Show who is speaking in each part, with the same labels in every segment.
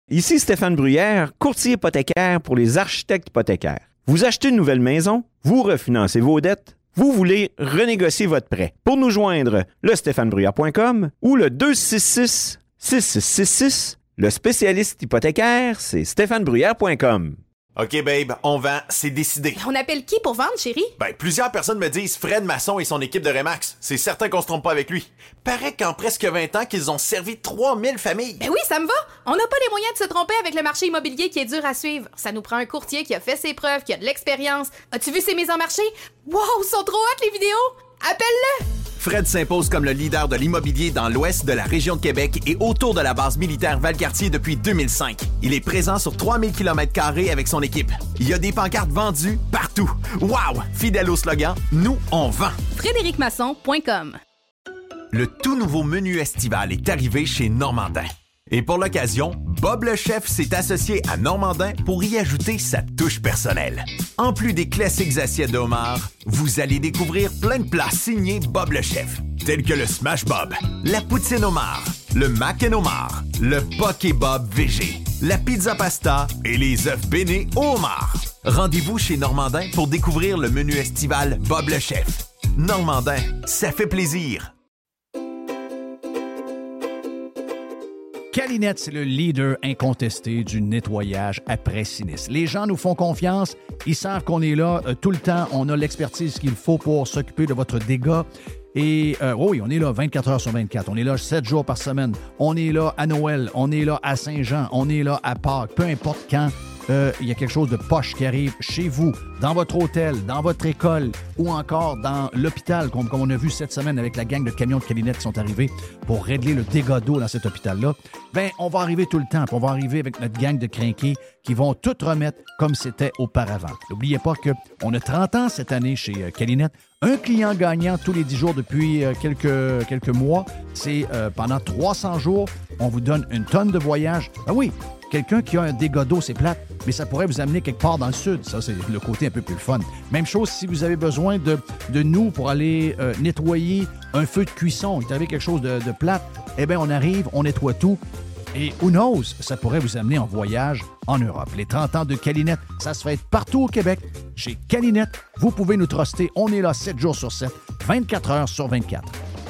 Speaker 1: Ici Stéphane Bruyère, courtier hypothécaire pour les architectes hypothécaires. Vous achetez une nouvelle maison, vous refinancez vos dettes, vous voulez renégocier votre prêt. Pour nous joindre, le stéphanebruyère.com ou le 266-6666. Le spécialiste hypothécaire, c'est stéphanebruyère.com.
Speaker 2: OK, babe, on vend, c'est décidé.
Speaker 3: On appelle qui pour vendre, chérie?
Speaker 2: Plusieurs personnes me disent Fred Masson et son équipe de Remax. C'est certain qu'on se trompe pas avec lui. Paraît qu'en presque 20 ans, qu'ils ont servi 3000 familles.
Speaker 3: Ben oui, ça me va. On n'a pas les moyens de se tromper avec le marché immobilier qui est dur à suivre. Ça nous prend un courtier qui a fait ses preuves, qui a de l'expérience. As-tu vu ses mises en marché? Wow, sont trop hot les vidéos! Appelle-le!
Speaker 2: Fred s'impose comme le leader de l'immobilier dans l'ouest de la région de Québec et autour de la base militaire Valcartier depuis 2005. Il est présent sur 3000 km² avec son équipe. Il y a des pancartes vendues partout. Wow! Fidèle au slogan, nous, on vend.
Speaker 3: FrédéricMasson.com.
Speaker 2: Le tout nouveau menu estival est arrivé chez Normandin. Et pour l'occasion, Bob le chef s'est associé à Normandin pour y ajouter sa touche personnelle. En plus des classiques assiettes de homard, vous allez découvrir plein de plats signés Bob le chef, tels que le Smash Bob, la poutine homard, le mac and homard, le Poké Bob VG, la pizza pasta et les œufs bénis au homard. Rendez-vous chez Normandin pour découvrir le menu estival Bob le chef. Normandin, ça fait plaisir.
Speaker 4: Calinette, c'est le leader incontesté du nettoyage après sinistre. Les gens nous font confiance. Ils savent qu'on est là tout le temps. On a l'expertise qu'il faut pour s'occuper de votre dégât. Et oui, on est là 24 heures sur 24. On est là 7 jours par semaine. On est là à Noël. On est là à Saint-Jean. On est là à Pâques. Peu importe quand il y a quelque chose de poche qui arrive chez vous, dans votre hôtel, dans votre école ou encore dans l'hôpital, comme on a vu cette semaine avec la gang de camions de Calinette qui sont arrivés pour régler le dégât d'eau dans cet hôpital-là, bien, on va arriver tout le temps. Puis on va arriver avec notre gang de crinqués qui vont tout remettre comme c'était auparavant. N'oubliez pas qu'on a 30 ans cette année chez Calinette. Un client gagnant tous les 10 jours depuis quelques mois. C'est pendant 300 jours, on vous donne une tonne de voyage. Ah oui, quelqu'un qui a un dégât d'eau, c'est plate, mais ça pourrait vous amener quelque part dans le sud. Ça, c'est le côté un peu plus fun. Même chose si vous avez besoin de nous pour aller nettoyer un feu de cuisson. Il y avait quelque chose de plate. Eh bien, on arrive, on nettoie tout. Et who knows, ça pourrait vous amener en voyage en Europe. Les 30 ans de Calinette, ça se fait partout au Québec. Chez Calinette, vous pouvez nous truster. On est là 7 jours sur 7, 24 heures sur 24.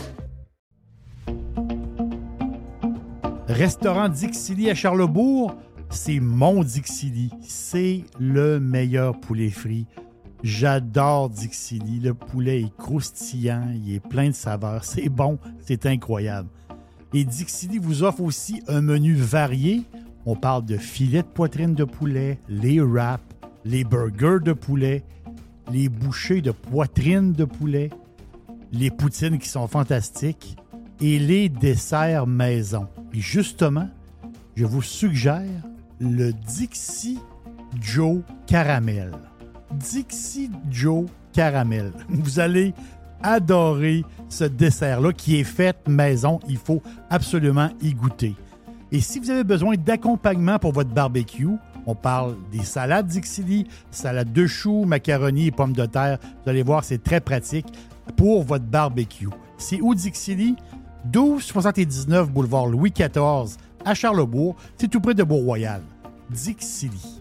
Speaker 5: Restaurant Dixili à Charlesbourg, c'est mon Dixili. C'est le meilleur poulet frit. J'adore Dixili. Le poulet est croustillant, il est plein de saveurs. C'est bon, c'est incroyable. Et Dixili vous offre aussi un menu varié. On parle de filets de poitrine de poulet, les wraps, les burgers de poulet, les bouchées de poitrine de poulet, les poutines qui sont fantastiques et les desserts maison. Et justement, je vous suggère le Dixie Joe Caramel. Dixie Joe Caramel. Vous allez adorer ce dessert-là qui est fait maison. Il faut absolument y goûter. Et si vous avez besoin d'accompagnement pour votre barbecue, on parle des salades Dixili, salade de choux, macaroni et pommes de terre. Vous allez voir, c'est très pratique pour votre barbecue. C'est où Dixili? 1279 boulevard Louis XIV à Charlesbourg. C'est tout près de Beau-Royal. Dixili.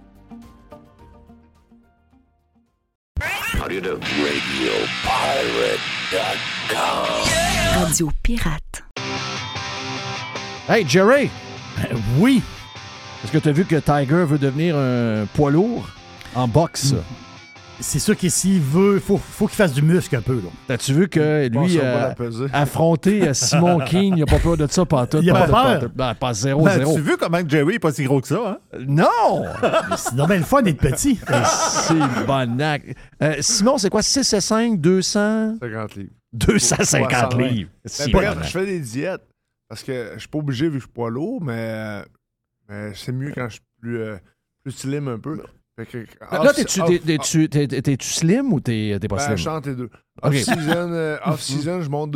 Speaker 6: Radio Pirate.
Speaker 4: Hey, Jerry!
Speaker 5: Oui!
Speaker 4: Est-ce que tu as vu que Tiger veut devenir un poids lourd en boxe?
Speaker 5: C'est sûr que s'il veut, faut qu'il fasse du muscle un peu. Là.
Speaker 4: T'as-tu vu que lui affronter Simon King, il n'a pas peur de ça pas tout.
Speaker 5: Il a pas peur?
Speaker 4: Pas 0-0.
Speaker 7: As-tu vu comment Jerry n'est pas si gros que ça? Hein?
Speaker 4: Non!
Speaker 5: C'est normal le fun d'être petit.
Speaker 4: C'est bonac. Simon, c'est quoi? 6,5, 200?
Speaker 7: 50 livres.
Speaker 4: 250 livres.
Speaker 7: Bref, je fais des diètes parce que je suis pas obligé vu que je suis poids lourd, mais c'est mieux quand je suis plus slim un peu.
Speaker 4: Là, t'es-tu slim ou t'es pas slim?
Speaker 7: Je chante les deux.
Speaker 4: Okay.
Speaker 7: Off-season, je monte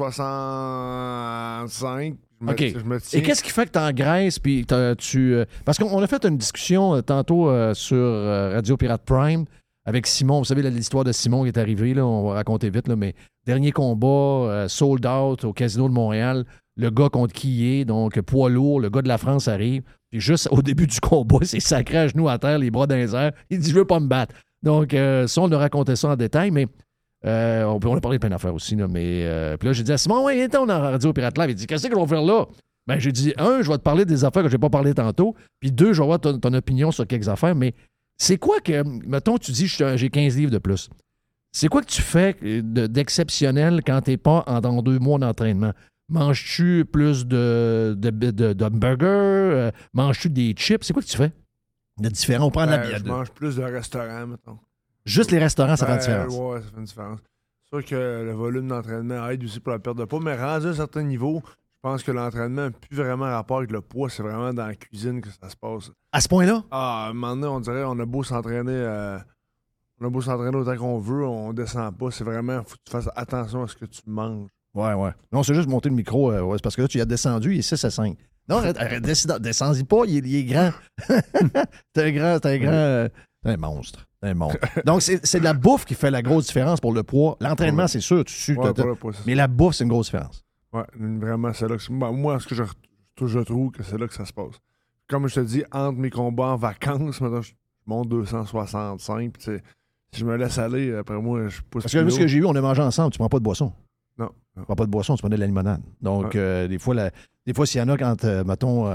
Speaker 7: 265. Je me tiens.
Speaker 4: Et qu'est-ce qui fait que t'engraisses? Puis parce qu'on a fait une discussion tantôt sur Radio Pirate Prime avec Simon. Vous savez, l'histoire de Simon qui est arrivé, là, on va raconter vite, là, mais dernier combat, sold out au Casino de Montréal. Le gars contre qui il est, donc poids lourd, le gars de la France arrive. Puis juste au début du combat, c'est sacré à genoux à terre, les bras dans les airs. Il dit, je veux pas me battre. Donc, ça, on a raconté ça en détail, mais on a parlé de plein d'affaires aussi. Là, mais puis là, j'ai dit à Simon, ouais, on a Radio Pirate Live. Il dit, qu'est-ce que je vais faire là? Ben, j'ai dit, je vais te parler des affaires que je n'ai pas parlé tantôt. Puis 2, je vais avoir ton opinion sur quelques affaires. Mais c'est quoi que, mettons, tu dis, j'ai 15 livres de plus. C'est quoi que tu fais d'exceptionnel quand tu n'es pas dans 2 mois d'entraînement? Manges-tu plus d'hamburgers? Manges-tu des chips? C'est quoi que tu fais de différent? On prend la bière.
Speaker 7: Je mange plus de restaurants, mettons.
Speaker 4: Juste les restaurants, ça fait une différence.
Speaker 7: Oui, ça fait une différence. C'est sûr que le volume d'entraînement aide aussi pour la perte de poids, mais rendu à un certain niveau, je pense que l'entraînement n'a plus vraiment rapport avec le poids. C'est vraiment dans la cuisine que ça se passe.
Speaker 4: À ce point-là?
Speaker 7: À un moment donné, on dirait on a beau s'entraîner autant qu'on veut, on descend pas. C'est vraiment, faut que tu fasses attention à ce que tu manges.
Speaker 4: Ouais. Non, c'est juste monter le micro. C'est parce que là, tu as descendu, il est 6-5. Non, descends-y pas, il est grand. T'es un monstre. Donc, c'est de la bouffe qui fait la grosse différence pour le poids. L'entraînement, c'est sûr, tu sues. Mais la bouffe, c'est une grosse différence.
Speaker 7: Oui, vraiment, c'est là que moi, ce que je trouve que c'est là que ça se passe. Comme je te dis, entre mes combats en vacances, maintenant, je monte 265, puis si je me laisse aller, après moi, je pousse.
Speaker 4: Parce que ce que j'ai eu, on a mangé ensemble, tu prends pas de boisson.
Speaker 7: Non.
Speaker 4: Tu prends pas de boisson, tu prends de la limonade. Donc, des fois, s'il y en a quand, mettons,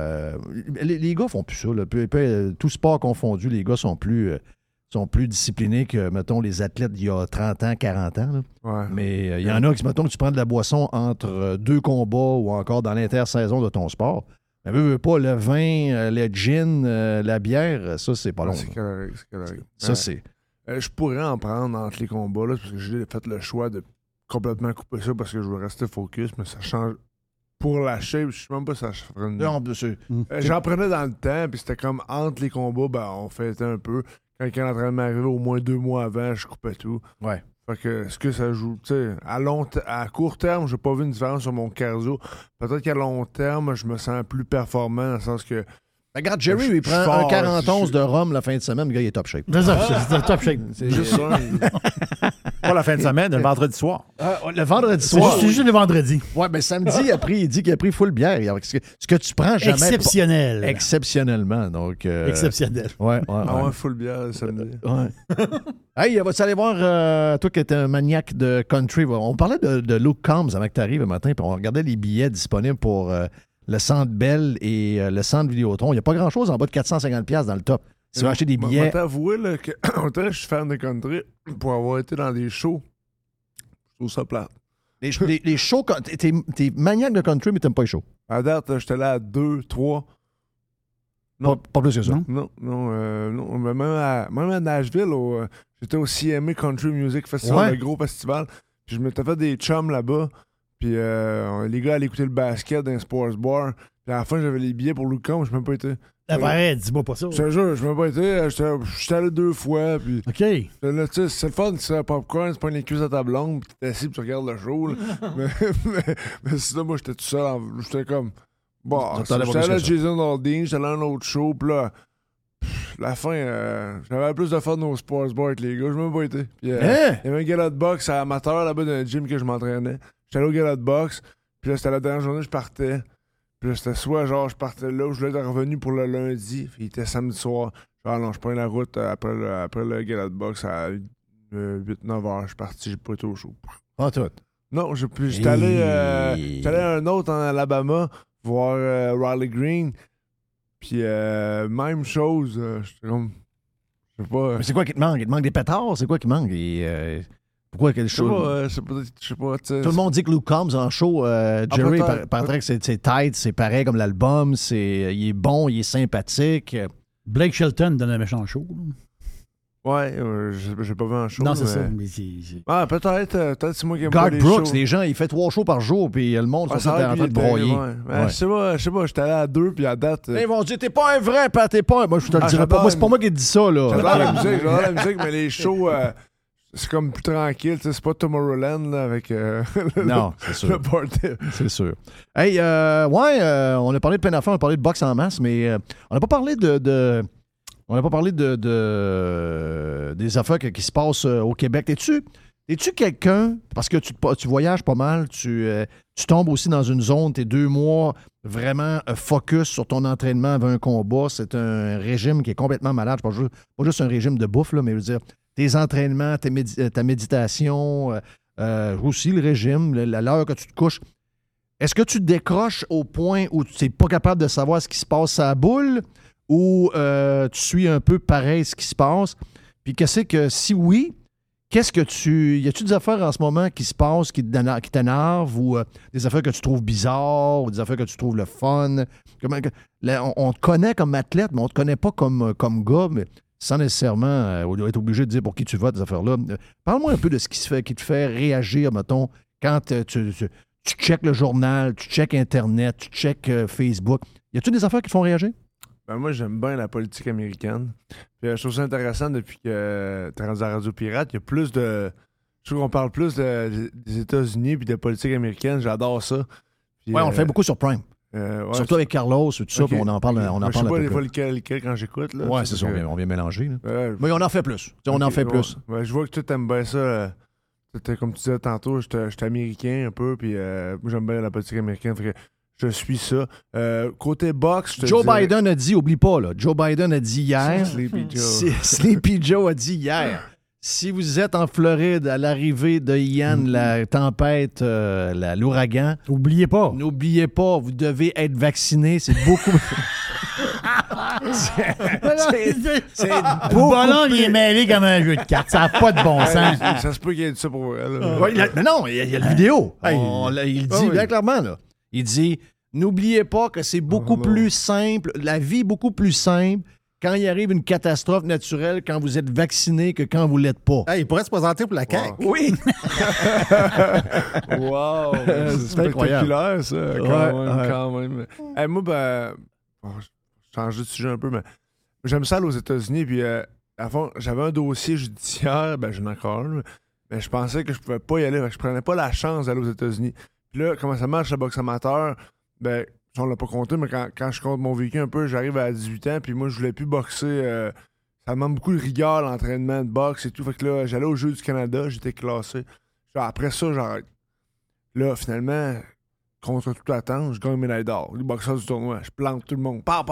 Speaker 4: les gars font plus ça. Là. Tout sport confondu, les gars sont plus disciplinés que, mettons, les athlètes d'il y a 30 ans, 40 ans. Là.
Speaker 7: Ouais.
Speaker 4: Mais il y en a qui, mettons, que tu prends de la boisson entre 2 combats ou encore dans l'intersaison de ton sport. Mais veux pas, le vin, le gin, la bière, ça, c'est pas long.
Speaker 7: C'est correct.
Speaker 4: Ça, c'est...
Speaker 7: Je pourrais en prendre entre les combats, là, parce que j'ai fait le choix de complètement couper ça parce que je veux rester focus, mais ça change. Pour la shape, je sais même pas si ça ferait une...
Speaker 4: Non,
Speaker 7: j'en prenais dans le temps, puis c'était comme entre les combats, on fêtait un peu. Quand l'entraînement arrivait au moins 2 mois avant, je coupais tout.
Speaker 4: Ouais.
Speaker 7: Fait que, est-ce que ça joue? Tu sais, à court terme, j'ai pas vu une différence sur mon cardio. Peut-être qu'à long terme, je me sens plus performant dans le sens que.
Speaker 4: Regarde, Jerry, il prend un 41 de rhum la fin de semaine, le gars, il est top shape.
Speaker 5: C'est top shape.
Speaker 7: C'est juste ça.
Speaker 6: Pas la fin de semaine, le vendredi soir.
Speaker 4: Le vendredi soir.
Speaker 5: C'est juste le vendredi.
Speaker 4: Ouais, mais samedi, il dit qu'il a pris full bière. Ce que tu prends jamais.
Speaker 5: Exceptionnel.
Speaker 4: Exceptionnellement. Donc,
Speaker 5: exceptionnel.
Speaker 4: Ouais.
Speaker 7: Full bière samedi.
Speaker 4: Ouais. Hey, vas-tu aller voir, toi qui es un maniaque de country, on parlait de Luke Combs avant que tu arrives le matin, puis on regardait les billets disponibles pour le Centre Bell et le Centre Vidéotron. Il n'y a pas grand-chose en bas de 450$ dans le top. Si tu veux acheter des billets...
Speaker 7: Je vais t'avouer que je suis fan de country pour avoir été dans des shows. Je trouve ça plate.
Speaker 4: Les shows, t'es maniaque de country, mais t'aimes pas les shows.
Speaker 7: À date, j'étais là à 2, 3...
Speaker 4: Non. Pas plus que ça.
Speaker 7: Non. Mais même à Nashville, j'étais au CMA Country Music Festival, le gros festival. Puis je m'étais fait des chums là-bas. Puis les gars allaient écouter le basket dans un sports bar. Puis à la fin, j'avais les billets pour Luke Combs, je n'ai même pas été.
Speaker 5: Arrête, dis-moi pas ça.
Speaker 7: Je te jure, je n'ai même pas été. J'étais allé 2 fois. Puis
Speaker 5: OK.
Speaker 7: Là, c'est le fun, c'est un popcorn, c'est pas une cuisse à ta blonde, puis t'es assis, puis tu regardes le show. mais sinon, moi, j'étais tout seul. J'étais comme. Bon, j'étais allé à Jason Aldean, j'étais allé à un autre show, puis là, la fin, j'avais plus de fun au sports bar avec les gars, je n'ai même pas été. Puis, il y avait un gala de boxe amateur là-bas dans le gym que je m'entraînais. J'étais allé au gala de boxe, puis là, c'était la dernière journée, je partais. Puis là, c'était soit genre, je partais là, ou je voulais être revenu pour le lundi, puis il était samedi soir. Genre, non, je prends la route après le gala de boxe à 8-9 heures, je suis parti, j'ai pas été au show.
Speaker 4: Ah, tout.
Speaker 7: Non, j'étais allé à un autre en Alabama, voir Riley Green. Puis même chose, j'étais comme. Je sais pas.
Speaker 4: Mais c'est quoi qui te manque? Il te manque des pétards? C'est quoi qui manque? Pourquoi quelque chose?
Speaker 7: Je sais pas.
Speaker 4: Tout le monde dit que Luke Combs en show, Jerry paraît que c'est tight, c'est pareil comme l'album, il est bon, il est sympathique.
Speaker 5: Blake Shelton donne un méchant show.
Speaker 7: Ouais, j'ai pas vu un show.
Speaker 5: Non, c'est ça. Mais
Speaker 7: Ah, peut-être c'est moi qui aime
Speaker 4: Garth
Speaker 7: pas les
Speaker 4: Brooks,
Speaker 7: shows.
Speaker 4: les gens, il fait 3 shows par jour, puis le monde sont en train de broyer.
Speaker 7: Ouais. Je sais pas, j'étais allé à 2, puis à date...
Speaker 4: Ils vont dire, t'es pas un vrai, Pat, t'es pas un... Moi, je te le dirais pas. Moi, c'est pas moi qui te dis ça, là.
Speaker 7: J'adore la musique, mais les shows... c'est comme plus tranquille, c'est pas Tomorrowland là, avec
Speaker 4: non, c'est sûr.
Speaker 7: Le party.
Speaker 4: C'est sûr. Hey, on a parlé de plein d'affaires, on a parlé de boxe en masse, mais on n'a pas parlé on n'a pas parlé des affaires qui se passent au Québec. Es-tu quelqu'un, parce que tu voyages pas mal, tu tu tombes aussi dans une zone, tes 2 mois vraiment focus sur ton entraînement avant un combat. C'est un régime qui est complètement malade. Pas juste un régime de bouffe, là, mais je veux dire, tes entraînements, ta méditation, aussi le régime, l'heure que tu te couches. Est-ce que tu décroches au point où tu n'es pas capable de savoir ce qui se passe à la boule ou tu suis un peu pareil ce qui se passe? Puis si oui, qu'est-ce que y a-tu des affaires en ce moment qui se passent, qui t'énervent ou des affaires que tu trouves bizarres ou des affaires que tu trouves le fun? On te connaît comme athlète, mais on te connaît pas comme gars, mais sans nécessairement être obligé de dire pour qui tu votes, ces affaires-là. Parle-moi un peu de ce qui te fait réagir, mettons, quand tu checkes le journal, tu checkes Internet, tu checkes Facebook. Y a-tu des affaires qui te font réagir?
Speaker 7: Ben moi, j'aime bien la politique américaine. Puis, je trouve ça intéressant depuis que tu es rendu à Radio Pirate. Il y a plus de... Je trouve qu'on parle plus des États-Unis puis de politique américaine. J'adore ça. Puis,
Speaker 4: on le fait beaucoup sur Prime. Surtout avec Carlos et tout ça,
Speaker 7: okay.
Speaker 4: Puis on en parle un peu.
Speaker 7: Je sais pas des fois lequel quand j'écoute.
Speaker 4: Oui, c'est ça, on vient mélanger. Mais on en fait plus. On en fait plus.
Speaker 7: Ouais, je vois que tu aimes bien ça. Comme tu disais tantôt, j'étais américain un peu, puis moi j'aime bien la politique américaine. Fait que je suis ça. Côté boxe,
Speaker 4: Joe Biden a dit, oublie pas, là, Joe Biden a dit hier.
Speaker 7: Sleepy Joe.
Speaker 4: Sleepy Joe a dit hier. Si vous êtes en Floride à l'arrivée de Ian, la tempête, l'ouragan, n'oubliez pas, vous devez être vacciné. C'est beaucoup.
Speaker 5: c'est beaucoup. Le ballon, il est mêlé comme un jeu de cartes. Ça n'a pas de bon sens.
Speaker 7: Ça se peut qu'il y ait dit ça pour elle.
Speaker 4: Mais non, il y a la vidéo. Il dit bien clairement, là. Il dit, n'oubliez pas que c'est beaucoup plus simple, la vie est beaucoup plus simple quand il arrive une catastrophe naturelle, quand vous êtes vacciné que quand vous ne l'êtes pas.
Speaker 5: Il pourrait se présenter pour la CAQ.
Speaker 4: Wow. Oui!
Speaker 7: Wow! C'est spectaculaire, ça, quand même. Hey, moi, je change de sujet un peu, mais j'aime ça aller aux États-Unis, puis à fond, j'avais un dossier judiciaire, j'en ai encore un, mais je pensais que je pouvais pas y aller, je prenais pas la chance d'aller aux États-Unis. Puis là, comment ça marche, le boxe amateur, on l'a pas compté, mais quand je compte mon vécu un peu, j'arrive à 18 ans, puis moi, je voulais plus boxer. Ça demande beaucoup de rigueur, l'entraînement de boxe et tout. Fait que là, j'allais aux Jeux du Canada, j'étais classé. Après ça, j'arrête. Là, finalement, contre toute attente, je gagne une médaille d'or. Les boxeurs du tournoi, je plante tout le monde. Là,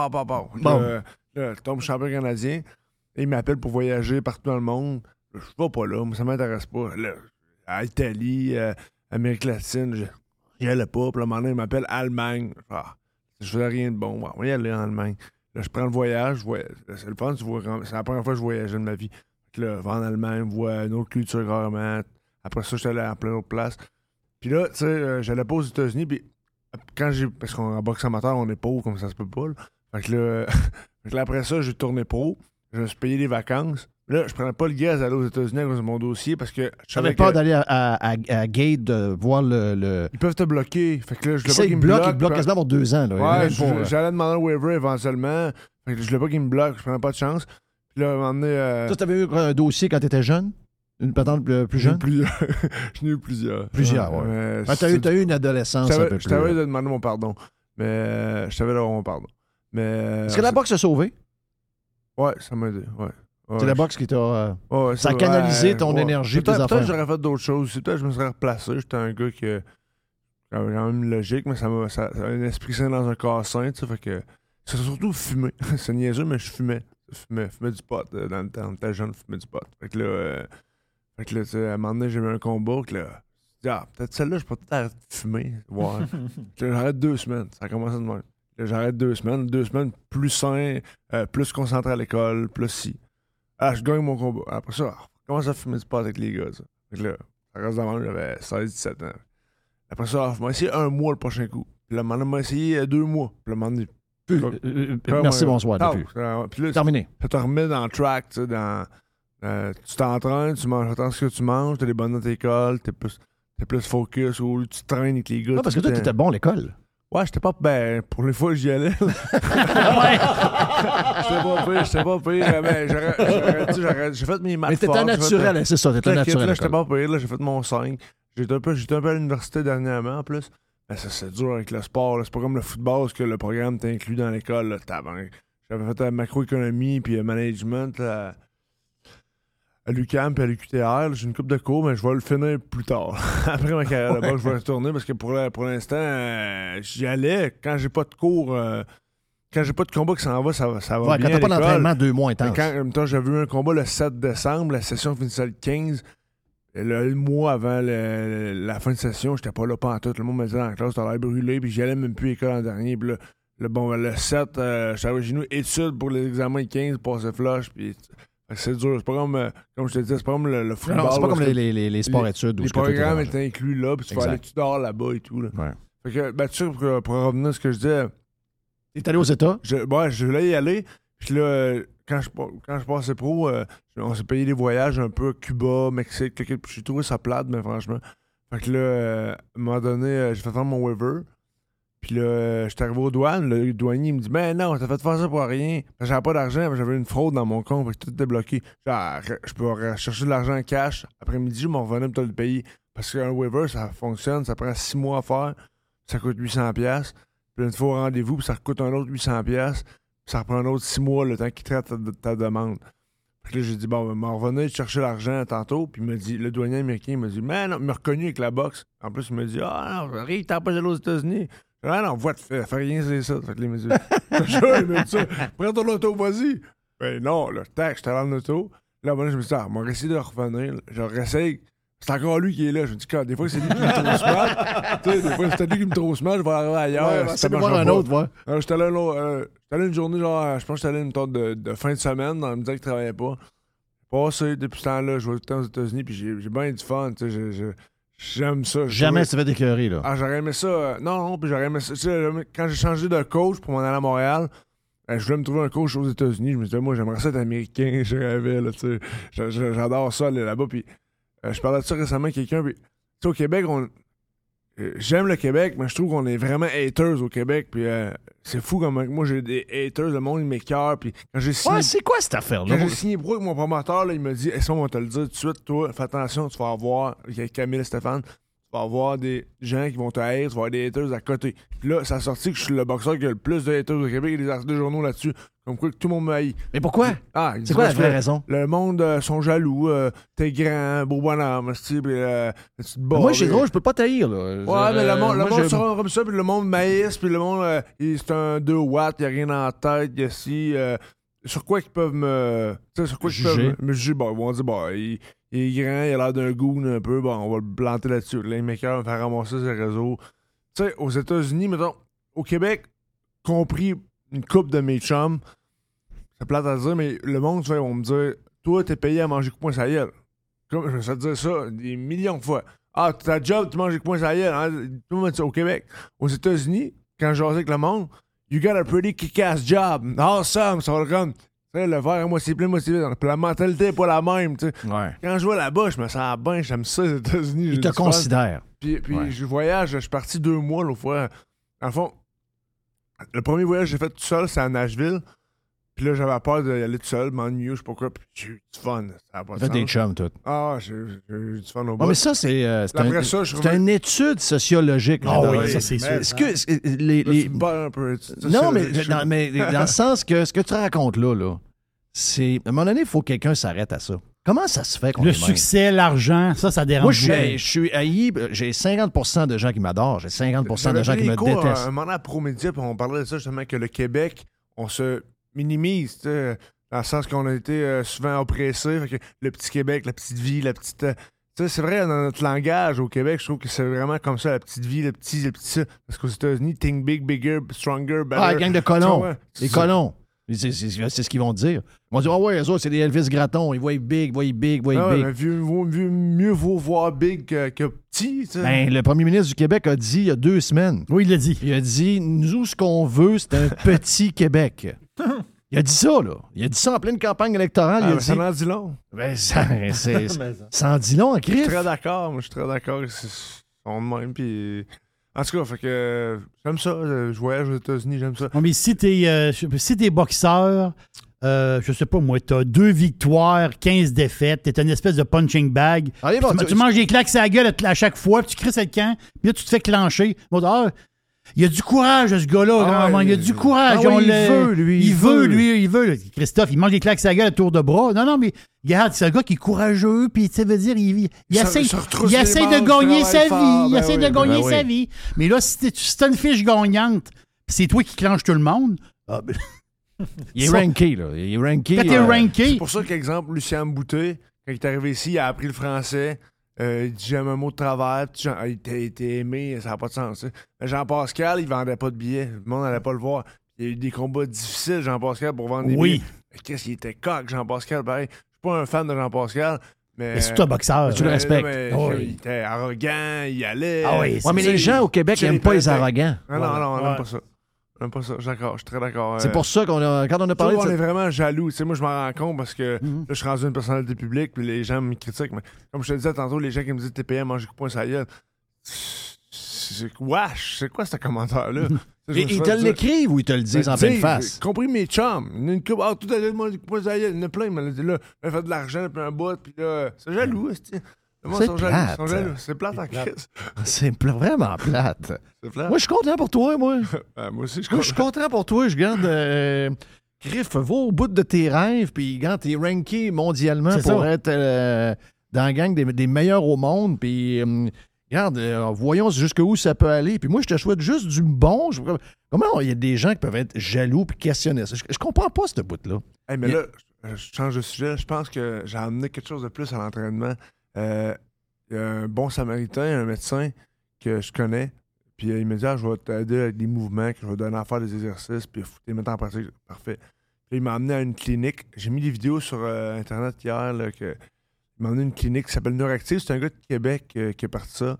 Speaker 7: je tombe champion canadien. Et il m'appelle pour voyager partout dans le monde. Je vais pas là, moi, ça m'intéresse pas. Là, à Italie, Amérique latine, j'y allais pas. Puis là, un moment donné, il m'appelle Allemagne. Je faisais rien de bon. On va y aller en Allemagne. Là, je prends le voyage. C'est le fun, c'est la première fois que je voyageais de ma vie. Là, je vais en Allemagne, je vois une autre culture carrément. Après ça, je suis allé à plein d'autres places. Puis là, tu sais, j'allais pas aux États-Unis. Puis parce qu'en boxe amateur, on est pauvre, comme ça se peut pas. Là. Fait que là, après ça, j'ai tourné pro. Je me suis payé des vacances. Là, je prenais pas le gaz d'aller aux États-Unis à cause de mon dossier parce que je savais
Speaker 4: pas d'aller à Gate, de voir le...
Speaker 7: Ils peuvent te bloquer. Fait que là, je voulais
Speaker 4: pas qu'ils me bloquent. Ils bloquent quasiment pour 2 ans. Là.
Speaker 7: Ouais, j'allais demander un waiver éventuellement. Fait que je voulais pas qu'ils me bloquent. Je prenais pas de chance. Puis là, à un moment donné...
Speaker 4: Toi, t'avais eu un dossier quand t'étais jeune? Une patente plus jeune?
Speaker 7: J'en ai eu plusieurs.
Speaker 4: Ouais. T'as eu une adolescence un peu plus...
Speaker 7: Je t'avais demandé mon pardon. Mais je t'avais d'avoir mon pardon. Mais...
Speaker 4: Est-ce que la boxe a sauvé?
Speaker 7: Ouais, ça m'a aidé, ouais.
Speaker 4: C'est la boxe qui t'a... ça a canalisé ton énergie, tes affaires.
Speaker 7: Peut-être j'aurais fait d'autres choses. Peut-être je me serais replacé. J'étais un gars qui avait quand même une logique, mais ça a un esprit sain dans un corps sain, tu sais, fait que... C'est surtout fumer. C'est niaiseux, mais je fumais. Je fumais du pot. Dans le temps, on était jeune, je fumais du pot. Fait que là, tu sais, à un moment donné, j'ai eu un combat, que là, peut-être celle-là, je peux peut-être arrêter de fumer. Ouais. J'arrête 2 semaines. Ça a commencé de même. Là, j'arrête 2 semaines. 2 semaines plus sain, plus concentré à l'école, plus si. Je gagne mon combat. Après ça, je commence à fumer du pot avec les gars. Ça. Fait que là, ça reste dans le j'avais 16-17 ans. Après ça, je vais essayer 1 mois le prochain coup. Puis là, je vais essayer 2 mois. Puis là,
Speaker 4: merci, bonsoir.
Speaker 7: Puis là,
Speaker 4: terminé.
Speaker 7: Ça te remet dans le track, tu sais, tu t'entraînes, tu manges autant ce que tu manges, t'as des bonnes notes à l'école, t'es plus focus, ou tu traînes avec les gars.
Speaker 4: Parce que toi, t'étais bon à l'école.
Speaker 7: Ouais, j'étais pas... pour les fois que j'y allais. J'étais pas pire. Mais j'ai fait mes maths.
Speaker 4: Mais t'étais naturel, c'est ça, t'étais naturel.
Speaker 7: Là, j'étais pas pire, là, j'ai fait mon 5. J'étais un peu à l'université dernièrement, en plus. Mais ça, c'est dur avec le sport. Là. C'est pas comme le football, parce que le programme t'inclut dans l'école. J'avais fait macroéconomie puis management. Là. à l'UQAM et à l'UQTR. J'ai une coupe de cours, mais je vais le finir plus tard. Après ma carrière là-bas, je vais retourner parce que pour l'instant, j'y allais. Quand j'ai pas de cours, quand j'ai pas de combat qui s'en va, ça va bien.
Speaker 4: Quand t'as pas d'entraînement 2 mois intense.
Speaker 7: En même temps, j'avais eu un combat le 7 décembre, la session finissait le 15. Le mois avant la fin de session, j'étais pas là pantoute. Le monde me disait dans la classe, t'as l'air brûlé, puis j'y allais même plus à l'école l'an dernier. Puis là, le 7, j'avais chez nous, études pour les examens le 15, passer flush, puis c'est dur. C'est pas comme je te disais, c'est pas comme le football.
Speaker 4: Non, c'est pas comme les sports-études.
Speaker 7: Les programmes étaient inclus là, puis tu vas aller tout dehors là-bas et tout. Là.
Speaker 4: Ouais.
Speaker 7: Fait que, tu sais, pour revenir à ce que je disais...
Speaker 4: T'es allé aux États?
Speaker 7: Je voulais y aller, puis là... Quand je passais pro, on s'est payé des voyages un peu à Cuba, Mexique, j'ai trouvé ça plate, mais franchement. Fait que là, à un moment donné, j'ai fait faire mon waiver. Puis là, j'étais arrivé aux douanes, le douanier me dit « Ben non, t'as fait faire ça pour rien. » J'avais pas d'argent, mais j'avais une fraude dans mon compte, fait que tout était bloqué. Genre, je peux chercher de l'argent en cash. Après-midi, je m'en revenais pour te le payer. Parce qu'un waiver, ça fonctionne, ça prend 6 mois à faire, ça coûte 800$. Puis une fois au rendez-vous, puis ça coûte un autre 800$. Ça reprend un autre 6 mois le temps qu'il traite ta demande. Fait que là, j'ai dit, bon, m'en revenez chercher l'argent tantôt. Puis il m'a dit, le douanier américain m'a dit, mais non, il m'a reconnu avec la boxe. En plus, il m'a dit, ah non, Rick, t'as pas allé aux États-Unis. J'ai dit, ah non, fais rien, c'est ça. Fait que là, il m'a dit, il m'a dit ça, prends ton auto, vas-y. Ben non, là, tac, j'étais dans l'auto. Là, je me suis dit, on va essayer de revenir. Je réessaye. C'est encore lui qui est là. Je me dis, des fois, c'est lui qui me trouve smart. Des fois, c'est lui qui me trouve smart. Je vais arriver ailleurs.
Speaker 4: C'est de voir un autre, ouais.
Speaker 7: J'étais allé une journée, genre, je pense que j'étais allé une sorte de fin de semaine. Dans le me disait qu'il ne travaillait pas. Passé depuis ce temps-là, je vais tout le temps aux États-Unis. Puis j'ai bien du fun. J'aime ça.
Speaker 4: Jamais tu vas déclarer, là.
Speaker 7: Ah, j'aurais aimé ça. Non, puis j'aurais aimé ça. Quand j'ai changé de coach pour m'en aller à Montréal, je voulais me trouver un coach aux États-Unis. Je me disais, moi, j'aimerais ça être américain. Je rêvais, là, tu sais. J'adore ça, aller là-bas. Puis. Je parlais de ça récemment avec quelqu'un. Puis, au Québec, j'aime le Québec, mais je trouve qu'on est vraiment haters au Québec. Puis c'est fou comme moi, j'ai des haters. Le monde, il m'écoeure. Puis quand j'ai signé.
Speaker 4: Ouais, c'est quoi cette affaire-là?
Speaker 7: Quand j'ai signé pro avec mon promoteur, là, il m'a dit, ça, on va te le dire tout de suite, toi, fais attention, tu vas avoir, avec Camille et Stéphane, tu vas avoir des gens qui vont te haïr, tu vas avoir des haters à côté. Puis là, ça a sorti que je suis le boxeur qui a le plus de haters au Québec. Il y a des articles de journaux là-dessus. Comme quoi que tout le monde me haït.
Speaker 4: Mais pourquoi? C'est quoi la vraie raison?
Speaker 7: Le monde sont jaloux. T'es grand, beau bonhomme, tu te bats.
Speaker 4: Moi, c'est drôle, je peux pas t'haïr, là.
Speaker 7: Ouais, mais le monde sera comme ça, puis le monde maïs, puis le monde, c'est un 2 watts, il y a rien dans la tête, il y a si... sur quoi qu'ils peuvent me... Sur quoi qu'ils peuvent me juger? Bon, ils vont dire, bon, il est grand, il a l'air d'un goon un peu, bon, on va le planter là-dessus. Les makers vont faire ramasser ses réseaux. Tu sais, aux États-Unis, mettons, au Québec, compris une couple de mes chums, c'est plate à dire, mais le monde, vont me dire, toi, t'es payé à manger coup point sa gueule. Comme je me suis dit ça des millions de fois. Ah, ta job, tu manges coup point sa gueule. Hein? Tout le monde dit ça au Québec. Aux États-Unis, quand je jasais avec le monde, you got a pretty kick-ass job. Awesome, ça va comme... le verre, moi, c'est plein, moi, c'est vide. Puis la mentalité n'est pas la même, tu sais.
Speaker 4: Ouais.
Speaker 7: Quand je vais là-bas, je me sens bien, j'aime ça, les États-Unis.
Speaker 4: Ils te considèrent.
Speaker 7: Puis je voyage, je suis parti 2 mois, l'autre fois. En fond, le premier voyage que j'ai fait tout seul, c'est à Nashville. Puis là, j'avais peur d'y aller tout seul, m'ennuyer, je sais pas quoi. Puis j'ai eu du fun. Ça a pas de sens.
Speaker 4: des chums, tout.
Speaker 7: Ah, j'ai eu du fun au bout.
Speaker 4: Mais ça, c'est une étude sociologique.
Speaker 5: Ah oui, ça, c'est sûr.
Speaker 4: Est-ce que...
Speaker 7: un peu,
Speaker 4: non, mais dans le sens que ce que tu racontes là, c'est... À un moment donné, il faut que quelqu'un s'arrête à ça. Comment ça se fait qu'on
Speaker 5: Le succès, l'argent, ça dérange.
Speaker 4: Moi, je suis haï. J'ai 50% de gens qui m'adorent. J'ai 50% de gens qui me détestent.
Speaker 7: Un moment à Promédia, puis on parlait de ça justement, que le Québec, on se minimise, dans le sens qu'on a été souvent oppressé. Fait que le petit Québec, la petite vie, la petite... c'est vrai, dans notre langage au Québec, je trouve que c'est vraiment comme ça, la petite vie, le petit ça. Parce qu'aux États-Unis, think big, bigger, stronger, better.
Speaker 4: Ah, la gang de colons.
Speaker 7: Ouais,
Speaker 4: les colons. C'est ce qu'ils vont dire. Ils vont dire, ouais, eux autres, c'est des Elvis Gratton. Ils voient big, ils voient big, ils voient big.
Speaker 7: Mieux vaut voir big que petit.
Speaker 4: Ben, le premier ministre du Québec a dit il y a 2 semaines.
Speaker 5: Oui, il l'a dit.
Speaker 4: Il a dit, nous, ce qu'on veut, c'est un petit Québec. Il a dit ça, là. Il a dit ça en pleine campagne électorale. Il a dit...
Speaker 7: Ça en dit long.
Speaker 4: Ben, ça en dit long en crise.
Speaker 7: Je suis très d'accord. Moi, je suis très d'accord. On de même, puis... En tout cas, fait que j'aime ça. Je voyage aux États-Unis, j'aime ça.
Speaker 5: Non, mais si t'es boxeur, je sais pas moi, t'as 2 victoires, 15 défaites, t'es une espèce de punching bag. Tu manges des claques à la gueule à chaque fois, puis tu cries le camp, puis là, tu te fais clencher. Il a du courage, ce gars-là. Il a du courage.
Speaker 4: Il veut, lui.
Speaker 5: Il veut. Christophe, il mange des claques à gueule à tour de bras. Non, mais regarde, c'est un gars qui est courageux, puis ça veut dire, il essaie de gagner sa vie. Il essaie de gagner sa vie. Mais là, si t'as une fiche gagnante, c'est toi qui clenches tout le monde.
Speaker 4: Il est ranké, là. Il est ranké.
Speaker 5: Quand t'es ranké.
Speaker 7: C'est pour ça qu'exemple, Lucien Boutet, quand il est arrivé ici, il a appris le français. Il dit j'aime un mot de travers. Il était aimé, ça n'a pas de sens. Mais Jean-Pascal, il vendait pas de billets. Le monde n'allait pas le voir. Il y a eu des combats difficiles, Jean-Pascal, pour vendre des billets. Mais qu'est-ce qu'il était coq, Jean-Pascal, pareil. Je suis pas un fan de Jean-Pascal. Mais
Speaker 5: c'est un boxeur.
Speaker 4: Tu le respectes.
Speaker 7: Il était arrogant, il allait.
Speaker 4: Mais les gens au Québec n'aiment pas les arrogants.
Speaker 7: Non, on n'aime pas ça. J'aime pas ça, je suis très d'accord.
Speaker 4: C'est pour ça quand on a parlé
Speaker 7: on est vraiment jaloux. Tu sais, moi, je m'en rends compte parce que là, je suis rendu une personnalité publique puis les gens me critiquent. Mais comme je te disais tantôt, les gens qui me disent TPM, manger coup de poing sur la gueule, c'est quoi ce commentaire-là?
Speaker 4: Ils te l'écrivent ou ils te le disent en pleine face?
Speaker 7: Compris mes chums. Tout à l'heure, moi, coup de poing sur la gueule. Il y en a plein. Mais là, il fait de l'argent, puis un bout, puis là, c'est jaloux.
Speaker 4: C'est plate.
Speaker 7: C'est plate en crise.
Speaker 4: C'est vraiment plate.
Speaker 7: Moi,
Speaker 4: je suis content pour toi, moi.
Speaker 7: Moi aussi,
Speaker 4: je suis content pour toi. Je garde... Griff, va au bout de tes rêves, puis quand t'es ranké mondialement pour être dans la gang des meilleurs au monde, puis regarde, voyons jusqu'où ça peut aller. Puis moi, je te souhaite juste du bon. Comment il y a des gens qui peuvent être jaloux puis questionner ça? Je comprends pas ce bout-là.
Speaker 7: Hey, mais là, je change de sujet. Je pense que j'ai amené quelque chose de plus à l'entraînement. Il y a un bon samaritain, un médecin que je connais, puis il me dit je vais t'aider avec des mouvements, que je vais donner à faire des exercices, puis les mettre en pratique. Parfait. Puis il m'a amené à une clinique. J'ai mis des vidéos sur Internet hier. Là, il m'a amené à une clinique qui s'appelle Neuractive. C'est un gars de Québec qui est parti ça.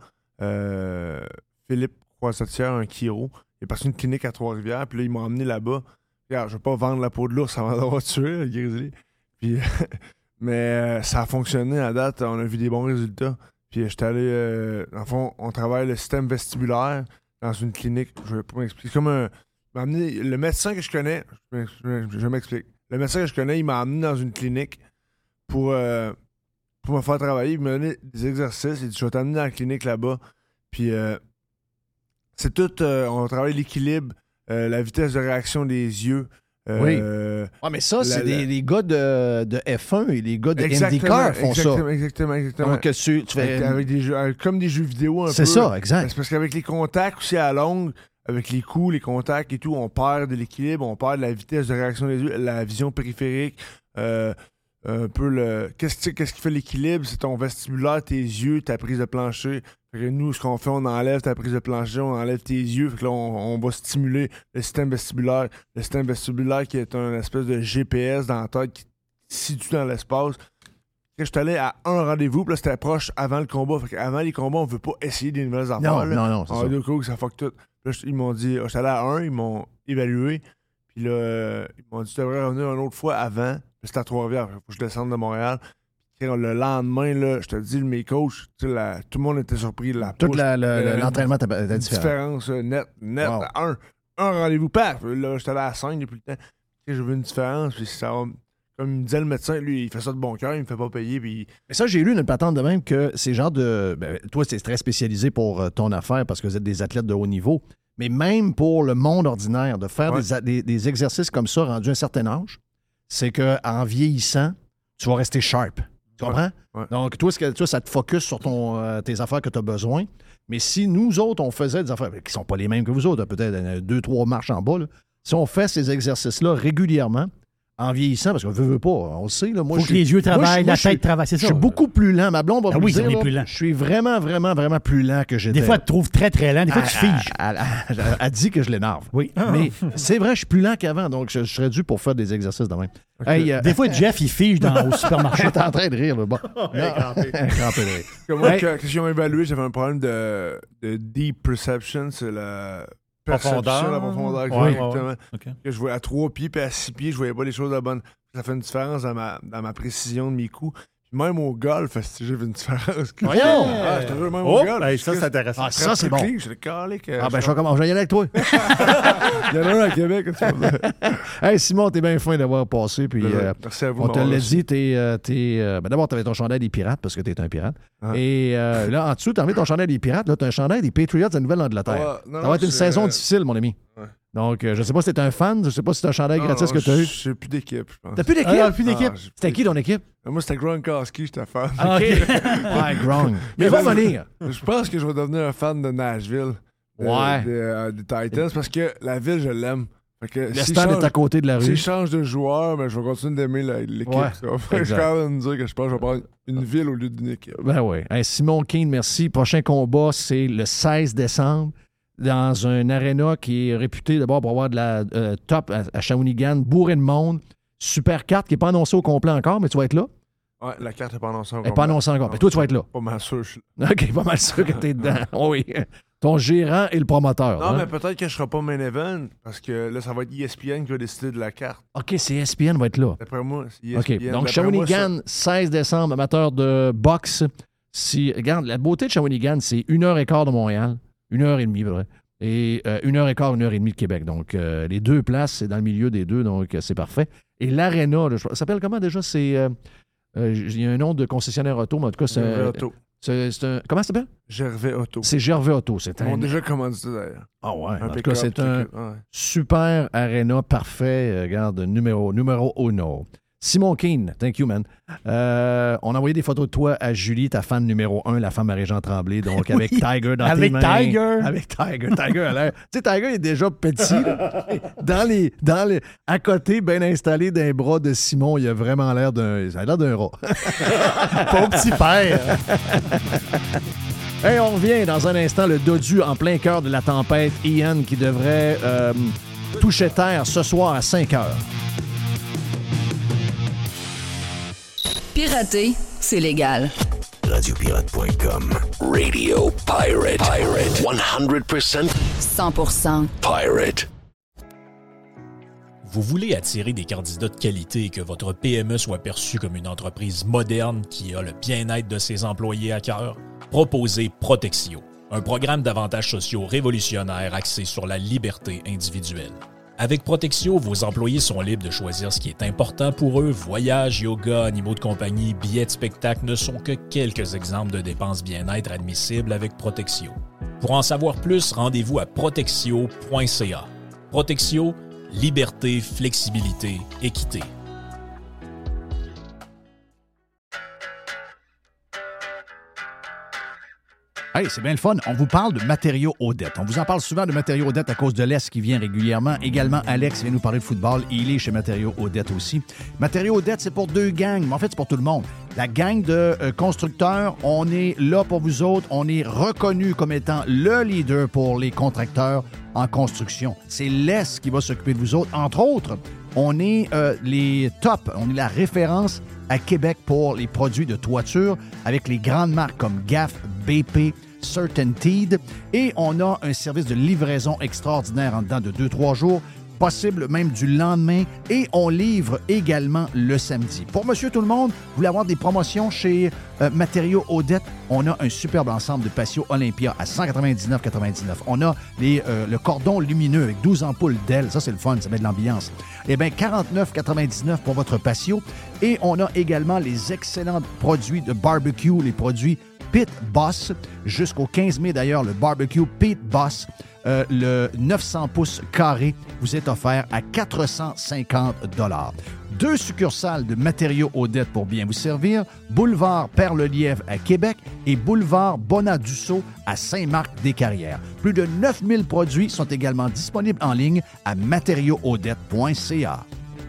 Speaker 7: Philippe Croisetière, un chiro. Il est parti une clinique à Trois-Rivières, puis là, il m'a emmené là-bas. Regarde, je vais pas vendre la peau de l'ours avant d'avoir tué, le grizzly. Puis. Mais ça a fonctionné à date, on a vu des bons résultats. Puis j'étais allé, en fond, on travaille le système vestibulaire dans une clinique. Je vais pas m'expliquer. Comme le médecin que je connais, je m'explique. Le médecin que je connais, il m'a amené dans une clinique pour me faire travailler. Il m'a donné des exercices. Il dit je vais t'amener dans la clinique là-bas. Puis c'est tout, on travaille l'équilibre, la vitesse de réaction des yeux.
Speaker 4: Oui. Mais ça, c'est les gars de F1 et les gars de IndyCar font ça.
Speaker 7: Exactement.
Speaker 4: Donc, tu fais...
Speaker 7: avec des jeux, comme des jeux vidéo un peu.
Speaker 4: C'est ça, exact.
Speaker 7: C'est parce qu'avec les contacts aussi à longue, avec les coups, les contacts et tout, on perd de l'équilibre, on perd de la vitesse de réaction des yeux, la vision périphérique, un peu Qu'est-ce qui fait l'équilibre? C'est ton vestibulaire, tes yeux, ta prise de plancher. Fait que nous, ce qu'on fait, on enlève ta prise de plancher, on enlève tes yeux. Fait que là, on va stimuler le système vestibulaire. Le système vestibulaire qui est un espèce de GPS dans la tête qui se situe dans l'espace. Je suis allé à un rendez-vous, puis là, c'était proche avant le combat. Fait qu'avant les combats, on veut pas essayer des nouvelles affaires.
Speaker 4: Non, c'est ça.
Speaker 7: Deux coups, ça fuck tout. Là, ils m'ont dit, je suis allé à un, ils m'ont évalué. Puis là, ils m'ont dit, tu devrais revenir une autre fois avant. C'était à Trois-Rivières. Il faut que je descende de Montréal. Le lendemain, là, je te dis, mes coachs, tout le monde était surpris.
Speaker 4: Tout l'entraînement était différent.
Speaker 7: Différence nette.
Speaker 4: Wow.
Speaker 7: Un rendez-vous, paf! Là, j'étais allé à 5 depuis le temps. J'ai vu une différence. Puis ça, comme il me disait le médecin, lui, il fait ça de bon cœur, il me fait pas payer. Puis...
Speaker 4: Mais ça, j'ai lu une patente de même que ces genres de... toi, c'est très spécialisé pour ton affaire parce que vous êtes des athlètes de haut niveau. Mais même pour le monde ordinaire, de faire des exercices comme ça rendus à un certain âge, c'est qu'en vieillissant, tu vas rester sharp. Tu comprends?
Speaker 7: Ouais.
Speaker 4: Donc, toi, ça te focus sur tes affaires que tu as besoin. Mais si nous autres, on faisait des affaires qui ne sont pas les mêmes que vous autres, peut-être 2-3 marches en bas, là, si on fait ces exercices-là régulièrement, en vieillissant, parce qu'on veut pas, on le sait. Là, moi,
Speaker 5: faut que les yeux travaillent, la tête travaille, c'est ça.
Speaker 4: Je suis beaucoup plus lent. Ma blonde va me dire,
Speaker 5: plus lent.
Speaker 4: Je suis vraiment, vraiment, vraiment plus lent que j'étais.
Speaker 5: Des fois, tu te trouves très, très lent. Des fois, tu figes.
Speaker 4: Elle dit que je l'énerve. Oui. Mais c'est vrai, je suis plus lent qu'avant, donc je serais dû pour faire des exercices de même.
Speaker 5: Okay. Hey, des fois, Jeff, il fige au supermarché.
Speaker 4: T'es en train de rire, là. Bon.
Speaker 5: Crampé
Speaker 7: de rire. Moi, quand ils ont évalué, j'avais un problème de deep perception, c'est la...
Speaker 6: Profondeur.
Speaker 7: La profondeur, exactement. Okay. Que je voyais à 3 pieds puis à 6 pieds, je voyais pas les choses à bonne. Ça fait une différence dans ma précision de mes coups. Même au golf, j'ai vu une différence.
Speaker 4: Voyons!
Speaker 7: Je te jure, même au golf.
Speaker 6: Ben, ça, c'est intéressant.
Speaker 4: Ah, ça, c'est bon.
Speaker 7: Je suis calé.
Speaker 4: Je vais y aller avec toi.
Speaker 7: Il y en a un à Québec.
Speaker 4: Hey, Simon, t'es bien fin d'avoir passé. Puis,
Speaker 7: merci à vous.
Speaker 4: on te l'a dit, d'abord, t'avais ton chandail des Pirates parce que t'es un pirate. Ah. Et là, en dessous, t'as enlevé ton chandail des Pirates. Là, t'as un chandail des Patriots de la Nouvelle-Angleterre. Ça va être une saison difficile, mon ami. Ouais. Donc, je sais pas si t'es un fan, je sais pas si c'est un chandail gratis que t'as eu.
Speaker 7: J'ai plus d'équipe, je pense.
Speaker 4: T'as plus d'équipe? C'était qui ton équipe?
Speaker 7: Moi, c'était Gronkowski, j'étais fan.
Speaker 4: OK. Ouais, Gronk. Mais il va venir.
Speaker 7: Je pense que je vais devenir un fan de Nashville. Des Titans, parce que la ville, je l'aime.
Speaker 4: Le stade est à côté de la rue.
Speaker 7: Si je change de joueur, mais je vais continuer d'aimer l'équipe. Ouais, je vais quand même dire que je pense que je vais prendre une ville au lieu d'une équipe.
Speaker 4: Ben oui. Hey, Simon Keane, merci. Prochain combat, c'est le 16 décembre. Dans un aréna qui est réputé d'abord pour avoir de la top à Shawinigan, bourré de monde. Super carte qui n'est pas annoncée au complet encore, mais tu vas être là.
Speaker 7: Ouais, la carte n'est pas annoncée encore.
Speaker 4: Elle n'est pas annoncée encore. Mais toi, tu vas être là.
Speaker 7: Pas mal sûr. Je suis là.
Speaker 4: OK, pas mal sûr que tu es dedans. Oh oui. Ton gérant et le promoteur.
Speaker 7: Non, mais peut-être que je ne serai pas main event parce que là, ça va être ESPN qui va décider de la carte.
Speaker 4: OK, c'est ESPN va être là.
Speaker 7: D'après moi, c'est ESPN.
Speaker 4: OK, donc Shawinigan, 16 décembre, amateur de boxe. Regarde, la beauté de Shawinigan, c'est 1h15 de Montréal. 1h30, vrai. Et 1h15, 1h30 de Québec. Donc, les deux places, c'est dans le milieu des deux, donc c'est parfait. Et l'aréna, ça s'appelle comment déjà? Il y a un nom de concessionnaire auto, mais en tout cas, c'est un... Comment ça s'appelle?
Speaker 7: Gervais Auto.
Speaker 4: C'est Gervais Auto.
Speaker 7: Ils m'ont déjà commandité d'ailleurs.
Speaker 4: Ah ouais. En tout cas, c'est un super aréna parfait. Regarde, numéro 1. Simon Keane, thank you, man. On a envoyé des photos de toi à Julie, ta fan numéro 1, la femme à Régent Tremblay, donc avec Tiger dans tes mains. Avec Tiger. Tiger a l'air... Tu sais, Tiger est déjà petit. À côté, bien installé dans les bras de Simon, il a vraiment l'air d'un... Ça a l'air d'un rat.
Speaker 5: Pas petit père.
Speaker 4: Hey, on revient dans un instant, le dodu en plein cœur de la tempête, Ian, qui devrait toucher terre ce soir à 5 heures.
Speaker 8: Pirater, c'est légal.
Speaker 9: Radiopirate.com. Radio Pirate. 100%.
Speaker 8: 100%.
Speaker 9: Pirate.
Speaker 10: Vous voulez attirer des candidats de qualité et que votre PME soit perçue comme une entreprise moderne qui a le bien-être de ses employés à cœur? Proposez Protexio, un programme d'avantages sociaux révolutionnaire axé sur la liberté individuelle. Avec Protexio, vos employés sont libres de choisir ce qui est important pour eux. Voyages, yoga, animaux de compagnie, billets de spectacle ne sont que quelques exemples de dépenses bien-être admissibles avec Protexio. Pour en savoir plus, rendez-vous à protexio.ca. Protexio, liberté, flexibilité, équité.
Speaker 4: Hey, c'est bien le fun. On vous parle de matériaux Odette. On vous en parle souvent de matériaux Odette à cause de l'Est qui vient régulièrement. Également, Alex vient nous parler de football. Il est chez Matériaux Odette aussi. Matériaux Odette, c'est pour deux gangs, mais en fait, c'est pour tout le monde. La gang de constructeurs, on est là pour vous autres. On est reconnu comme étant le leader pour les contracteurs en construction. C'est l'Est qui va s'occuper de vous autres. Entre autres, on est les tops. On est la référence à Québec pour les produits de toiture avec les grandes marques comme GAF, BP, CertainTeed. Et on a un service de livraison extraordinaire en dedans de 2-3 jours, possible même du lendemain. Et on livre également le samedi. Pour Monsieur Tout-le-Monde, vous voulez avoir des promotions chez Matériaux Odette, on a un superbe ensemble de patio Olympia à 199,99. On a le cordon lumineux avec 12 ampoules d'ailes. Ça, c'est le fun, ça met de l'ambiance. Eh bien, 49,99 pour votre patio. Et on a également les excellents produits de barbecue, les produits Pit Boss. Jusqu'au 15 mai, d'ailleurs, le barbecue Pit Boss, le 900 pouces carré, vous est offert à 450 $. 2 succursales de Matériaux Odette pour bien vous servir, boulevard Perle-Lièvre à Québec et boulevard Bonadusseau à Saint-Marc-des-Carrières. Plus de 9000 produits sont également disponibles en ligne à matériauxaudette.ca.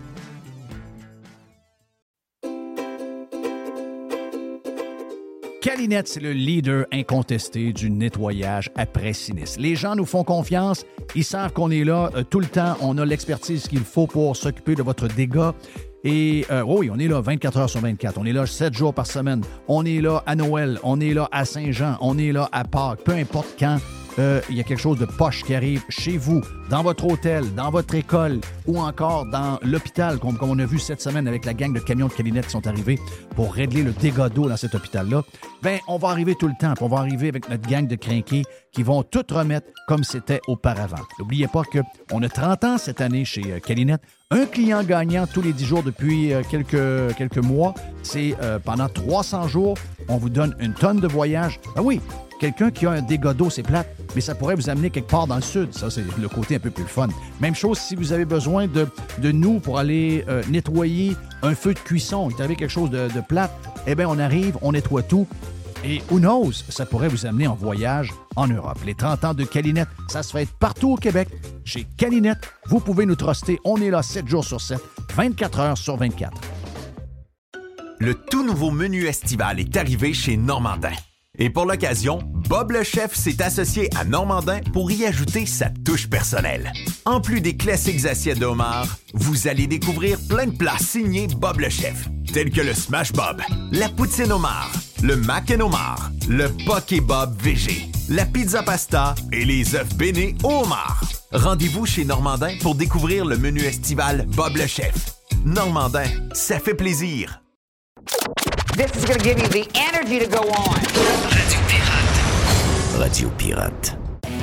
Speaker 4: Calinette, c'est le leader incontesté du nettoyage après sinistre. Les gens nous font confiance. Ils savent qu'on est là tout le temps. On a l'expertise qu'il faut pour s'occuper de votre dégât. Et oui, on est là 24 heures sur 24. On est là 7 jours par semaine. On est là à Noël. On est là à Saint-Jean. On est là à Pâques. Peu importe quand, il y a quelque chose de poche qui arrive chez vous, dans votre hôtel, dans votre école ou encore dans l'hôpital, comme on a vu cette semaine avec la gang de camions de Calinette qui sont arrivés pour régler le dégât d'eau dans cet hôpital-là, bien, on va arriver tout le temps. Puis on va arriver avec notre gang de crinqués qui vont tout remettre comme c'était auparavant. N'oubliez pas qu'on a 30 ans cette année chez Calinette. Un client gagnant tous les 10 jours depuis quelques mois. C'est pendant 300 jours, on vous donne une tonne de voyage. Ah oui, quelqu'un qui a un dégât d'eau, c'est plate, mais ça pourrait vous amener quelque part dans le sud. Ça, c'est le côté un peu plus fun. Même chose si vous avez besoin de nous pour aller nettoyer un feu de cuisson. Vous avez quelque chose de plate, eh bien, on arrive, on nettoie tout. Et who knows, ça pourrait vous amener en voyage en Europe. Les 30 ans de Calinette, ça se fait partout au Québec. Chez Calinette, vous pouvez nous truster. On est là 7 jours sur 7, 24 heures sur 24.
Speaker 2: Le tout nouveau menu estival est arrivé chez Normandin. Et pour l'occasion, Bob le chef s'est associé à Normandin pour y ajouter sa touche personnelle. En plus des classiques assiettes de homard, vous allez découvrir plein de plats signés Bob le chef, tels que le Smash Bob, la poutine homard, le mac and homard, le poké Bob VG, la pizza pasta et les œufs bénis au homard. Rendez-vous chez Normandin pour découvrir le menu estival Bob le chef. Normandin, ça fait plaisir.
Speaker 11: This is going to give you the energy to go on.
Speaker 9: Radio Pirate. Radio Pirate.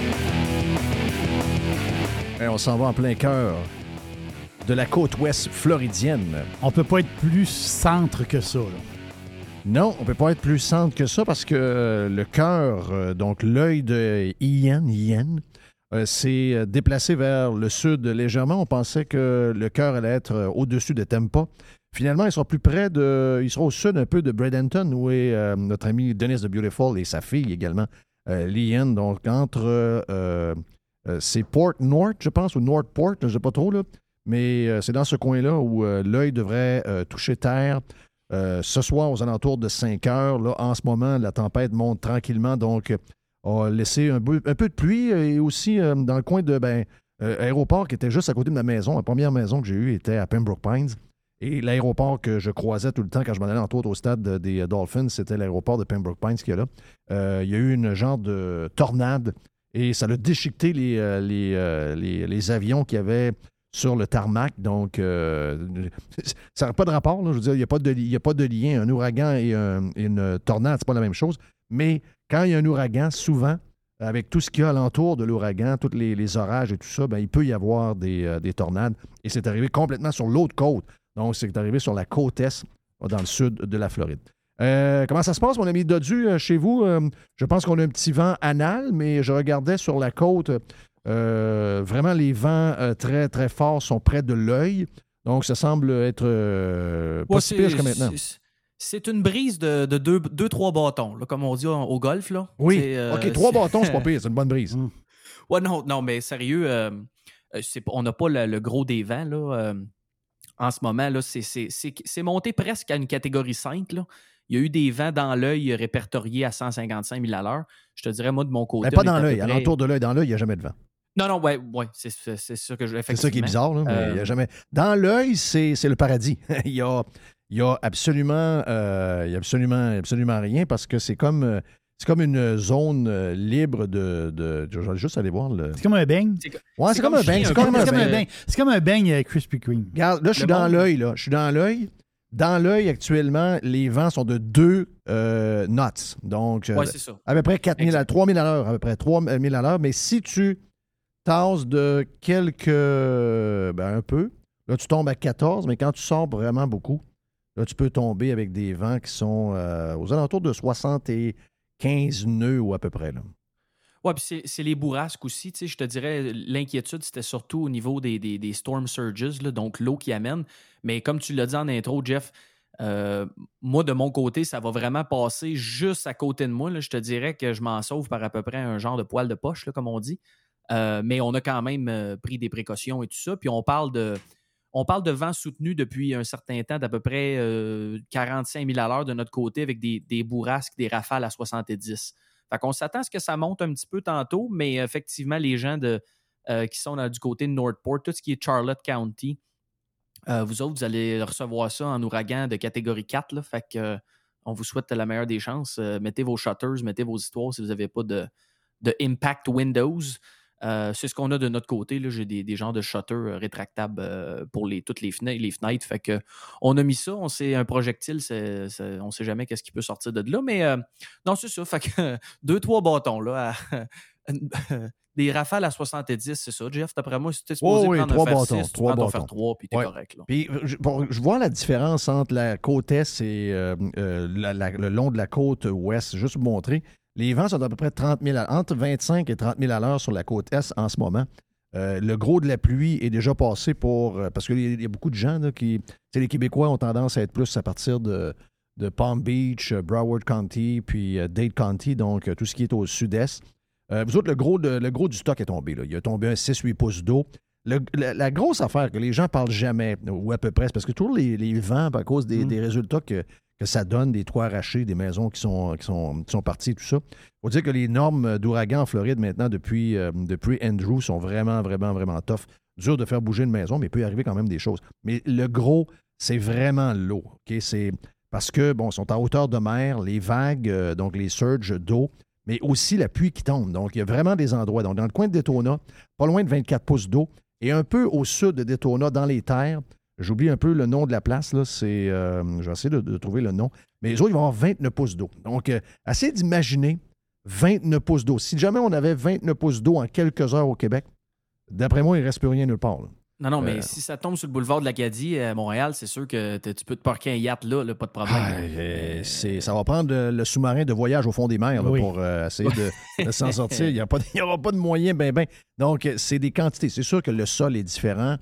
Speaker 4: Et on s'en va en plein cœur de la côte ouest floridienne.
Speaker 5: On peut pas être plus centre que ça, là.
Speaker 4: Non, on peut pas être plus centre que ça parce que le cœur, donc l'œil de Ian, s'est déplacé vers le sud légèrement. On pensait que le cœur allait être au-dessus de Tampa. Finalement, ils sont plus près il sera au sud un peu de Bradenton, où est notre ami Dennis the Beautiful et sa fille également, Liane. Donc, entre, c'est Port North, je pense, ou Northport, je ne sais pas trop, là. Mais c'est dans ce coin-là où l'œil devrait toucher terre ce soir aux alentours de 5 heures. Là, en ce moment, la tempête monte tranquillement, donc on a laissé un peu de pluie et aussi dans le coin de aéroport qui était juste à côté de ma maison. La première maison que j'ai eue était à Pembroke Pines. Et l'aéroport que je croisais tout le temps quand je m'en allais entre autres au stade des Dolphins, c'était l'aéroport de Pembroke Pines qu'il y a là. Il y a eu une genre de tornade et ça a déchiqueté les avions qu'il y avait sur le tarmac. Donc, ça n'a pas de rapport. Là. Je veux dire, il n'y a pas de lien. Un ouragan et une tornade, c'est pas la même chose. Mais quand il y a un ouragan, souvent, avec tout ce qu'il y a alentour de l'ouragan, tous les orages et tout ça, il peut y avoir des tornades. Et c'est arrivé complètement sur l'autre côte. Donc, c'est arrivé sur la côte est, dans le sud de la Floride. Comment ça se passe, mon ami Dodu, chez vous? Je pense qu'on a un petit vent anal, mais je regardais sur la côte, vraiment, les vents très, très forts sont près de l'œil. Donc, ça semble être pas si pire jusqu'à maintenant.
Speaker 12: C'est une brise de 2-3 bâtons, là, comme on dit au golf. Là.
Speaker 4: Oui, OK, 3 bâtons, c'est pas pire, c'est une bonne brise.
Speaker 12: Ouais, non, mais sérieux, on n'a pas le gros des vents, là. En ce moment, là, c'est monté presque à une catégorie 5. Là. Il y a eu des vents dans l'œil répertoriés à 155 000 à l'heure. Je te dirais, moi, de mon côté...
Speaker 4: Mais pas dans l'œil. Alentour de l'œil, dans l'œil, il n'y a jamais de vent.
Speaker 12: Non, ouais, c'est ça que je...
Speaker 4: C'est ça qui est bizarre, là, mais il n'y a jamais... Dans l'œil, c'est le paradis. Il y a absolument rien parce que c'est comme une zone libre de... Je vais juste aller voir le...
Speaker 5: C'est comme un beigne?
Speaker 4: Ouais, c'est comme un beigne.
Speaker 5: C'est comme un beigne Krispy Kreme.
Speaker 4: Regarde, là, je suis dans l'œil. Je suis dans l'œil. Dans l'œil, actuellement, les vents sont de 2 knots. Donc,
Speaker 12: ouais, c'est ça.
Speaker 4: À peu près 3 000 à l'heure. À peu près 3 000 à l'heure. Mais si tu tasses de un peu, là, tu tombes à 14. Mais quand tu sors vraiment beaucoup, là, tu peux tomber avec des vents qui sont aux alentours de 75 nœuds ou à peu près, là.
Speaker 12: Oui, puis c'est les bourrasques aussi. Tu sais, je te dirais, l'inquiétude, c'était surtout au niveau des storm surges, là, donc l'eau qui amène. Mais comme tu l'as dit en intro, Jeff, moi, de mon côté, ça va vraiment passer juste à côté de moi. Là. Je te dirais que je m'en sauve par à peu près un genre de poil de poche, là, comme on dit. Mais on a quand même pris des précautions et tout ça. Puis on parle de vent soutenu depuis un certain temps d'à peu près 45 000 à l'heure de notre côté avec des bourrasques, des rafales à 70. Fait qu'on s'attend à ce que ça monte un petit peu tantôt, mais effectivement, les gens qui sont du côté de Northport, tout ce qui est Charlotte County, vous autres, vous allez recevoir ça en ouragan de catégorie 4. Là, fait que on vous souhaite la meilleure des chances. Mettez vos shutters, mettez vos histoires si vous n'avez pas impact windows. C'est ce qu'on a de notre côté. Là. J'ai des genres de shutters rétractables pour toutes les fenêtres. Fait que on a mis ça. On sait un projectile, on ne sait jamais qu'est-ce qui peut sortir de là. Mais non, c'est ça. Fait que 2-3 bâtons là. Des rafales à 70, c'est ça. Jeff, d'après moi, si tu es supposé prendre un fer 6, tu prends ton fer 3 puis tu es correct. Là.
Speaker 4: Puis, je vois la différence entre la côte est et le long de la côte ouest. Juste pour vous montrer. Les vents sont à peu près 30 000 entre 25 et 30 000 à l'heure sur la côte est en ce moment. Le gros de la pluie est déjà passé parce qu'il y a beaucoup de gens là, les Québécois ont tendance à être plus à partir de Palm Beach, Broward County, puis Dade County, donc tout ce qui est au sud-est. Vous autres, le gros du stock est tombé. Là. Il a tombé un 6-8 pouces d'eau. La grosse affaire que les gens ne parlent jamais, ou à peu près, c'est parce que toujours les vents, à cause des résultats que ça donne, des toits arrachés, des maisons qui sont parties, tout ça. Il faut dire que les normes d'ouragan en Floride maintenant, depuis Andrew, sont vraiment, vraiment, vraiment tough. Dur de faire bouger une maison, mais il peut y arriver quand même des choses. Mais le gros, c'est vraiment l'eau. Okay? C'est parce que, ils sont à hauteur de mer, les vagues, donc les surges d'eau, mais aussi la pluie qui tombe. Donc, il y a vraiment des endroits. Donc, dans le coin de Daytona, pas loin de 24 pouces d'eau, et un peu au sud de Daytona, dans les terres, j'oublie un peu le nom de la place, là, c'est... je vais essayer de trouver le nom. Mais les autres, ils vont avoir 29 pouces d'eau. Donc, essayez d'imaginer 29 pouces d'eau. Si jamais on avait 29 pouces d'eau en quelques heures au Québec, d'après moi, il ne reste plus rien nulle part. Là.
Speaker 12: Non, mais si ça tombe sur le boulevard de l'Acadie à Montréal, c'est sûr que tu peux te parquer un yacht là, pas de problème.
Speaker 4: Ça va prendre le sous-marin de voyage au fond des mers là, pour essayer de s'en sortir. Il n'y aura pas de moyen, Donc, c'est des quantités. C'est sûr que le sol est différent.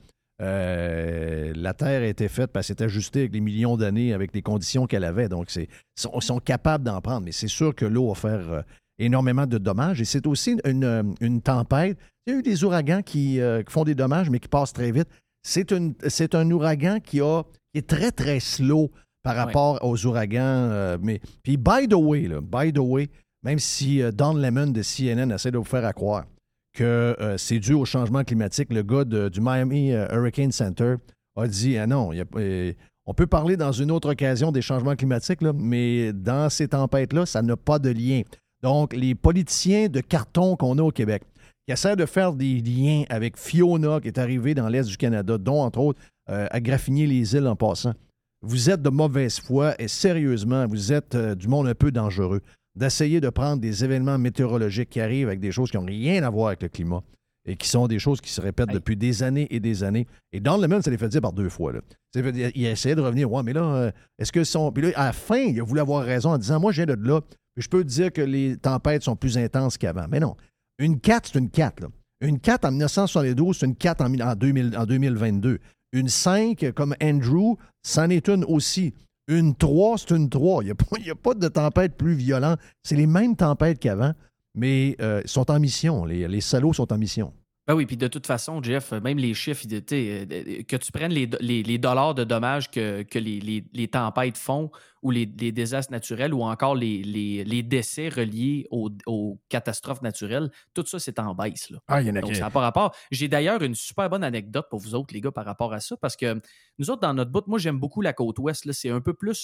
Speaker 4: La Terre a été faite parce qu'elle s'est ajustée avec les millions d'années, avec les conditions qu'elle avait. Donc, ils sont capables d'en prendre. Mais c'est sûr que l'eau va faire énormément de dommages. Et c'est aussi une tempête. Il y a eu des ouragans qui font des dommages, mais qui passent très vite. C'est un ouragan qui est très, très slow par rapport aux ouragans. Puis, by the way, même si Don Lemon de CNN essaie de vous faire croire que c'est dû au changement climatique, le gars du Miami Hurricane Center a dit « Ah non, on peut parler dans une autre occasion des changements climatiques, là, mais dans ces tempêtes-là, ça n'a pas de lien. » Donc, les politiciens de carton qu'on a au Québec, qui essaient de faire des liens avec Fiona, qui est arrivée dans l'Est du Canada, dont, entre autres, à graffiner les îles en passant, vous êtes de mauvaise foi et sérieusement, vous êtes du monde un peu dangereux d'essayer de prendre des événements météorologiques qui arrivent avec des choses qui n'ont rien à voir avec le climat et qui sont des choses qui se répètent depuis des années et des années. Et dans le même, ça les fait dire par 2 fois. Là. Il a essayé de revenir, mais là, est-ce que son... Puis là, à la fin, il a voulu avoir raison en disant, moi, je viens de là, puis je peux te dire que les tempêtes sont plus intenses qu'avant. Mais non. Une 4, c'est une 4. Là. Une 4 en 1972, c'est une 4 en 2022. Une 5, comme Andrew, c'en est une aussi. Une 3, c'est une 3. Il n'y a pas de tempête plus violente. C'est les mêmes tempêtes qu'avant, mais ils sont en mission. Les salauds sont en mission.
Speaker 12: Ben oui, puis de toute façon, Jeff, même les chiffres, que tu prennes les dollars de dommages que les tempêtes font ou les désastres naturels ou encore les décès reliés aux catastrophes naturelles, tout ça, c'est en baisse. Là.
Speaker 4: Ah, il y en a
Speaker 12: donc, ça n'a pas rapport. J'ai d'ailleurs une super bonne anecdote pour vous autres, les gars, par rapport à ça, parce que nous autres, dans notre bout, moi, j'aime beaucoup la côte ouest. Là, c'est un peu plus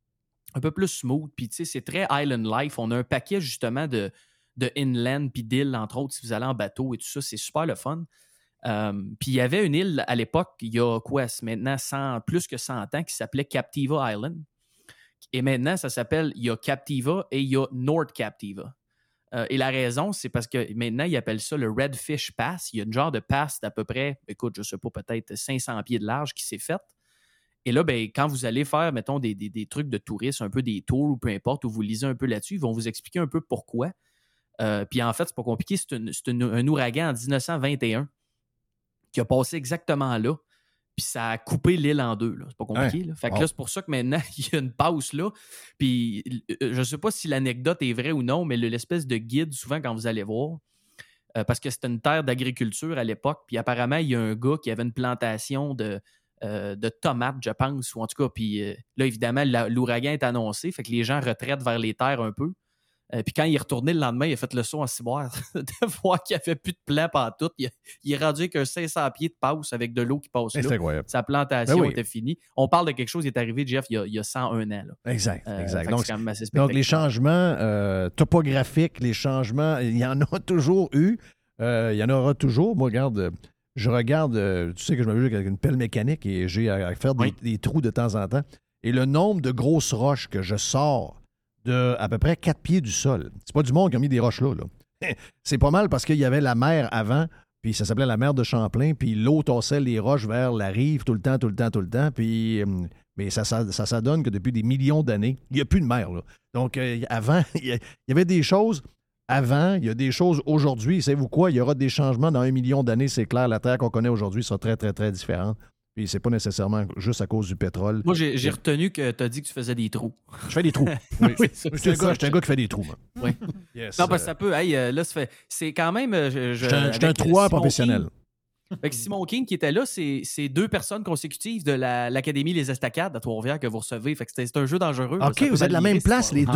Speaker 12: smooth, puis tu sais, c'est très island life. On a un paquet, justement, de inland puis d'îles, entre autres, si vous allez en bateau et tout ça, c'est super le fun. Puis il y avait une île à l'époque, il y a quoi, c'est maintenant plus que 100 ans, qui s'appelait Captiva Island. Et maintenant, il y a Captiva et il y a North Captiva. Et la raison, c'est parce que maintenant, ils appellent ça le Redfish Pass. Il y a une genre de pass d'à peu près, écoute, je sais pas, peut-être 500 pieds de large qui s'est faite. Et là, quand vous allez faire, mettons, des trucs de tourisme, un peu des tours ou peu importe, où vous lisez un peu là-dessus, ils vont vous expliquer un peu pourquoi. Puis en fait, c'est pas compliqué, c'est un ouragan en 1921 qui a passé exactement là, puis ça a coupé l'île en deux. Là. C'est pas compliqué. Là. Fait que là, c'est pour ça que maintenant, il y a une passe là. Puis je sais pas si l'anecdote est vraie ou non, mais l'espèce de guide, souvent quand vous allez voir, parce que c'était une terre d'agriculture à l'époque, puis apparemment, il y a un gars qui avait une plantation de tomates, je pense, ou en tout cas, puis là, évidemment, l'ouragan est annoncé, fait que les gens retraitent vers les terres un peu. Puis quand il est retourné le lendemain, il a fait le saut en ciboire de voir qu'il n'y avait plus de plan pantoute. Il est rendu avec un 500 pieds de passe avec de l'eau qui passe là.
Speaker 4: C'est incroyable.
Speaker 12: Sa plantation était finie. On parle de quelque chose qui est arrivé, Jeff, il y a 101 ans. Là.
Speaker 4: Exact.
Speaker 12: Donc, c'est quand même assez spectaculaire.
Speaker 4: Donc, les changements topographiques, les changements, il y en a toujours eu. Il y en aura toujours. Moi, regarde, je regarde, tu sais que je m'amuse avec une pelle mécanique et j'ai à faire des trous de temps en temps. Et le nombre de grosses roches que je sors de à peu près 4 pieds du sol. C'est pas du monde qui a mis des roches là. C'est pas mal parce qu'il y avait la mer avant, puis ça s'appelait la mer de Champlain, puis l'eau tassait les roches vers la rive tout le temps. Puis, mais ça donne que depuis des millions d'années, il n'y a plus de mer. Là. Donc, avant, il y avait des choses avant, il y a des choses aujourd'hui. Savez-vous quoi? Il y aura des changements dans 1 million d'années, c'est clair. La Terre qu'on connaît aujourd'hui sera très, très, très différente. Puis c'est pas nécessairement juste à cause du pétrole.
Speaker 12: Moi, j'ai retenu que tu as dit que tu faisais des trous.
Speaker 4: Je fais des trous. Oui. Je suis un gars qui fait des trous. Moi.
Speaker 12: Oui.
Speaker 4: Yes.
Speaker 12: Non, parce que ça peut. Hey, là, c'est quand même.
Speaker 4: Je suis un troueur professionnel.
Speaker 12: Avec Simon King qui était là, c'est 2 personnes consécutives de l'Académie Les Estacades à Trois-Rivières que vous recevez. Fait que c'est un jeu dangereux.
Speaker 4: OK, vous êtes de la même place, les deux.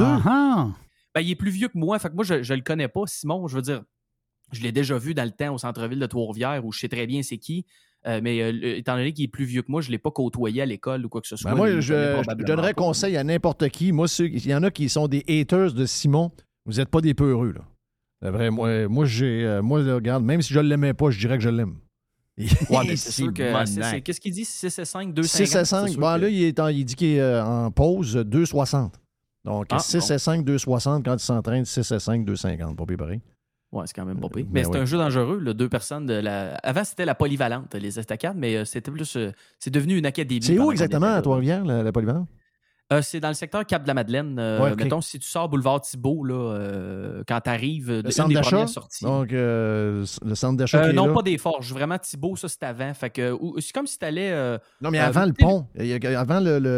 Speaker 12: Ben, il est plus vieux que moi. Fait que moi, je le connais pas, Simon. Je veux dire, je l'ai déjà vu dans le temps au centre-ville de Trois-Rivières où je sais très bien c'est qui. Mais étant donné qu'il est plus vieux que moi, je ne l'ai pas côtoyé à l'école ou quoi que ce soit.
Speaker 4: Ben moi, je donnerais conseil à n'importe qui. Moi, il y en a qui sont des haters de Simon. Vous n'êtes pas des peureux, là. C'est vrai, moi, regarde, même si je ne l'aimais pas, je dirais que je l'aime.
Speaker 12: Ouais, mais c'est sûr que. Qu'est-ce qu'il dit? 6 et 5, 2,50?
Speaker 4: 6 et 5. Bon, là, il dit qu'il est en pause 2,60. Donc, 6 et 5, 2,60 quand il s'entraîne, 6 et 5, 2,50. Pas pire pareil.
Speaker 12: Ouais, c'est quand même pas pire. Mais c'est un jeu dangereux, là, 2 personnes de la. Avant, c'était la polyvalente, les estacades, mais c'était plus. C'est devenu une académie.
Speaker 4: C'est où exactement à Trois-Rivières, la polyvalente?
Speaker 12: C'est dans le secteur Cap-de-la-Madeleine. Mettons, si tu sors boulevard Thibault, là, quand tu arrives,
Speaker 4: le centre d'achat. Donc, le centre d'achat.
Speaker 12: Non,
Speaker 4: là.
Speaker 12: Pas des Forges. Vraiment, Thibault, ça, c'est avant. Fait que, c'est comme si tu allais.
Speaker 4: Non, mais avant le pont. Avant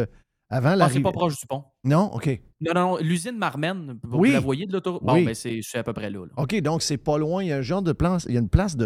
Speaker 4: avant la
Speaker 12: c'est pas proche du pont.
Speaker 4: Non? OK.
Speaker 12: Non. L'usine Marmenne, vous la voyez de l'autoroute? Bon, ben, c'est à peu près là.
Speaker 4: OK, donc c'est pas loin. Il y a un genre de place. Il y a une place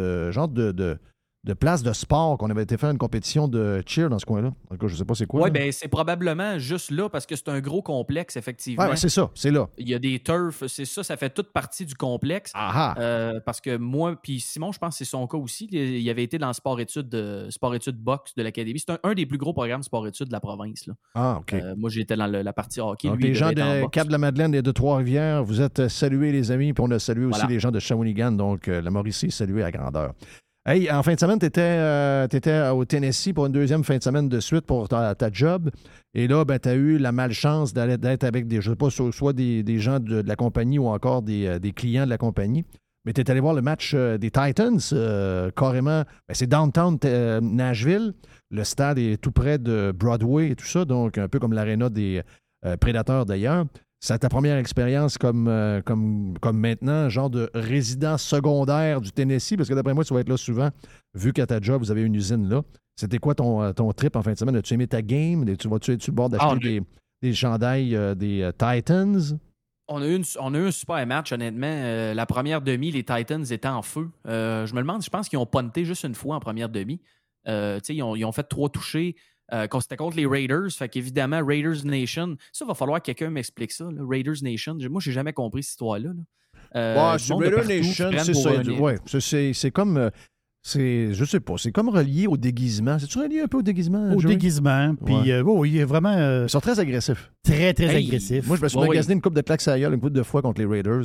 Speaker 4: de place de sport qu'on avait été faire une compétition de cheer dans ce coin-là. En tout cas, je sais pas c'est quoi.
Speaker 12: Oui, bien, c'est probablement juste là parce que c'est un gros complexe, effectivement.
Speaker 4: Oui, c'est ça, c'est là.
Speaker 12: Il y a des turfs, c'est ça fait toute partie du complexe. Parce que moi, puis Simon, je pense que c'est son cas aussi, il avait été dans le sport-études boxe de l'Académie. C'est un des plus gros programmes sport-études de la province. Là.
Speaker 4: Ah, OK.
Speaker 12: Moi, j'étais dans la partie hockey.
Speaker 4: Donc, les gens de Cap-de-la-Madeleine et de Trois-Rivières, vous êtes salués, les amis, puis on a salué aussi les gens de Shawinigan, donc la Mauricie, salué à grandeur. Hey, en fin de semaine, tu étais au Tennessee pour une deuxième fin de semaine de suite pour ta job. Et là, ben, tu as eu la malchance d'être avec je sais pas, soit des gens de la compagnie ou encore des clients de la compagnie. Mais tu es allé voir le match des Titans, carrément. Ben, c'est downtown Nashville. Le stade est tout près de Broadway et tout ça, donc un peu comme l'aréna des Prédateurs d'ailleurs. C'est ta première expérience comme maintenant, genre de résident secondaire du Tennessee, parce que d'après moi, tu vas être là souvent, vu qu'à ta job, vous avez une usine là. C'était quoi ton trip en fin de semaine? As-tu aimé ta game? Vas-tu le bord d'acheter des chandails des Titans?
Speaker 12: On a eu un super match, honnêtement. La première demi, les Titans étaient en feu. Je me demande, je pense qu'ils ont punté juste une fois en première demi. Ils ont fait 3 touchés. C'était contre les Raiders, fait qu'évidemment, Raiders Nation, ça va falloir que quelqu'un m'explique ça, là, Raiders Nation. Moi, j'ai jamais compris cette histoire-là.
Speaker 4: C'est Raiders Nation, c'est ça. Ouais, c'est comme. Je sais pas, c'est comme relié au déguisement. C'est-tu relié un peu au déguisement?
Speaker 5: Au déguisement. Puis, il est vraiment.
Speaker 4: Ils sont très agressifs.
Speaker 5: Très, très agressifs.
Speaker 4: Moi, je me suis magasiné une couple de claques à gueule une couple de fois contre les Raiders.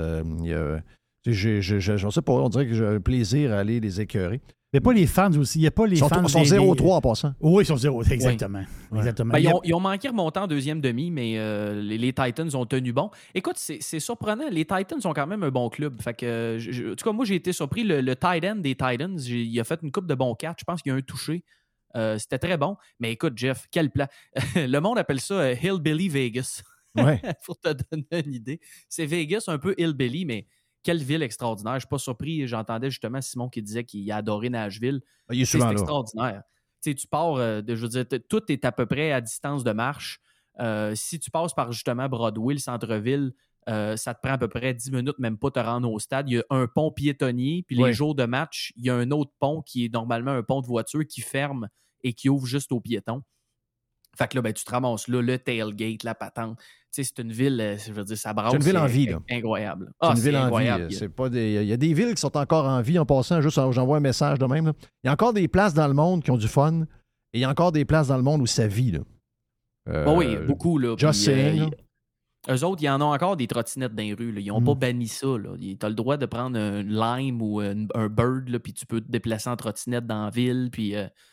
Speaker 4: Je sais pas, on dirait que j'ai un plaisir à aller les écœurer.
Speaker 5: Mais pas les fans aussi. Il n'y a pas les fans.
Speaker 4: Ils sont 0-3 en passant.
Speaker 5: Oui, ils sont 0. Exactement.
Speaker 4: Ouais.
Speaker 5: Exactement.
Speaker 12: Ben, ils ont manqué remontant en deuxième demi, mais les Titans ont tenu bon. Écoute, c'est surprenant. Les Titans sont quand même un bon club. Fait que, en tout cas, moi, j'ai été surpris. Le tight end des Titans, il a fait une coupe de bons catch. Je pense qu'il y a un touché. C'était très bon. Mais écoute, Jeff, quel plat. Le monde appelle ça Hillbilly Vegas.
Speaker 4: Ouais.
Speaker 12: Pour te donner une idée. C'est Vegas, un peu Hillbilly, mais quelle ville extraordinaire. Je ne suis pas surpris. J'entendais justement Simon qui disait qu'il a adoré Nashville.
Speaker 4: Il est souvent là.
Speaker 12: C'est extraordinaire. Tu pars, je veux dire, tout est à peu près à distance de marche. Si tu passes par justement Broadway, le centre-ville, ça te prend à peu près 10 minutes, même pas te rendre au stade. Il y a un pont piétonnier, puis les jours de match, il y a un autre pont qui est normalement un pont de voiture qui ferme et qui ouvre juste aux piétons. Fait que là, ben, tu te ramasses là, le tailgate, la patente. Tu sais, c'est une ville, je veux dire, ça brasse.
Speaker 4: C'est une ville en vie, là.
Speaker 12: Incroyable.
Speaker 4: C'est une ville
Speaker 12: incroyable.
Speaker 4: en vie. C'est pas des... Il y a des villes qui sont encore en vie en passant. Juste, j'envoie un message de même. Là. Il y a encore des places dans le monde qui ont du fun. Et il y a encore des places dans le monde où ça vit. Là.
Speaker 12: Oui, beaucoup. Là.
Speaker 4: Just saying.
Speaker 12: Eux autres, ils en ont encore des trottinettes dans les rues. Là. Ils n'ont pas banni ça. Tu as le droit de prendre un Lime ou un Bird, là, puis tu peux te déplacer en trottinette dans la ville. Puis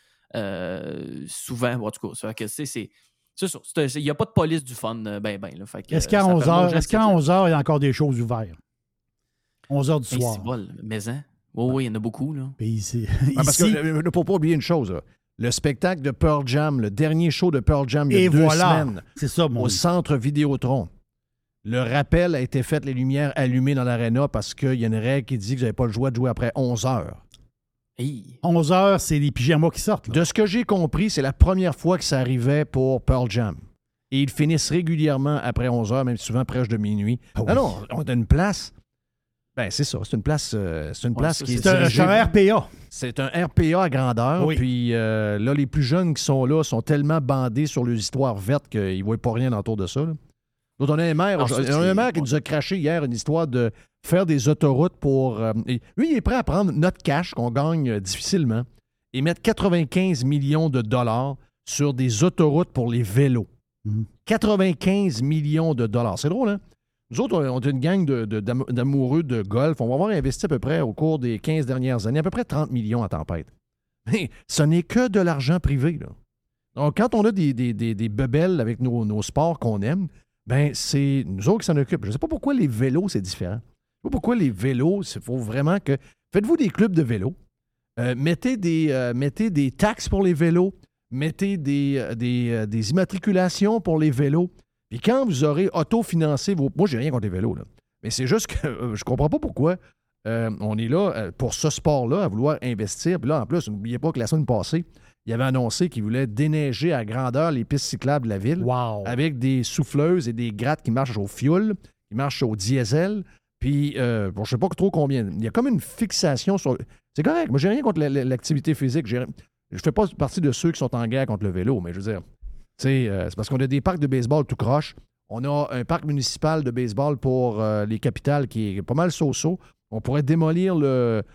Speaker 12: souvent, en tout cas, ça fait que c'est ça. Il n'y a pas de police du fun, là.
Speaker 5: Est-ce qu'à 11h, il y a encore des choses ouvertes? 11h du soir.
Speaker 12: C'est bol, mais hein? Oui, il y en a beaucoup. Là.
Speaker 5: Puis ici,
Speaker 4: parce qu'il ne faut pas oublier une chose. Là. Le spectacle de Pearl Jam, le dernier show de Pearl Jam il y a 2 semaines,
Speaker 5: c'est ça,
Speaker 4: au centre Vidéotron. Le rappel a été fait, les lumières allumées dans l'aréna parce qu'il y a une règle qui dit que vous n'avez pas le droit de jouer après 11h.
Speaker 12: Hey.
Speaker 5: 11h, c'est les pyjamas qui sortent. Là.
Speaker 4: De ce que j'ai compris, c'est la première fois que ça arrivait pour Pearl Jam. Et ils finissent régulièrement après 11h, même souvent proche de minuit. Non, on a une place. Ben, c'est ça. C'est une place, qui est
Speaker 5: C'est un RPA.
Speaker 4: C'est un RPA à grandeur.
Speaker 5: Oui.
Speaker 4: Puis là, les plus jeunes qui sont là sont tellement bandés sur les histoires vertes qu'ils ne voient pas rien autour de ça. Là. Donc, on a un maire, qui nous a craché hier une histoire de faire des autoroutes pour... lui, il est prêt à prendre notre cash qu'on gagne difficilement et mettre 95 millions de dollars sur des autoroutes pour les vélos. 95 millions de dollars. C'est drôle, hein? Nous autres, on est une gang d'amoureux de golf. On va avoir investi à peu près au cours des 15 dernières années, à peu près 30 millions à tempête. Mais ce n'est que de l'argent privé, là. Donc, quand on a des bebelles avec nos sports qu'on aime, ben c'est nous autres qui s'en occupent. Je ne sais pas pourquoi les vélos, c'est différent. Je ne sais pas pourquoi les vélos, il faut vraiment que... Faites-vous des clubs de vélos. Mettez des taxes pour les vélos. Mettez des immatriculations pour les vélos. Puis quand vous aurez autofinancé vos... Moi, j'ai rien contre les vélos, là. Mais c'est juste que je comprends pas pourquoi on est là pour ce sport-là, à vouloir investir. Puis là, en plus, n'oubliez pas que la semaine passée, il avait annoncé qu'il voulait déneiger à grandeur les pistes cyclables de la ville avec des souffleuses et des grattes qui marchent au fioul, qui marchent au diesel. Puis, je ne sais pas trop combien. Il y a comme une fixation sur... C'est correct. Moi, j'ai rien contre l'activité physique. Je ne fais pas partie de ceux qui sont en guerre contre le vélo, mais je veux dire, c'est parce qu'on a des parcs de baseball tout croche. On a un parc municipal de baseball pour les capitales qui est pas mal so-so. On pourrait démolir le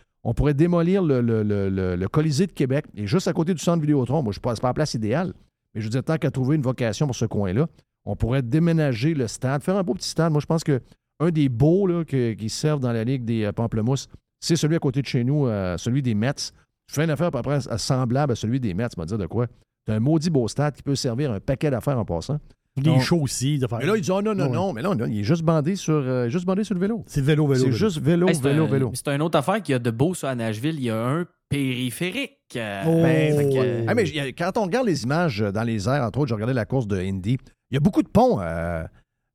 Speaker 4: Colisée de Québec et juste à côté du centre Vidéotron. Moi, c'est pas la place idéale, mais je veux dire, tant qu'à trouver une vocation pour ce coin-là, on pourrait déménager le stade, faire un beau petit stade. Moi, je pense qu'un des beaux là, qui servent dans la Ligue des Pamplemousses, c'est celui à côté de chez nous, celui des Mets. Je fais une affaire à peu près semblable à celui des Mets. Tu vas dire de quoi? C'est un maudit beau stade qui peut servir un paquet d'affaires en passant.
Speaker 5: Des shows aussi.
Speaker 4: Mais là, il dit non. Mais là, il est juste bandé sur le vélo.
Speaker 5: C'est vélo.
Speaker 4: C'est juste vélo.
Speaker 12: C'est une autre affaire qu'il y a de beau ça à Nashville. Il y a un périphérique.
Speaker 4: Mais quand on regarde les images dans les airs, entre autres, j'ai regardé la course de Indy, il y a beaucoup de ponts à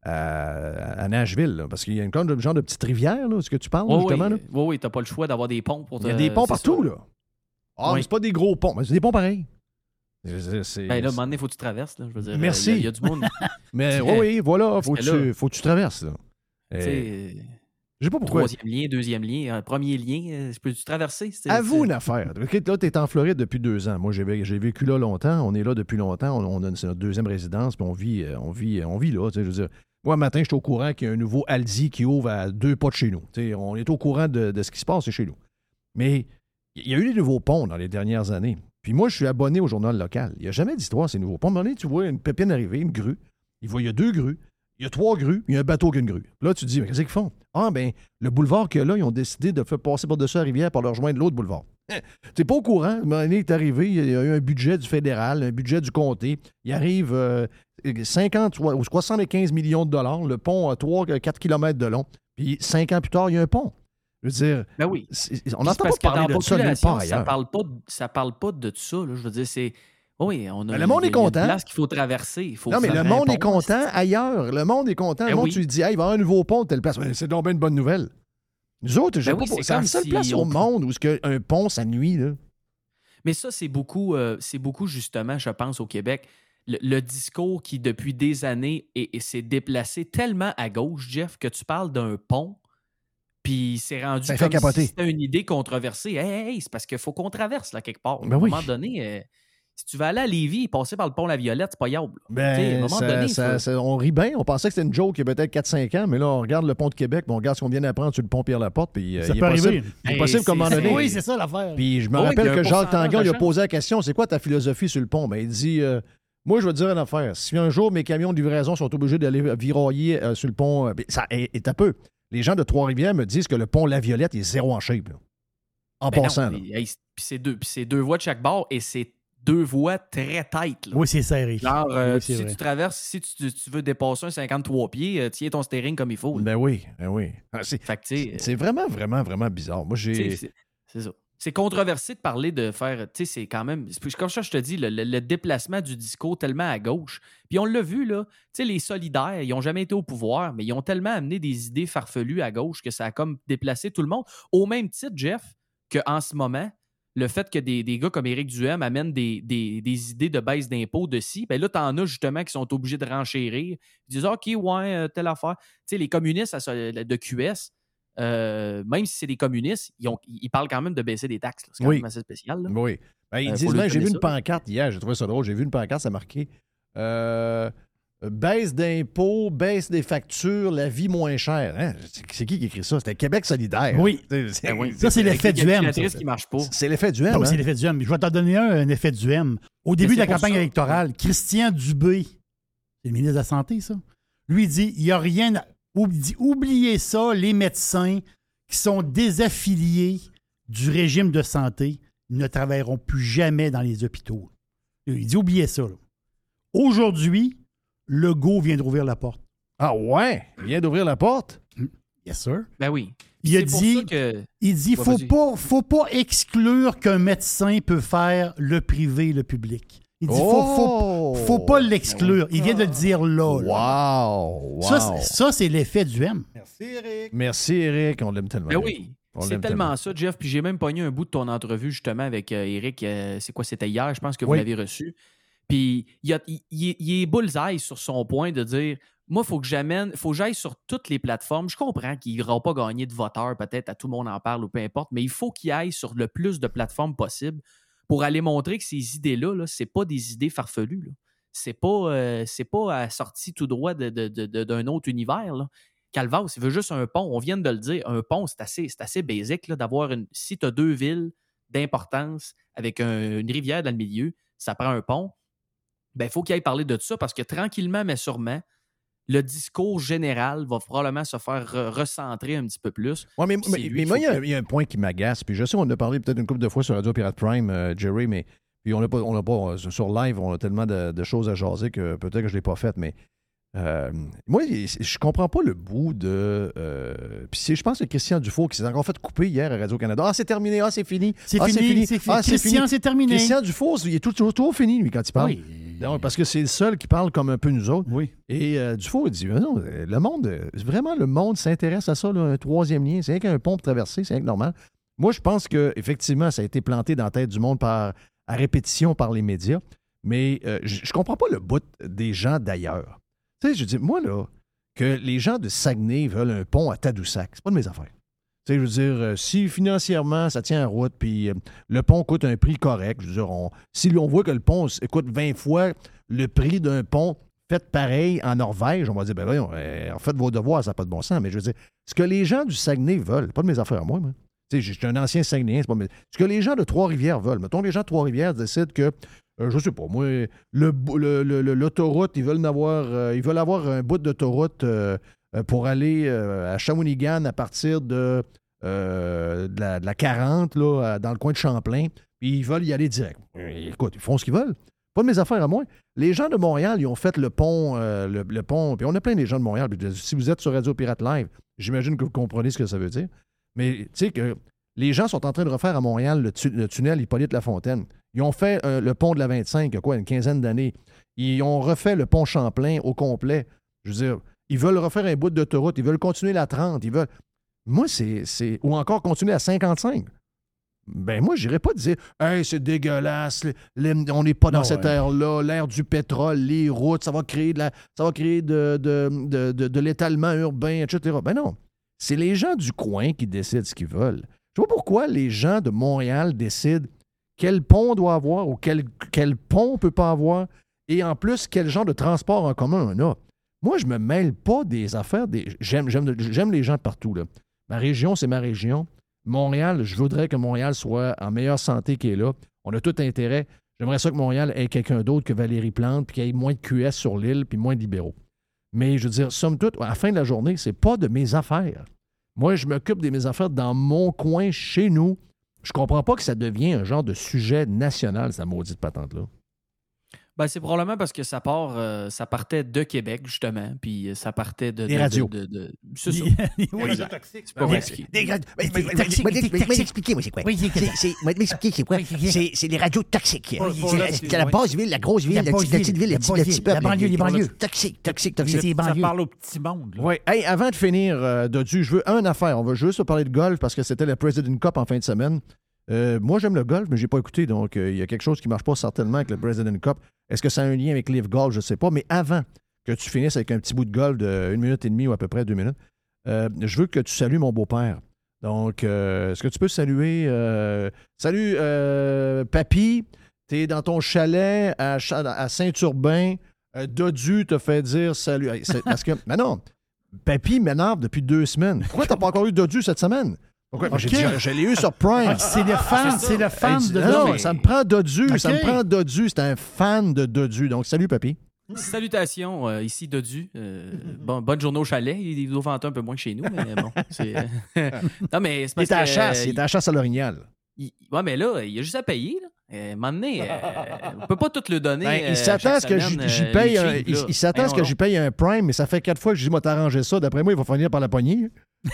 Speaker 4: Nashville, là, parce qu'il y a un genre de petite rivière, là, ce que tu parles, justement. Là.
Speaker 12: Oui, t'as pas le choix d'avoir des ponts pour te...
Speaker 4: Il y a des ponts partout, là. Mais c'est pas des gros ponts, mais c'est des ponts pareils.
Speaker 12: Là, à un moment donné, il faut que tu traverses. Là, je veux dire,
Speaker 4: merci.
Speaker 12: Il y a du monde.
Speaker 4: Mais oui, voilà, faut que tu traverses. Là. Je sais pas pourquoi.
Speaker 12: Troisième lien, deuxième lien, premier lien, peux-tu traverser?
Speaker 4: Avoue une affaire. Là, tu es en Floride depuis 2 ans. Moi, j'ai vécu là longtemps. On est là depuis longtemps. C'est notre deuxième résidence, puis on vit là. Je veux dire, moi, matin, je suis au courant qu'il y a un nouveau Aldi qui ouvre à 2 pas de chez nous. On est au courant de ce qui se passe chez nous. Mais il y a eu des nouveaux ponts dans les dernières années. Puis moi, je suis abonné au journal local. Il n'y a jamais d'histoire, ces nouveaux ponts. À un moment donné, tu vois une pépine arriver, une grue. Il y a 2 grues. Il y a 3 grues. Il y a un bateau qu'une grue. Là, tu te dis, mais qu'est-ce qu'ils font? Le boulevard qu'il y a là, ils ont décidé de faire passer par-dessus la rivière pour leur rejoindre l'autre boulevard. Tu n'es pas au courant. À un moment donné, il est arrivé, il y a eu un budget du fédéral, un budget du comté. Il arrive 50 ou 75 millions de dollars. Le pont a 3-4 km de long. Puis 5 ans plus tard, il y a un pont. Je veux dire,
Speaker 12: ben oui.
Speaker 4: On n'entend pas parler de ça nulle part ailleurs.
Speaker 12: Ça parle pas de ça. Là. Je veux dire, c'est... Oui, on a,
Speaker 4: le monde est content.
Speaker 12: Une place qu'il faut traverser.
Speaker 4: Le monde est content ailleurs. Le monde est content. Le monde, tu lui dis, il va y avoir un nouveau pont de telle place. C'est donc bien une bonne nouvelle. Nous autres, c'est la seule place au monde où un pont, ça nuit. Là.
Speaker 12: Mais ça, c'est beaucoup justement, je pense, au Québec. Le discours qui, depuis des années, s'est déplacé tellement à gauche, Jeff, que tu parles d'un pont. Puis c'est rendu
Speaker 4: ça
Speaker 12: comme
Speaker 4: capoter.
Speaker 12: si c'était une idée controversée. Hey, c'est parce qu'il faut qu'on traverse là quelque part.
Speaker 4: Ben
Speaker 12: à un moment donné, Si tu vas aller à Lévis et passer par le pont La Violette, c'est pas yable.
Speaker 4: Ben,
Speaker 12: à un moment donné,
Speaker 4: on rit bien. On pensait que c'était une joke il y a peut-être 4-5 ans, mais là, on regarde le pont de Québec, puis on regarde ce qu'on vient d'apprendre sur le pont Pierre-Laporte. Puis,
Speaker 5: ça peut arriver.
Speaker 4: C'est possible qu'à un moment donné.
Speaker 5: Oui, c'est ça l'affaire.
Speaker 4: Puis je me rappelle que Jacques Tanguay lui a posé la question, c'est quoi ta philosophie sur le pont? Ben, il dit, moi, je vais te dire une affaire. Si un jour mes camions de livraison sont obligés d'aller virailler sur le pont, ça est un peu. Les gens de Trois-Rivières me disent que le pont La Violette est zéro en shape. Là. En passant.
Speaker 12: Puis c'est deux voies de chaque bord et c'est 2 voies très tight. Là.
Speaker 5: Oui, c'est serré.
Speaker 12: Genre,
Speaker 5: oui,
Speaker 12: si tu traverses, si tu veux dépasser un 53 pieds, tiens ton steering comme il faut. Là.
Speaker 4: Ben oui. C'est vraiment, vraiment, vraiment bizarre. Moi,
Speaker 12: c'est ça. C'est controversé de parler de faire. Tu sais, c'est quand même. Comme ça, je te dis, le déplacement du discours tellement à gauche. Puis on l'a vu, là. Tu sais, les solidaires, ils n'ont jamais été au pouvoir, mais ils ont tellement amené des idées farfelues à gauche que ça a comme déplacé tout le monde. Au même titre, Jeff, qu'en ce moment, le fait que des gars comme Éric Duhem amènent des idées de baisse d'impôts de ci, bien là, t'en as justement qui sont obligés de renchérir. Ils disent OK, ouais, telle affaire. Tu sais, les communistes de QS, même si c'est des communistes, ils parlent quand même de baisser des taxes. C'est quand même assez spécial. Là.
Speaker 4: Oui. Ben, ils disent même, j'ai vu une pancarte hier, j'ai trouvé ça drôle, j'ai vu une pancarte, ça marquait baisse d'impôts, baisse des factures, la vie moins chère. Hein? C'est qui écrit ça? C'était Québec solidaire.
Speaker 5: Oui. Ça, c'est l'effet du M.
Speaker 12: Qui marche pas.
Speaker 4: C'est l'effet du M.
Speaker 5: Oui, c'est l'effet du M. Je vais t'en donner un effet du M. Au début de la campagne électorale, Christian Dubé, c'est le ministre de la Santé, ça, lui dit, il n'y a rien... Oubliez ça, les médecins qui sont désaffiliés du régime de santé ne travailleront plus jamais dans les hôpitaux. Il dit, oubliez ça. Là. Aujourd'hui, Legault vient d'ouvrir la porte.
Speaker 4: Ah ouais? Il vient d'ouvrir la porte?
Speaker 5: Yes, sir.
Speaker 12: Ben oui.
Speaker 5: Il dit, faut pas exclure qu'un médecin peut faire le privé et le public. Il dit, faut pas l'exclure. Il vient de le dire là.
Speaker 4: Wow!
Speaker 5: Ça, c'est l'effet du M.
Speaker 4: Merci, Éric. Merci, Éric. On l'aime tellement.
Speaker 12: Ben oui. C'est tellement ça, Jeff. Puis j'ai même pogné un bout de ton entrevue, justement, avec Éric. C'est quoi? C'était hier, je pense que vous l'avez reçu. Puis il est bullseye sur son point de dire, moi, faut que j'aille sur toutes les plateformes. Je comprends qu'il n'ira pas gagner de voteurs, peut-être à tout le monde en parle ou peu importe, mais il faut qu'il aille sur le plus de plateformes possible pour aller montrer que ces idées-là, c'est pas des idées farfelues. Là. C'est pas sorti tout droit d'un autre univers. Là. Calvas, il veut juste un pont. On vient de le dire. Un pont, c'est assez basique là, d'avoir si tu as 2 villes d'importance avec une rivière dans le milieu, ça prend un pont. Ben, il faut qu'il aille parler de ça parce que tranquillement, mais sûrement, le discours général va probablement se faire recentrer un petit peu plus.
Speaker 4: Oui, mais moi, il y a un point qui m'agace. Puis je sais qu'on en a parlé peut-être une couple de fois sur Radio Pirate Prime, Jerry, mais puis on n'a pas sur live, on a tellement de choses à jaser que peut-être que je ne l'ai pas fait, mais moi, je comprends pas le bout de... Puis je pense que Christian Dufault qui s'est encore fait couper hier à Radio-Canada. Ah, c'est terminé, ah, c'est fini.
Speaker 5: C'est fini. Christian, c'est terminé.
Speaker 4: Christian Dufault, il est toujours fini, lui, quand il parle. Oui. Non, parce que c'est le seul qui parle comme un peu nous autres.
Speaker 5: Oui.
Speaker 4: Et Dufault, il dit, non, le monde s'intéresse à ça, là, un 3e lien. C'est rien qu'un pont pour traverser, c'est rien que normal. Moi, je pense qu'effectivement, ça a été planté dans la tête du monde à répétition par les médias. Mais je comprends pas le bout des gens d'ailleurs. Tu sais, je dis, moi, là, que les gens de Saguenay veulent un pont à Tadoussac, c'est pas de mes affaires. Tu sais, je veux dire, si financièrement, ça tient en route, puis le pont coûte un prix correct, je veux dire, si on voit que le pont coûte 20 fois le prix d'un pont fait pareil en Norvège, on va dire, ben voyons, faites vos devoirs, ça n'a pas de bon sens. Mais je veux dire, ce que les gens du Saguenay veulent, pas de mes affaires à moi, tu sais, je suis un ancien Saguenayen, c'est pas mes... Ce que les gens de Trois-Rivières veulent, mettons, les gens de Trois-Rivières décident que je sais pas, moi, l'autoroute, ils veulent avoir un bout d'autoroute pour aller à Shawinigan à partir de la 40, là, dans le coin de Champlain, puis ils veulent y aller direct. Écoute, ils font ce qu'ils veulent. Pas de mes affaires à moi. Les gens de Montréal, ils ont fait le pont, puis on a plein des gens de Montréal. Si vous êtes sur Radio Pirate Live, j'imagine que vous comprenez ce que ça veut dire. Mais tu sais que les gens sont en train de refaire à Montréal le tunnel Hippolyte-Lafontaine. Ils ont fait le pont de la 25, il y a quoi, une quinzaine d'années. Ils ont refait le pont Champlain au complet. Je veux dire, ils veulent refaire un bout d'autoroute, ils veulent continuer la 30, ils veulent... Moi, c'est... Ou encore continuer à 55. Ben moi, j'irais pas dire « Hey, c'est dégueulasse, on n'est pas dans cette ère-là, l'ère du pétrole, les routes, ça va créer de l'étalement urbain, etc. » Ben non, c'est les gens du coin qui décident ce qu'ils veulent. Je sais pas pourquoi les gens de Montréal décident quel pont on doit avoir ou quel pont on ne peut pas avoir. Et en plus, quel genre de transport en commun on a. Moi, je ne me mêle pas des affaires. J'aime les gens de partout. Là. Ma région, c'est ma région. Montréal, je voudrais que Montréal soit en meilleure santé qu'il est là. On a tout intérêt. J'aimerais ça que Montréal ait quelqu'un d'autre que Valérie Plante, puis qu'il y ait moins de QS sur l'île, puis moins de libéraux. Mais je veux dire, somme toute, à la fin de la journée, c'est pas de mes affaires. Moi, je m'occupe de mes affaires dans mon coin, chez nous. Je comprends pas que ça devient un genre de sujet national, cette maudite patente-là.
Speaker 12: Ben, c'est probablement parce que ça partait de Québec, justement, puis ça partait de...
Speaker 4: Des radios.
Speaker 12: C'est ça.
Speaker 5: Oui, c'est toxique.
Speaker 12: C'est pas risqué.
Speaker 13: M'expliquer, moi, c'est quoi? M'expliquer, c'est quoi? C'est les radios toxiques. C'est la basse ville, la grosse ville, la petite ville, le petit peuple.
Speaker 5: La banlieue, les banlieues.
Speaker 13: Toxique.
Speaker 5: Ça parle au petit monde.
Speaker 4: Oui. Hey, avant de finir, Dodu, je veux une affaire. On va juste se parler de golf parce que c'était le President Cup en fin de semaine. Moi, j'aime le golf, mais je n'ai pas écouté, donc il y a quelque chose qui ne marche pas certainement avec le President Cup. Est-ce que ça a un lien avec Live Golf? Je ne sais pas, mais avant que tu finisses avec un petit bout de golf de 1 minute et demie ou à peu près 2 minutes, je veux que tu salues mon beau-père. Donc, est-ce que tu peux saluer... Salut, papy, tu es dans ton chalet à Saint-Urbain. Dodu te fait dire salut. Parce que, mais non, papy m'énerve depuis 2 semaines. Pourquoi tu n'as pas encore eu Dodu cette semaine? Okay. Je l'ai eu sur Prime.
Speaker 5: C'est le fan de Dodu.
Speaker 4: Non, ça me prend Dodu. Okay. Ça me prend Dodu. C'est un fan de Dodu. Donc, salut, papy.
Speaker 12: Salutations, ici Dodu. Bonne journée au chalet. Il doit vanter un peu moins que chez nous, mais bon. Non, mais c'est parce
Speaker 4: il est à la chasse. Il est à la chasse à l'Orignal.
Speaker 12: Ouais, mais là, il a juste à payer. À un moment donné, on peut pas tout le donner.
Speaker 4: Il s'attend à ce que j'y paye il s'attend à ce que j'y paye un Prime, mais ça fait 4 fois que je dis, moi, t'arranger ça. D'après moi, il va finir par la poignée.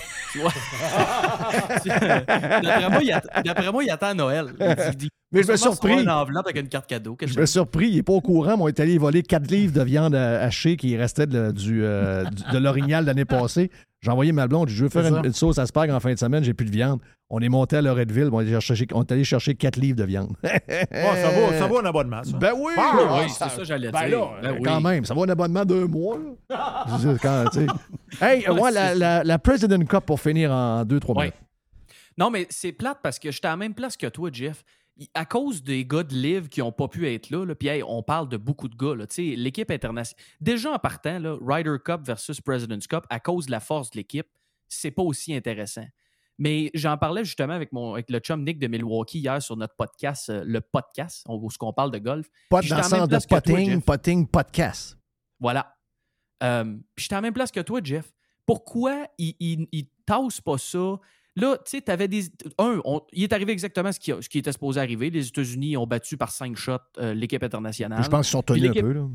Speaker 12: D'après moi, il attend Noël.
Speaker 4: Mais je me surpris.
Speaker 12: Une enveloppe avec une carte cadeau.
Speaker 4: Je me surpris. Il n'est pas au courant. Moi, il est allé voler 4 livres de viande hachée qui restait de l'Orignal l'année passée. J'ai envoyé ma blonde. Je veux faire une sauce à spag en fin de semaine. J'ai plus de viande. On est monté à Loretteville. On est allé chercher 4 livres de viande.
Speaker 6: Ça vaut un abonnement, ça.
Speaker 4: Ben oui!
Speaker 12: Oui, c'est ça, j'allais dire.
Speaker 4: Là, quand même, ça vaut un abonnement d'1 mois. Hey, la President Cup pour finir en 2-3 minutes.
Speaker 12: Non, mais c'est plate parce que j'étais à la même place que toi, Jeff. À cause des gars de Live qui n'ont pas pu être là, puis hey, on parle de beaucoup de gars. Là, l'équipe internationale. Déjà en partant, là, Ryder Cup versus President's Cup, à cause de la force de l'équipe, c'est pas aussi intéressant. Mais j'en parlais justement avec le chum Nick de Milwaukee hier sur notre podcast, le podcast, où on parle de golf.
Speaker 4: Pas dans le sens de potting, podcast.
Speaker 12: Voilà. Puis j'étais à la même place que toi, Jeff. Pourquoi ils tassent pas ça? Là, tu sais, t'avais des... il est arrivé exactement ce qui était supposé arriver. Les États-Unis ont battu par 5 shots l'équipe internationale.
Speaker 4: Je pense qu'ils sont tenus un peu, là.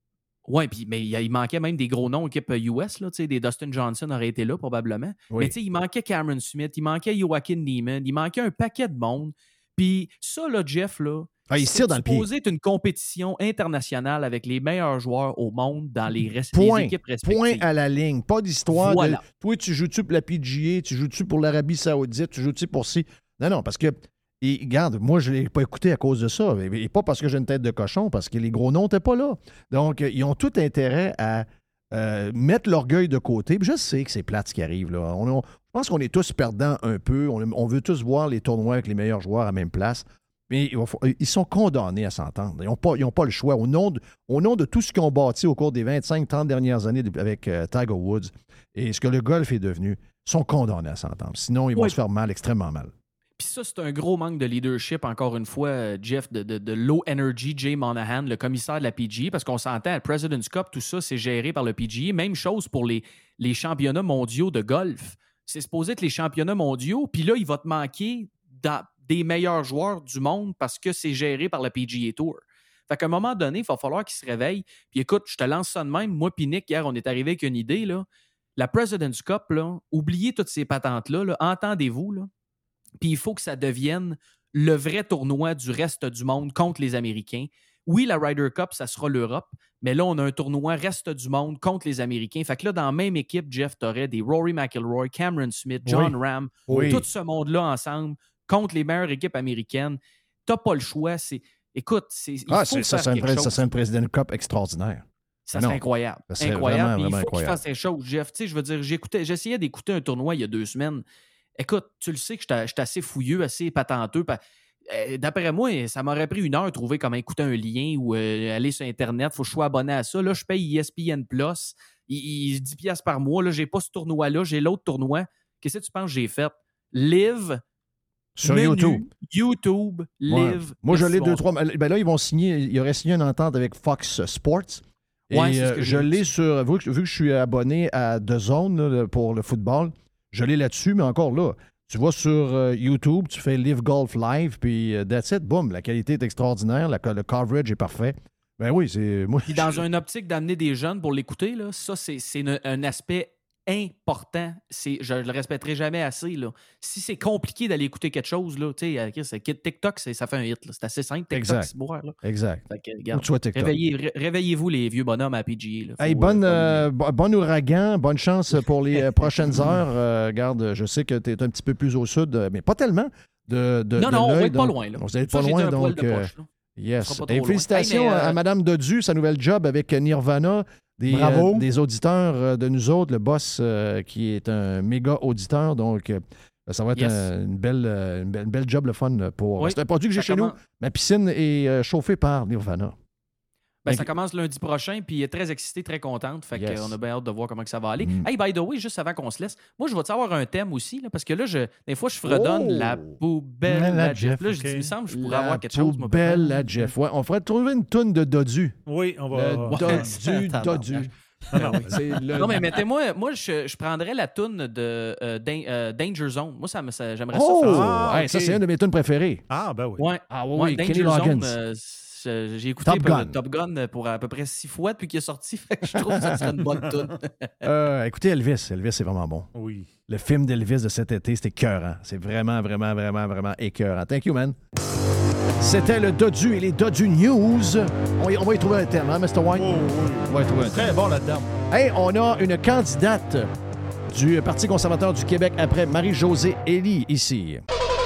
Speaker 12: Oui, mais il manquait même des gros noms équipe US, là, des Dustin Johnson aurait été là probablement. Oui. Mais il manquait Cameron Smith, il manquait Joaquin Niemann, il manquait un paquet de monde. Puis ça, là, Jeff, là,
Speaker 4: il tire dans le pied.
Speaker 12: C'est supposé être une compétition internationale avec les meilleurs joueurs au monde dans les équipes respectives.
Speaker 4: Point à la ligne. Pas d'histoire
Speaker 12: voilà.
Speaker 4: De toi, tu joues-tu pour la PGA, tu joues-tu pour l'Arabie Saoudite, tu joues-tu pour ci. Non, parce que, regarde, moi, je ne l'ai pas écouté à cause de ça. Et pas parce que j'ai une tête de cochon, parce que les gros noms n'étaient pas là. Donc, ils ont tout intérêt à mettre l'orgueil de côté. Puis je sais que c'est plate ce qui arrive, là. Je pense qu'on est tous perdants un peu. On veut tous voir les tournois avec les meilleurs joueurs à la même place. Mais ils sont condamnés à s'entendre. Ils n'ont pas le choix. Au nom de tout ce qu'ils ont bâti au cours des 25-30 dernières années avec Tiger Woods et ce que le golf est devenu, ils sont condamnés à s'entendre. Sinon, ils vont se faire mal, extrêmement mal.
Speaker 12: Puis ça, c'est un gros manque de leadership, encore une fois, Jeff, de low energy, Jay Monahan, le commissaire de la PGA, parce qu'on s'entend, le President's Cup, tout ça, c'est géré par le PGA. Même chose pour les championnats mondiaux de golf. C'est supposé être les championnats mondiaux, puis là, il va te manquer des meilleurs joueurs du monde parce que c'est géré par le PGA Tour. Fait qu'à un moment donné, il va falloir qu'ils se réveillent. Puis écoute, je te lance ça de même. Moi puis Nick, hier, on est arrivé avec une idée. Là. La President's Cup, là, oubliez toutes ces patentes-là. Là, entendez-vous. Là. Puis il faut que ça devienne le vrai tournoi du reste du monde contre les Américains. Oui, la Ryder Cup, ça sera l'Europe, mais là, on a un tournoi reste du monde contre les Américains. Fait que là, dans la même équipe, Jeff, t'aurais des Rory McIlroy, Cameron Smith, John Ram, tout ce monde-là ensemble contre les meilleures équipes américaines. T'as pas le choix. Écoute, il faut faire quelque chose.
Speaker 4: Ça serait un President Cup extraordinaire.
Speaker 12: Ça serait incroyable.
Speaker 4: Incroyable.
Speaker 12: Il faut qu'il fasse des choses, Jeff. Tu sais, je veux dire, j'essayais d'écouter un tournoi il y a 2 semaines. Écoute, tu le sais que j'étais assez fouilleux, assez patenteux. d'après moi, ça m'aurait pris 1 heure de trouver comment écouter un lien ou aller sur Internet. Faut que je sois abonné à ça. Là, je paye ESPN+. Il 10$ par mois. Là, j'ai pas ce tournoi-là. J'ai l'autre tournoi. Qu'est-ce que tu penses que j'ai fait? Live.
Speaker 4: Sur
Speaker 12: menu,
Speaker 4: YouTube.
Speaker 12: YouTube, Live.
Speaker 4: Moi, je l'ai 2-3. Ben là, il aurait signé une entente avec Fox Sports. Et je l'ai sur. Vu que je suis abonné à DAZN là, pour le football, je l'ai là-dessus, mais encore là. Tu vas sur YouTube, tu fais Live Golf Live, puis that's it, boum, la qualité est extraordinaire, le coverage est parfait. Ben oui, c'est... Moi,
Speaker 12: puis dans une optique d'amener des jeunes pour l'écouter, là, ça, c'est un aspect important. Je ne le respecterai jamais assez. Là. Si c'est compliqué d'aller écouter quelque chose, là, TikTok, ça fait un hit. Là. C'est assez simple. TikTok, c'est beau.
Speaker 4: Exact.
Speaker 12: Fait que, regarde,
Speaker 4: tu vois TikTok.
Speaker 12: Réveillez-vous, les vieux bonhommes à PGA.
Speaker 4: Hey, bon ouragan, bonne chance pour les prochaines heures. Regarde, je sais que tu es un petit peu plus au sud, mais pas tellement.
Speaker 12: Non, on va être pas loin. Là.
Speaker 4: On va être pas loin, donc... Yes. Et félicitations à Mme Dodu, sa nouvelle job avec Nirvana. Des auditeurs de nous autres, le boss qui est un méga auditeur, donc ça va être une belle job, le fun pour...
Speaker 12: Oui,
Speaker 4: c'est un produit que j'ai chez nous. Ma piscine est chauffée par Nirvana.
Speaker 12: Ça commence lundi prochain, puis elle est très excitée, très contente. Fait qu'on a bien hâte de voir comment que ça va aller. Hey, by the way, juste avant qu'on se laisse, moi, je vais avoir un thème aussi, là, parce que là, des fois, je fredonne la poubelle à Jeff. Là, il me semble que je pourrais avoir quelque chose.
Speaker 4: La poubelle à Jeff. Ouais, on ferait trouver une toune de Dodu.
Speaker 6: Oui, on va...
Speaker 4: Dodu.
Speaker 12: Non, mais mettez-moi, moi, je prendrais la toune de Danger Zone. Moi, j'aimerais ça faire ça.
Speaker 4: Ça, c'est une de mes tunes préférées.
Speaker 6: Ah, ben oui.
Speaker 12: Oui,
Speaker 4: Kenny Loggins.
Speaker 12: J'ai écouté Top Gun pour à peu près 6 fois depuis qu'il est sorti. Fait que je trouve que ça serait une bonne tune.
Speaker 4: Écoutez Elvis. Elvis, c'est vraiment bon.
Speaker 6: Oui.
Speaker 4: Le film d'Elvis de cet été, c'était écœurant. C'est vraiment, vraiment, vraiment, vraiment écœurant. Thank you, man. C'était le Dodu et les Dodu News. On va y trouver un thème, hein, Mr. White? On va y trouver un thème.
Speaker 6: Très bon là-dedans.
Speaker 4: Hey, on a une candidate du Parti conservateur du Québec après Marie-Josée Elie, ici.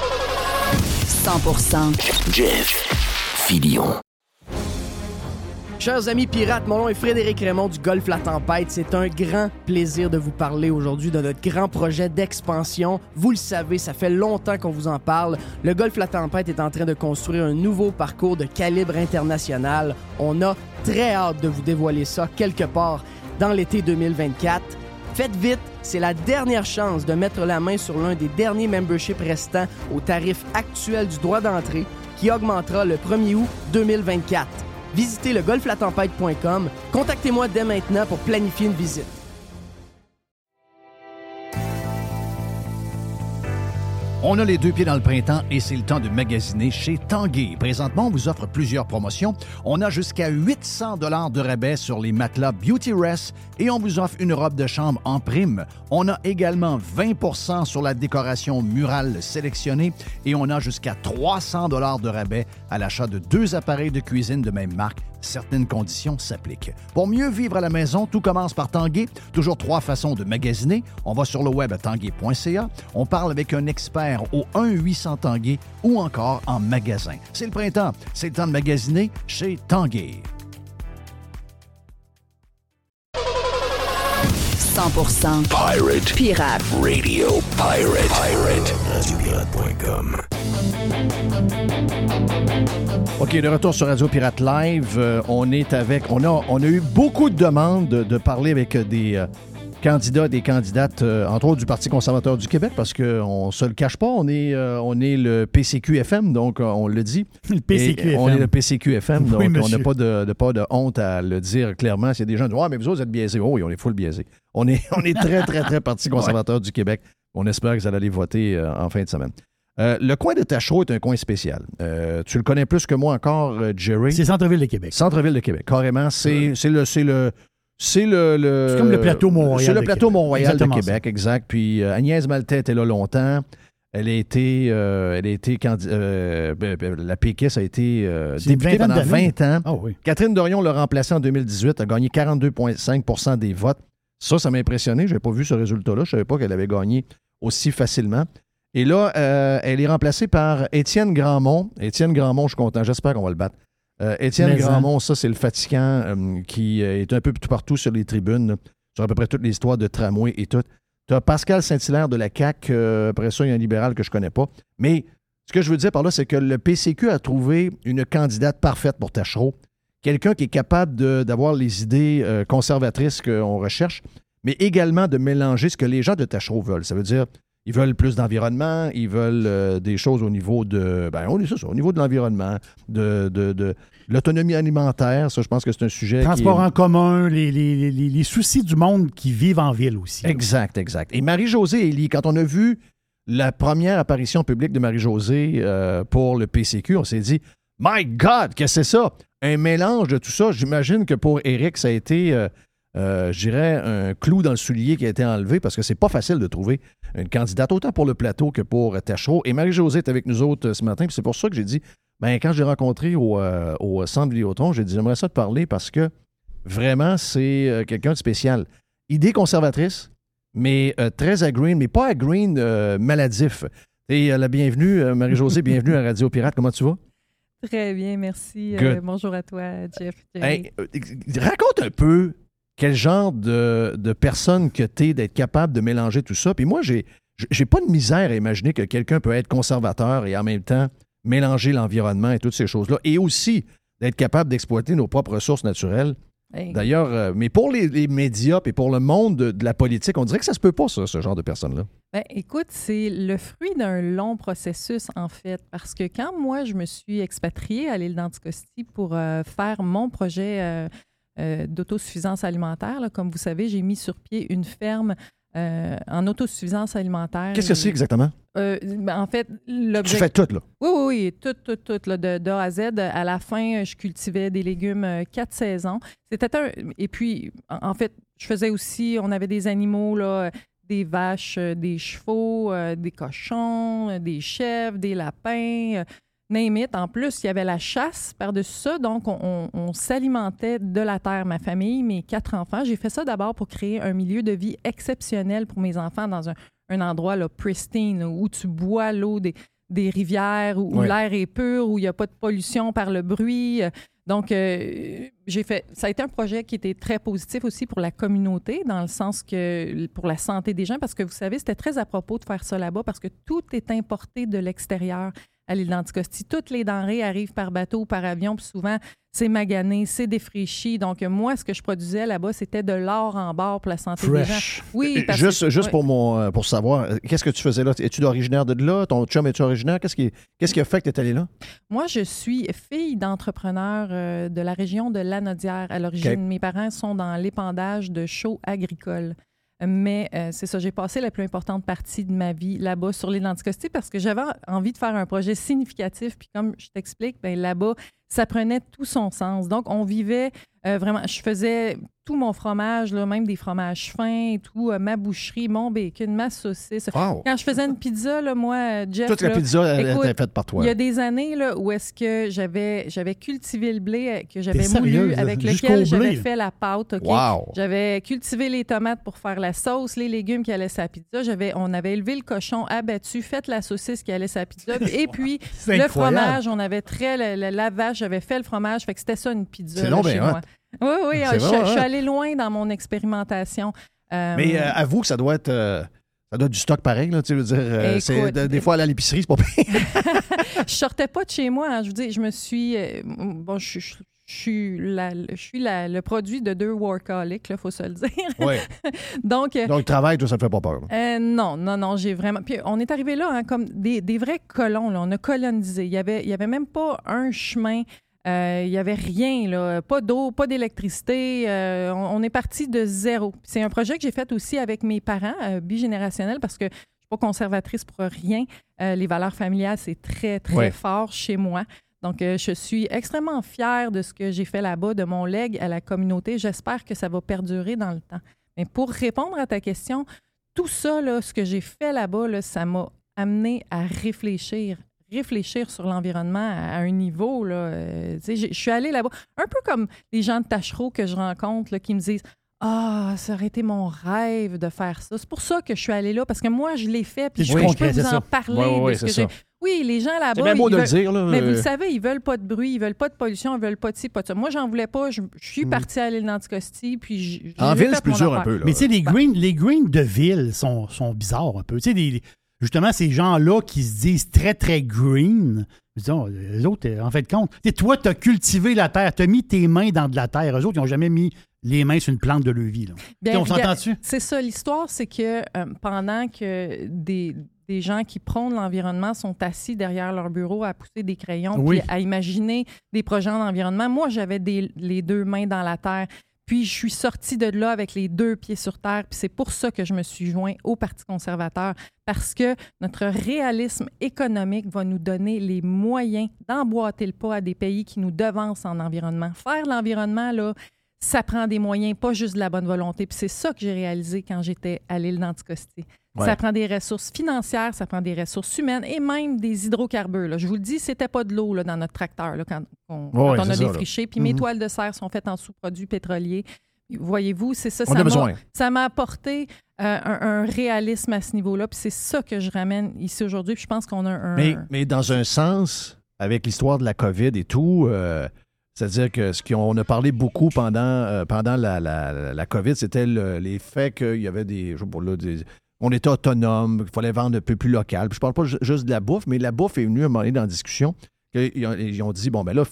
Speaker 8: 100%
Speaker 9: Jeff Filion.
Speaker 14: Chers amis pirates, mon nom est Frédéric Raymond du Golfe La Tempête. C'est un grand plaisir de vous parler aujourd'hui de notre grand projet d'expansion. Vous le savez, ça fait longtemps qu'on vous en parle. Le Golfe La Tempête est en train de construire un nouveau parcours de calibre international. On a très hâte de vous dévoiler ça quelque part dans l'été 2024. Faites vite, c'est la dernière chance de mettre la main sur l'un des derniers memberships restants au tarif actuel du droit d'entrée qui augmentera le 1er août 2024. Visitez le golflatempête.com. Contactez-moi dès maintenant pour planifier une visite.
Speaker 4: On a les 2 pieds dans le printemps et c'est le temps de magasiner chez Tanguay. Présentement, on vous offre plusieurs promotions. On a jusqu'à 800 $ de rabais sur les matelas Beautyrest et on vous offre une robe de chambre en prime. On a également 20 % sur la décoration murale sélectionnée et on a jusqu'à 300 $ de rabais à l'achat de 2 appareils de cuisine de même marque. Certaines conditions s'appliquent. Pour mieux vivre à la maison, tout commence par Tanguay. Toujours 3 façons de magasiner. On va sur le web à tanguay.ca. On parle avec un expert au 1-800-TANGUAY ou encore en magasin. C'est le printemps. C'est le temps de magasiner chez Tanguay.
Speaker 8: 100% Pirate
Speaker 9: Radio. RadioPirate.com.
Speaker 4: OK, de retour sur Radio Pirate Live. On a eu beaucoup de demandes de parler avec des candidats, des candidates, entre autres du Parti conservateur du Québec, parce qu'on ne se le cache pas, on est le PCQ-FM, donc on le dit.
Speaker 5: Le PCQ-FM.
Speaker 4: On est le PCQ-FM, donc
Speaker 5: oui,
Speaker 4: on n'a pas de honte à le dire clairement. S'il y a des gens qui disent « Ah, mais vous autres, vous êtes biaisés. » Oh oui, on est full biaisé. On est très, très, très Parti conservateur du Québec. On espère que vous allez aller voter en fin de semaine. Le coin de Tachereau est un coin spécial. Tu le connais plus que moi encore, Jerry.
Speaker 5: C'est Centre-Ville de Québec.
Speaker 4: Centre-Ville de Québec, carrément. C'est comme
Speaker 5: le plateau Mont-Royal.
Speaker 4: C'est le plateau Mont-Royal de Québec,
Speaker 5: ça.
Speaker 4: Exact. Puis Agnès Maltais était là longtemps. La péquiste a été députée pendant 20 ans.
Speaker 5: Oh, oui.
Speaker 4: Catherine Dorion l'a remplacée en 2018, a gagné 42,5 % des votes. Ça m'a impressionné. Je n'avais pas vu ce résultat-là. Je ne savais pas qu'elle avait gagné aussi facilement. Et là, elle est remplacée par Étienne Grandmont. Étienne Grandmont, je suis content. J'espère qu'on va le battre. Étienne Grandmont, ça, c'est le fatigant qui est un peu tout partout sur les tribunes, sur à peu près toute l'histoire de tramway et tout. Tu as Pascal Saint-Hilaire de la CAQ. Après ça, il y a un libéral que je connais pas. Mais Ce que je veux dire par là, c'est que le PCQ a trouvé une candidate parfaite pour Taschereau. Quelqu'un qui est capable d'avoir les idées conservatrices qu'on recherche, mais également de mélanger ce que les gens de Taschereau veulent. Ça veut dire, ils veulent plus d'environnement, ils veulent des choses au niveau de... au niveau de l'environnement, de l'autonomie alimentaire. Ça, je pense que c'est un sujet
Speaker 5: Transport en commun, les soucis du monde qui vivent en ville aussi.
Speaker 4: Exact. Et Marie-Josée Elie, quand on a vu la première apparition publique de Marie-Josée pour le PCQ, on s'est dit, « My God, qu'est-ce que c'est ça? » Un mélange de tout ça. J'imagine que pour Éric, ça a été, je dirais, un clou dans le soulier qui a été enlevé parce que c'est pas facile de trouver une candidate autant pour le plateau que pour Taschereau. Et Marie-Josée est avec nous autres ce matin. Puis c'est pour ça que j'ai dit, quand j'ai rencontré au Centre Vidéotron, j'ai dit, j'aimerais ça te parler parce que vraiment, c'est quelqu'un de spécial. Idée conservatrice, mais très à green, mais pas à green maladif. Et la bienvenue, Marie-Josée, bienvenue à Radio Pirate. Comment tu vas?
Speaker 15: Très bien, merci. Bonjour à toi, Jeff.
Speaker 4: Raconte un peu quel genre de personne que tu es d'être capable de mélanger tout ça. Puis moi, j'ai pas de misère à imaginer que quelqu'un peut être conservateur et en même temps mélanger l'environnement et toutes ces choses-là. Et aussi d'être capable d'exploiter nos propres ressources naturelles. D'ailleurs, mais pour les médias et pour le monde de la politique, on dirait que ça se peut pas, ça, ce genre de personnes-là.
Speaker 15: Écoute, c'est le fruit d'un long processus, en fait, parce que quand moi, je me suis expatriée à l'île d'Anticosti pour faire mon projet d'autosuffisance alimentaire, là, comme vous savez, j'ai mis sur pied une ferme en autosuffisance alimentaire.
Speaker 4: Qu'est-ce que c'est exactement?
Speaker 15: En fait, l'objectif...
Speaker 4: Tu fais tout, là?
Speaker 15: Oui, tout, là, de A à Z. À la fin, je cultivais des légumes 4 saisons. Et puis, en fait, je faisais aussi... On avait des animaux, là, des vaches, des chevaux, des cochons, des chèvres, des lapins... name it. En plus, il y avait la chasse par-dessus ça. Donc, on s'alimentait de la terre, ma famille, mes 4 enfants. J'ai fait ça d'abord pour créer un milieu de vie exceptionnel pour mes enfants dans un endroit là, pristine, où tu bois l'eau des rivières, où l'air est pur, où il n'y a pas de pollution par le bruit. Donc, ça a été un projet qui était très positif aussi pour la communauté, dans le sens que pour la santé des gens, parce que vous savez, c'était très à propos de faire ça là-bas, parce que tout est importé de l'extérieur à l'île d'Anticosti. Toutes les denrées arrivent par bateau ou par avion, puis souvent, c'est magané, c'est défraîchi. Donc, moi, ce que je produisais là-bas, c'était de l'or en barre pour la santé des gens. Oui, parce
Speaker 4: juste pour savoir, qu'est-ce que tu faisais là? Es-tu originaire de là? Ton chum est-tu originaire? Qu'est-ce qui a fait que tu es allé là?
Speaker 15: Moi, je suis fille d'entrepreneur de la région de Lanaudière à l'origine. Okay. Mes parents sont dans l'épandage de chaux agricoles. Mais c'est ça, j'ai passé la plus importante partie de ma vie là-bas sur l'île d'Anticosti parce que j'avais envie de faire un projet significatif. Puis comme je t'explique, là-bas, ça prenait tout son sens. Donc, on vivait vraiment... Je faisais tout mon fromage, là, même des fromages fins et tout, ma boucherie, mon bacon, ma saucisse.
Speaker 4: Wow.
Speaker 15: Quand je faisais une pizza, là, moi, Jeff...
Speaker 4: Toute la pizza, elle était faite par toi.
Speaker 15: Il y a des années là, où est-ce que j'avais cultivé le blé que j'avais moulu, avec lequel j'avais fait la pâte. Okay?
Speaker 4: Wow.
Speaker 15: J'avais cultivé les tomates pour faire la sauce, les légumes qui allaient sur la pizza. On avait élevé le cochon, abattu, fait la saucisse qui allait sur la pizza. Et puis, le fromage, on avait la vache, j'avais fait le fromage. Fait que c'était ça, une pizza chez moi. Oui, je suis allée loin dans mon expérimentation.
Speaker 4: Mais avoue que ça doit être du stock pareil, là, tu veux dire. Écoute, des fois, aller à l'épicerie, c'est pas pire.
Speaker 15: Je sortais pas de chez moi. Hein, je veux dire, je me suis... je suis le produit de 2 workaholics, il faut se le dire.
Speaker 4: Oui. Donc, le travail, toi, ça ne te fait pas peur?
Speaker 15: Non, j'ai vraiment... Puis on est arrivé là hein, comme des vrais colons. Là. On a colonisé. Il y avait même pas un chemin. Il n'y avait rien, là, pas d'eau, pas d'électricité. On est parti de zéro. C'est un projet que j'ai fait aussi avec mes parents, bigénérationnel, parce que je ne suis pas conservatrice pour rien. Les valeurs familiales, c'est très, très fort chez moi. Donc, je suis extrêmement fière de ce que j'ai fait là-bas, de mon legs à la communauté. J'espère que ça va perdurer dans le temps. Mais pour répondre à ta question, tout ça, là, ce que j'ai fait là-bas, là, ça m'a amené à réfléchir sur l'environnement à un niveau. Je suis allée là-bas, un peu comme les gens de Taschereau que je rencontre là, qui me disent « Ah, ça aurait été mon rêve de faire ça. » C'est pour ça que je suis allée là, parce que moi, je l'ai fait, puis je peux vous en parler de ce que j'ai... Oui, les gens là-bas...
Speaker 4: C'est bien beau de le dire. Là,
Speaker 15: mais vous le savez, ils veulent pas de bruit, ils veulent pas de pollution, ils veulent pas de ci, pas de ça. Moi, j'en voulais pas. Je suis partie à l'île d'Anticosti, puis
Speaker 4: en ville, c'est plus dur un peu. Là.
Speaker 5: Mais tu sais, les greens de ville sont bizarres un peu. Tu sais, justement, ces gens-là qui se disent très, très green, disons, eux autres, en fait, compte, toi, tu as cultivé la terre, tu as mis tes mains dans de la terre. Eux autres, ils n'ont jamais mis les mains sur une plante de levis. Là.
Speaker 15: Bien,
Speaker 5: on s'entend dessus?
Speaker 15: C'est ça, l'histoire, c'est que pendant que des gens qui prônent l'environnement sont assis derrière leur bureau à pousser des crayons puis à imaginer des projets en environnement, moi, j'avais les 2 mains dans la terre. Puis, je suis sortie de là avec les 2 pieds sur terre. Puis, c'est pour ça que je me suis joint au Parti conservateur, parce que notre réalisme économique va nous donner les moyens d'emboîter le pas à des pays qui nous devancent en environnement. Faire l'environnement, là, ça prend des moyens, pas juste de la bonne volonté. Puis, c'est ça que j'ai réalisé quand j'étais à l'île d'Anticosti. Ouais. Ça prend des ressources financières, ça prend des ressources humaines et même des hydrocarbures. Là. Je vous le dis, c'était pas de l'eau là, dans notre tracteur là, quand on a défriché. Puis mes toiles de serre sont faites en sous-produits pétroliers. Voyez-vous, c'est ça. Ça m'a apporté un réalisme à ce niveau-là. Puis c'est ça que je ramène ici aujourd'hui. Puis je pense qu'on a
Speaker 4: Mais dans un sens, avec l'histoire de la COVID et tout... c'est-à-dire que ce qu'on a parlé beaucoup pendant la COVID, c'était les faits qu'il y avait on était autonome, il fallait vendre un peu plus local. Puis je parle pas juste de la bouffe, mais la bouffe est venue à un moment donné dans la discussion. Ils ont dit, bon, ben là,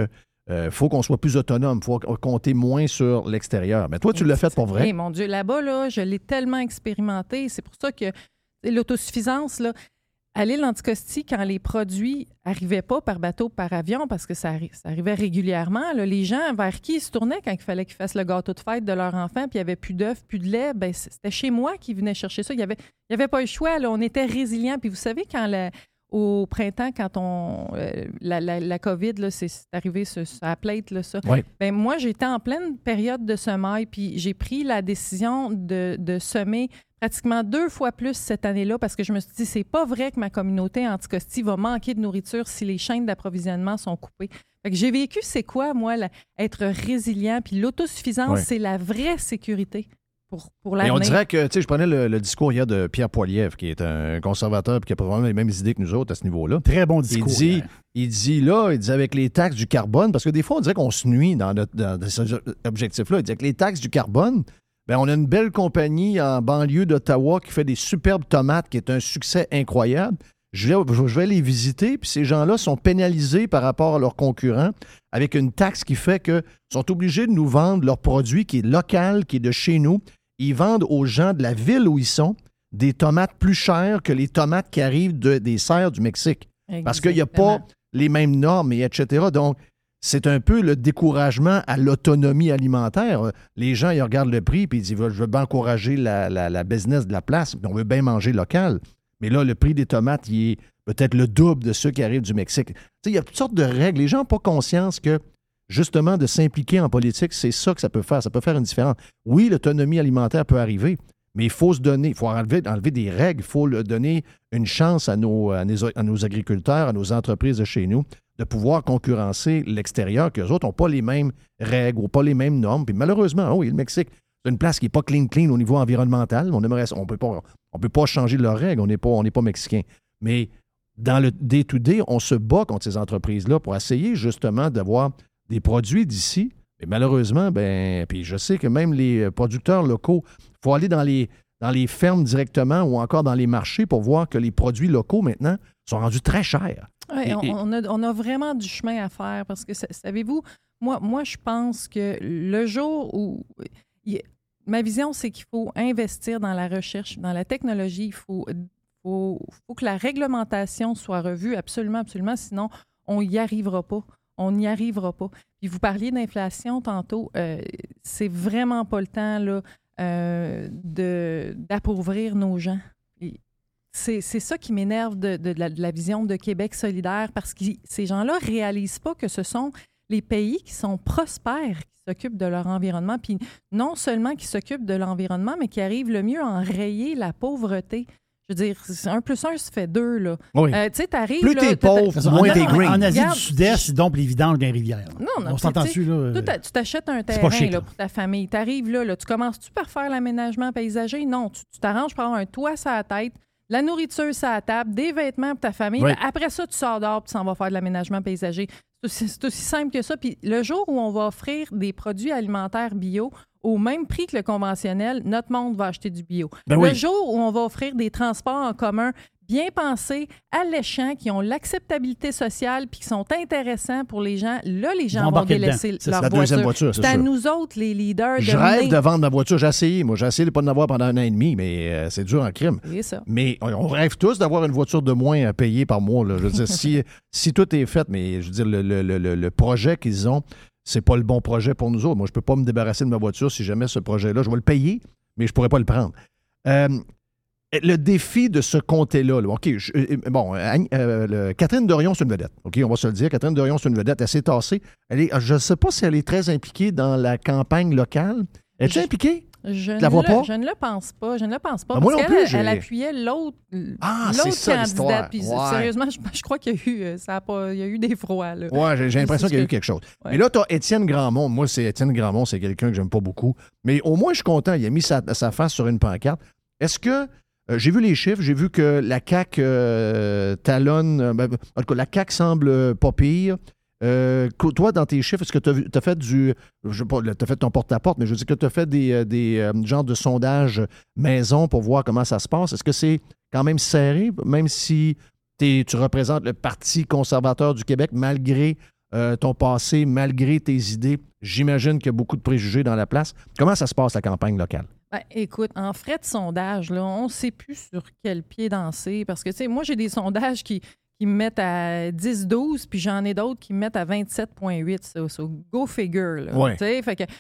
Speaker 4: il faut qu'on soit plus autonome, il faut compter moins sur l'extérieur. Mais toi, tu l'as fait pour vrai.
Speaker 15: Hey, mon Dieu, là-bas, là, je l'ai tellement expérimenté. C'est pour ça que l'autosuffisance, là, à l'île d'Anticosti, quand les produits n'arrivaient pas par bateau, par avion, parce que ça arrivait régulièrement, là, les gens vers qui ils se tournaient quand il fallait qu'ils fassent le gâteau de fête de leur enfant, puis il n'y avait plus d'œufs, plus de lait, ben c'était chez moi qu'ils venaient chercher ça. Il n'y avait pas le choix. Là. On était résilients. Puis vous savez, au printemps, quand la COVID, là, c'est arrivé sur la plate, là, ça.
Speaker 4: Ouais.
Speaker 15: Ben, moi, j'étais en pleine période de semaille, puis j'ai pris la décision de semer pratiquement 2 fois plus cette année-là parce que je me suis dit, c'est pas vrai que ma communauté Anticosti va manquer de nourriture si les chaînes d'approvisionnement sont coupées. Fait que j'ai vécu, c'est quoi, moi, être résilient, puis l'autosuffisance, c'est la vraie sécurité pour l'avenir.
Speaker 4: Et on dirait que, tu sais, je prenais le discours hier de Pierre Poilievre, qui est un conservateur et qui a probablement les mêmes idées que nous autres à ce niveau-là.
Speaker 5: Très bon discours.
Speaker 4: Il dit avec les taxes du carbone, parce que des fois, on dirait qu'on se nuit dans cet objectif-là. Il dit avec les taxes du carbone, ben, on a une belle compagnie en banlieue d'Ottawa qui fait des superbes tomates, qui est un succès incroyable. Je vais les visiter, puis ces gens-là sont pénalisés par rapport à leurs concurrents avec une taxe qui fait qu'ils sont obligés de nous vendre leur produit qui est local, qui est de chez nous. Ils vendent aux gens de la ville où ils sont des tomates plus chères que les tomates qui arrivent des serres du Mexique. Exactement. Parce qu'il n'y a pas les mêmes normes, et etc. Donc, c'est un peu le découragement à l'autonomie alimentaire. Les gens, ils regardent le prix et ils disent « Je veux bien encourager la business de la place, mais on veut bien manger local. » Mais là, le prix des tomates, il est peut-être le double de ceux qui arrivent du Mexique. Tu sais, il y a toutes sortes de règles. Les gens n'ont pas conscience que, justement, de s'impliquer en politique, c'est ça que ça peut faire. Ça peut faire une différence. Oui, l'autonomie alimentaire peut arriver, mais il faut se donner, il faut enlever des règles, il faut donner une chance à nos agriculteurs, à nos entreprises de chez nous, de pouvoir concurrencer l'extérieur, qu'eux autres n'ont pas les mêmes règles ou pas les mêmes normes. Puis malheureusement, oui, le Mexique, c'est une place qui n'est pas clean au niveau environnemental. On ne peut pas changer leurs règles, on n'est pas mexicain. Mais dans le day-to-day, on se bat contre ces entreprises-là pour essayer justement d'avoir des produits d'ici. Mais malheureusement, puis je sais que même les producteurs locaux, il faut aller dans les fermes directement ou encore dans les marchés pour voir que les produits locaux maintenant sont rendus très chers.
Speaker 15: Oui, on a vraiment du chemin à faire parce que, savez-vous, moi je pense que le jour où... ma vision, c'est qu'il faut investir dans la recherche, dans la technologie. Il faut que la réglementation soit revue absolument, absolument, sinon on n'y arrivera pas. On n'y arrivera pas. Puis vous parliez d'inflation tantôt. C'est vraiment pas le temps là, d'appauvrir nos gens. C'est ça qui m'énerve de la vision de Québec solidaire parce que ces gens-là ne réalisent pas que ce sont les pays qui sont prospères qui s'occupent de leur environnement, puis non seulement qui s'occupent de l'environnement, mais qui arrivent le mieux à enrayer la pauvreté. Je veux dire, 1 + 1, ça fait 2, là.
Speaker 4: Oui.
Speaker 15: Tu sais, t'arrives...
Speaker 5: Plus t'es pauvre, moins t'es green. En Asie du Sud-Est, c'est donc les vidanges d'un rivière.
Speaker 15: Non,
Speaker 5: on s'entend dessus, là.
Speaker 15: Tu t'achètes un terrain là, pour ta famille. T'arrives là, tu commences-tu par faire l'aménagement paysager? Non, tu t'arranges pour avoir un toit sur la tête, la nourriture sur la table, des vêtements pour ta famille. Oui. Après ça, tu sors dehors et tu s'en vas faire de l'aménagement paysager. C'est aussi simple que ça. Puis le jour où on va offrir des produits alimentaires bio au même prix que le conventionnel, notre monde va acheter du bio. Le jour où on va offrir des transports en commun bien pensés, alléchants, qui ont l'acceptabilité sociale puis qui sont intéressants pour les gens. Là, les gens vont délaisser leur
Speaker 4: la deuxième voiture.
Speaker 15: C'est à nous autres, les leaders,
Speaker 4: Je rêve de vendre ma voiture. J'ai essayé. Moi, j'ai essayé de ne pas en avoir pendant 1 an et demi, mais c'est dur en crime.
Speaker 15: C'est ça.
Speaker 4: Mais on rêve tous d'avoir une voiture de moins à payer par mois. Là. Je veux dire, si tout est fait, mais je veux dire, le projet qu'ils ont, c'est pas le bon projet pour nous autres. Moi, je peux pas me débarrasser de ma voiture si jamais ce projet-là, je vais le payer, mais je pourrais pas le prendre. Le défi de ce comté-là, OK, Catherine Dorion, c'est une vedette. OK, on va se le dire. Catherine Dorion, c'est une vedette. Elle s'est tassée. Je ne sais pas si elle est très impliquée dans la campagne locale. Es-tu impliquée?
Speaker 15: Je
Speaker 4: ne la vois pas?
Speaker 15: Je ne le pense pas.
Speaker 4: Moi non plus,
Speaker 15: elle appuyait l'autre candidate. Puis, sérieusement, je crois qu'il y a eu des froids.
Speaker 4: Oui, j'ai l'impression qu'il y a eu quelque chose. Ouais. Mais là, tu as Étienne Grandmont. Moi, Étienne Grandmont, c'est quelqu'un que j'aime pas beaucoup. Mais au moins, je suis content. Il a mis sa face sur une pancarte. Est-ce que... j'ai vu les chiffres, j'ai vu que la CAQ talonne... en tout cas, la CAQ semble pas pire. Toi, dans tes chiffres, est-ce que tu as fait tu as fait ton porte-à-porte, mais je veux dire que tu as fait des genres de sondages maison pour voir comment ça se passe. Est-ce que c'est quand même serré, même si tu représentes le Parti conservateur du Québec, malgré ton passé, malgré tes idées? J'imagine qu'il y a beaucoup de préjugés dans la place. Comment ça se passe, la campagne locale?
Speaker 15: Ben, écoute, en frais de sondage, là, on ne sait plus sur quel pied danser parce que, tu sais, moi, j'ai des sondages qui me mettent à 10-12, puis j'en ai d'autres qui me mettent à 27,8. So go figure, là.
Speaker 4: Ouais.
Speaker 15: Tu sais, fait que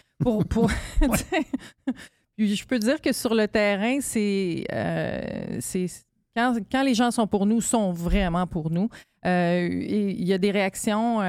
Speaker 15: puis je peux dire que sur le terrain, c'est quand les gens sont pour nous, sont vraiment pour nous. Il y a des réactions...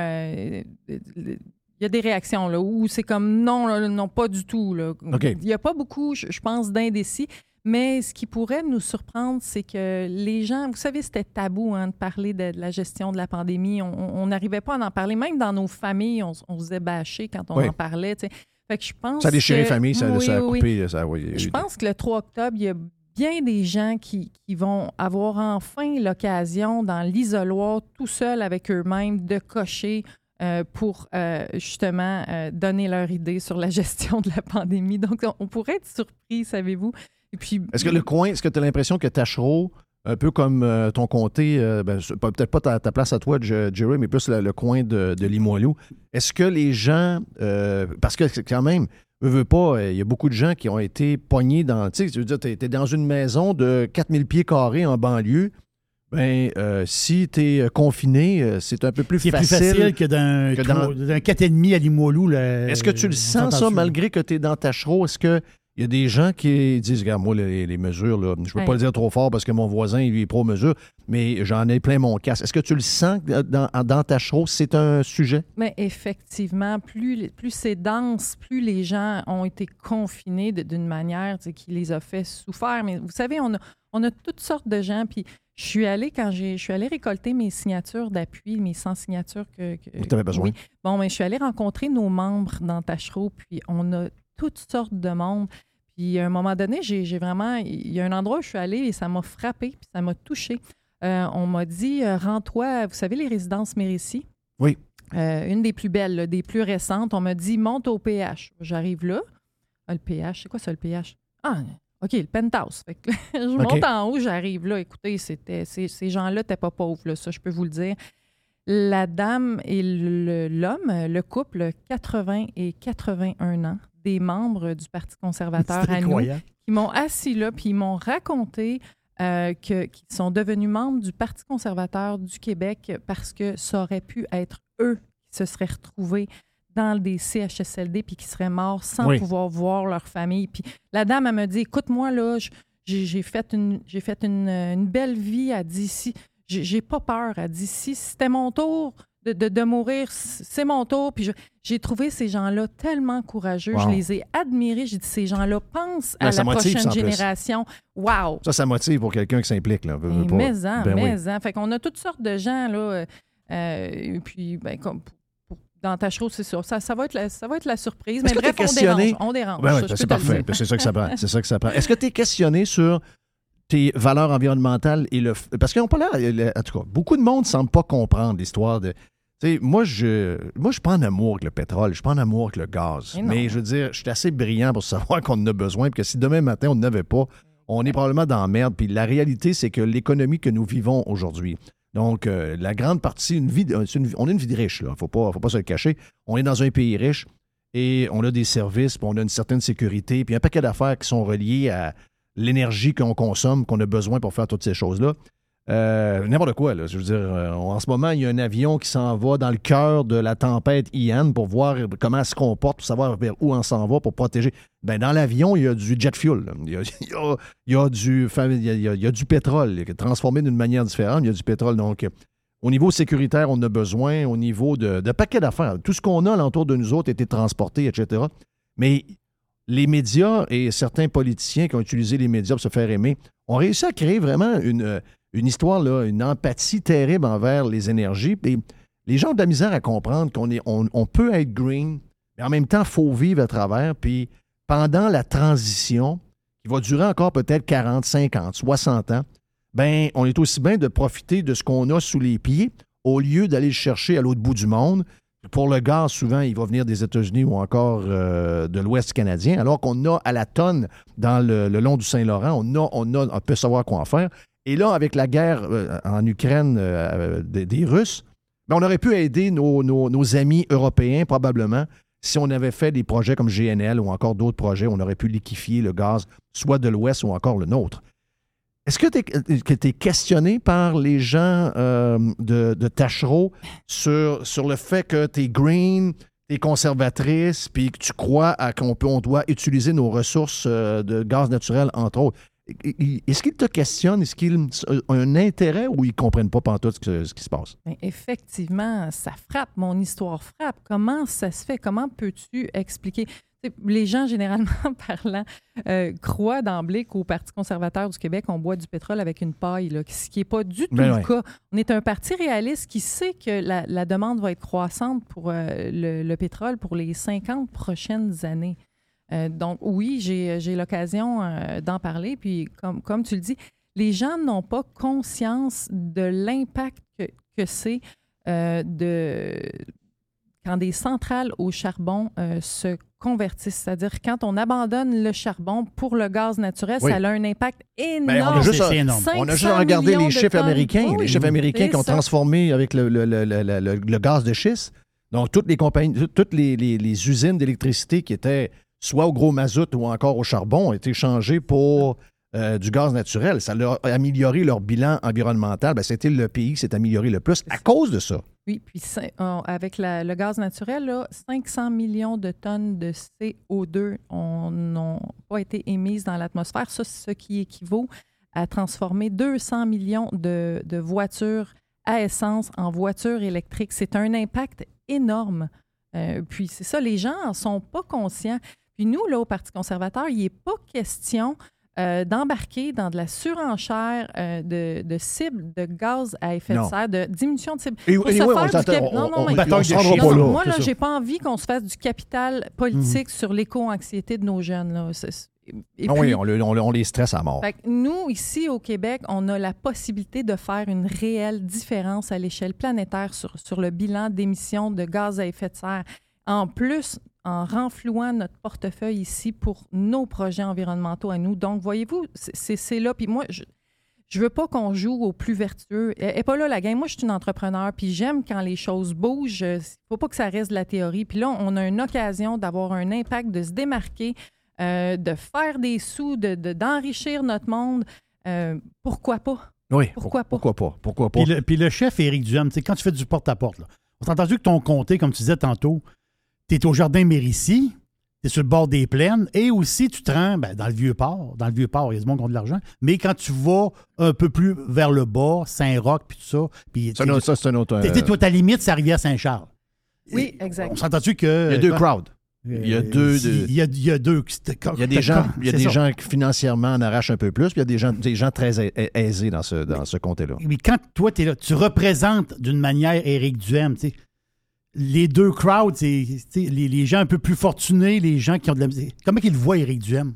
Speaker 15: Il y a des réactions là, où c'est comme non, pas du tout. Là.
Speaker 4: Okay.
Speaker 15: Il n'y a pas beaucoup, je pense, d'indécis. Mais ce qui pourrait nous surprendre, c'est que les gens, vous savez, c'était tabou de parler de la gestion de la pandémie. On n'arrivait pas à en parler. Même dans nos familles, on se faisait bâcher quand on en parlait. T'sais. Fait que je pense
Speaker 4: ça a déchiré les familles, ça a coupé.
Speaker 15: Je pense que le 3 octobre, il y a bien des gens qui vont avoir enfin l'occasion, dans l'isoloir, tout seul avec eux-mêmes, de cocher pour justement donner leur idée sur la gestion de la pandémie. Donc, on pourrait être surpris, savez-vous. Et puis,
Speaker 4: est-ce que tu as l'impression que Tachereau, un peu comme ton comté, peut-être pas ta place à toi, Jerry, mais plus le coin de Limoilou, est-ce que les gens, parce que quand même, veux pas, il y a beaucoup de gens qui ont été pognés dans, tu sais, je veux dire, t'es dans une maison de 4000 pieds carrés en banlieue. Ben, si tu es confiné, c'est un peu plus facile.
Speaker 5: C'est plus facile que d'un 4,5 à Limoilou.
Speaker 4: Est-ce que tu le sens, ça, malgré que tu es dans Tachereau? Est-ce qu'il y a des gens qui disent, regarde, moi, les mesures, là, je ne veux pas le dire trop fort parce que mon voisin, lui, est pro-mesure, mais j'en ai plein mon casque. Est-ce que tu le sens dans Tachereau? C'est un sujet?
Speaker 15: Mais effectivement, plus c'est dense, plus les gens ont été confinés d'une manière qui les a fait souffrir. Mais vous savez, on a toutes sortes de gens, puis je suis allée récolter mes signatures d'appui, mes 100 signatures que
Speaker 4: tu avais besoin.
Speaker 15: Oui. Bon, mais je suis allée rencontrer nos membres dans Tachereau, puis on a toutes sortes de monde. Puis à un moment donné, j'ai vraiment... Il y a un endroit où je suis allée et ça m'a frappée, puis ça m'a touchée. On m'a dit, rends-toi, vous savez, les résidences Mérissi?
Speaker 4: Oui.
Speaker 15: Une des plus belles, là, des plus récentes. On m'a dit, monte au PH. J'arrive là. Le PH, c'est quoi ça, le PH? Ah, OK, le penthouse. Fait que je monte en haut, j'arrive là. Écoutez, ces gens-là n'étaient pas pauvres, là, ça, je peux vous le dire. La dame et l'homme, le couple, 80 et 81 ans, des membres du Parti conservateur à nous, qui m'ont assis là, puis ils m'ont raconté qu'ils sont devenus membres du Parti conservateur du Québec parce que ça aurait pu être eux qui se seraient retrouvés dans des CHSLD puis qui seraient morts sans pouvoir voir leur famille. Puis la dame, elle me dit, écoute-moi, là, j'ai fait une belle vie. Elle dit, si j'ai pas peur. Elle dit, si c'était mon tour de mourir, c'est mon tour. Puis j'ai trouvé ces gens-là tellement courageux. Wow. Je les ai admirés. J'ai dit, ces gens-là pensent à la prochaine génération. Wow!
Speaker 4: Ça motive pour quelqu'un qui s'implique. Là.
Speaker 15: Mais Fait qu'on a toutes sortes de gens, là. Et puis, ben, comme... Dans Tachereau, c'est sûr. Ça va être la surprise. Mais bref, on dérange.
Speaker 4: Ben oui, c'est parfait. C'est ça que ça prend. Est-ce que tu es questionné sur tes valeurs environnementales et parce qu'ils n'ont pas l'air... En tout cas, beaucoup de monde ne semble pas comprendre l'histoire de... Tu sais, moi, je suis pas en amour avec le pétrole, je suis pas en amour avec le gaz. Mais je veux dire, je suis assez brillant pour savoir qu'on en a besoin, puis que si demain matin, on n'en avait pas, on est probablement dans la merde. Puis la réalité, c'est que l'économie que nous vivons aujourd'hui, donc la grande partie, on a une vie de riche, là. Faut pas se le cacher. On est dans un pays riche et on a des services, puis on a une certaine sécurité, puis un paquet d'affaires qui sont reliées à l'énergie qu'on consomme, qu'on a besoin pour faire toutes ces choses-là. N'importe quoi, là. Je veux dire, en ce moment, il y a un avion qui s'en va dans le cœur de la tempête Ian pour voir comment elle se comporte, pour savoir vers où on s'en va pour protéger. Ben, dans l'avion, il y a du jet fuel. Il y a du pétrole transformé d'une manière différente. Il y a du pétrole. Donc, au niveau sécuritaire, on a besoin. Au niveau de paquets d'affaires, tout ce qu'on a alentour de nous autres a été transporté, etc. Mais les médias et certains politiciens qui ont utilisé les médias pour se faire aimer ont réussi à créer vraiment une histoire, là, une empathie terrible envers les énergies. Et les gens ont de la misère à comprendre qu'on peut être green, mais en même temps, il faut vivre à travers. Puis pendant la transition, qui va durer encore peut-être 40, 50, 60 ans, ben on est aussi bien de profiter de ce qu'on a sous les pieds au lieu d'aller le chercher à l'autre bout du monde. Pour le gaz, souvent, il va venir des États-Unis ou encore de l'Ouest canadien, alors qu'on a à la tonne dans le long du Saint-Laurent, on peut savoir quoi en faire. Et là, avec la guerre en Ukraine des Russes, ben, on aurait pu aider nos amis européens, probablement, si on avait fait des projets comme GNL ou encore d'autres projets, on aurait pu liquéfier le gaz, soit de l'Ouest ou encore le nôtre. Est-ce que tu es questionné par les gens de Tachereau sur le fait que tu es green, tu es conservatrice, puis que tu crois qu'on doit utiliser nos ressources de gaz naturel, entre autres? Est-ce qu'ils te questionnent? Est-ce qu'ils ont un intérêt ou ils ne comprennent pas pantoute ce qui se passe?
Speaker 15: Bien, effectivement, ça frappe. Mon histoire frappe. Comment ça se fait? Comment peux-tu expliquer? Les gens, généralement parlant, croient d'emblée qu'au Parti conservateur du Québec, on boit du pétrole avec une paille, là, ce qui n'est pas du tout le cas. On est un parti réaliste qui sait que la demande va être croissante pour le pétrole pour les 50 prochaines années. Donc, oui, j'ai l'occasion d'en parler. Puis, comme tu le dis, les gens n'ont pas conscience de l'impact que c'est quand des centrales au charbon se convertissent. C'est-à-dire, quand on abandonne le charbon pour le gaz naturel, ça a un impact énorme.
Speaker 4: Ben, on a juste regardé les chiffres américains. Les chiffres américains qui ont transformé avec le gaz de schiste. Donc, toutes les compagnies, toutes les usines d'électricité qui étaient soit au gros mazout ou encore au charbon, ont été changés pour du gaz naturel. Ça a amélioré leur bilan environnemental. Ben, c'était le pays qui s'est amélioré le plus à cause de ça.
Speaker 15: Oui, puis avec le gaz naturel, là, 500 millions de tonnes de CO2 n'ont pas été émises dans l'atmosphère. Ça, c'est ce qui équivaut à transformer 200 millions de voitures à essence en voitures électriques. C'est un impact énorme. Puis c'est ça, les gens n'en sont pas conscients. Puis nous, là, au Parti conservateur, il n'est pas question d'embarquer dans de la surenchère de cibles de gaz à effet de serre, de diminution de cibles. Moi, là, j'ai pas envie qu'on se fasse du capital politique sur l'éco-anxiété de nos jeunes. Là.
Speaker 4: Oui, on les stresse à mort.
Speaker 15: Fait que nous, ici au Québec, on a la possibilité de faire une réelle différence à l'échelle planétaire sur le bilan d'émissions de gaz à effet de serre. En plus, en renflouant notre portefeuille ici pour nos projets environnementaux à nous. Donc, voyez-vous, c'est là. Puis moi, je veux pas qu'on joue au plus vertueux. Elle n'est pas là, la game. Moi, je suis une entrepreneur, puis j'aime quand les choses bougent. Il ne faut pas que ça reste de la théorie. Puis là, on a une occasion d'avoir un impact, de se démarquer, de faire des sous, d'enrichir notre monde. Pourquoi pas?
Speaker 4: Oui,
Speaker 15: pourquoi
Speaker 4: pas?
Speaker 5: Puis le chef Éric Duhem, quand tu fais du porte-à-porte, là, on s'est entendu que ton comté, comme tu disais tantôt, tu es au Jardin Mérici, tu es sur le bord des plaines, et aussi tu te rends dans le Vieux-Port. Dans le Vieux-Port, il y a du monde qui ont de l'argent. Mais quand tu vas un peu plus vers le bas, Saint-Roch, puis tout ça... c'est un autre... Toi, ta limite, c'est la rivière Saint-Charles.
Speaker 15: Oui, exact.
Speaker 5: On s'est entendu que...
Speaker 4: Il y a deux crowds. Il y a deux...
Speaker 5: Il y a deux...
Speaker 4: Il y a des gens qui financièrement en arrachent un peu plus, puis il y a des gens très aisés dans ce comté-là.
Speaker 5: Mais quand toi, tu es là, tu représentes d'une manière Éric Duhem, tu sais. Les deux crowds, c'est les gens un peu plus fortunés, les gens qui ont de la musique. Comment ils le voient, Éric Duhem?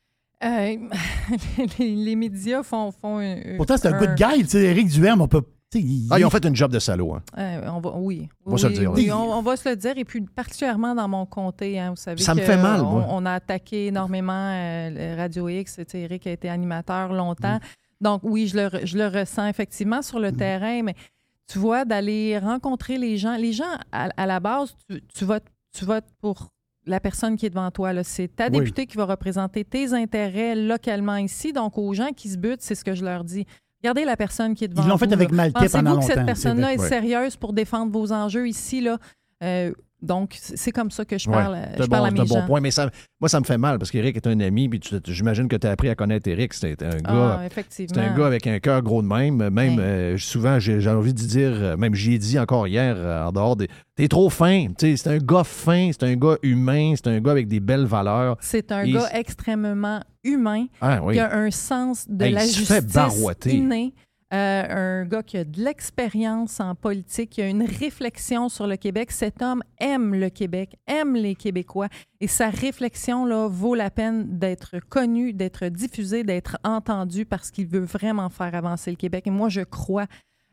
Speaker 15: Les médias font
Speaker 5: pourtant, c'est un good guy. Éric Duhem,
Speaker 4: Ils ont fait une job de salaud. Hein.
Speaker 15: On va
Speaker 4: se le dire.
Speaker 15: Oui, on va se le dire. Et puis, particulièrement dans mon comté, vous savez
Speaker 4: ça me fait mal, moi.
Speaker 15: On a attaqué énormément Radio X. Eric a été animateur longtemps. Donc, oui, je le ressens effectivement sur le terrain, mais tu vois, d'aller rencontrer les gens. Les gens, à la base, tu votes pour la personne qui est devant toi. Là. C'est ta députée qui va représenter tes intérêts localement ici. Donc, aux gens qui se butent, c'est ce que je leur dis. Regardez la personne qui est devant vous.
Speaker 5: Ils l'ont fait avec Maltais pendant longtemps.
Speaker 15: Pensez-vous que cette personne-là est sérieuse pour défendre vos enjeux ici, là? Donc, c'est comme ça que je parle, à mes gens.
Speaker 4: C'est un bon point, mais moi, ça me fait mal parce qu'Éric est un ami, puis j'imagine que tu as appris à connaître Éric. C'est un gars, c'est un gars avec un cœur gros de même. Souvent, j'ai envie de dire, même j'y ai dit encore hier, en dehors des... T'es trop fin. C'est un gars fin, c'est un gars humain, c'est un gars avec des belles valeurs.
Speaker 15: C'est un gars extrêmement humain qui a un sens de la justice inné. Un gars qui a de l'expérience en politique, qui a une réflexion sur le Québec. Cet homme aime le Québec, aime les Québécois. Et sa réflexion là, vaut la peine d'être connue, d'être diffusée, d'être entendue parce qu'il veut vraiment faire avancer le Québec. Et moi, je crois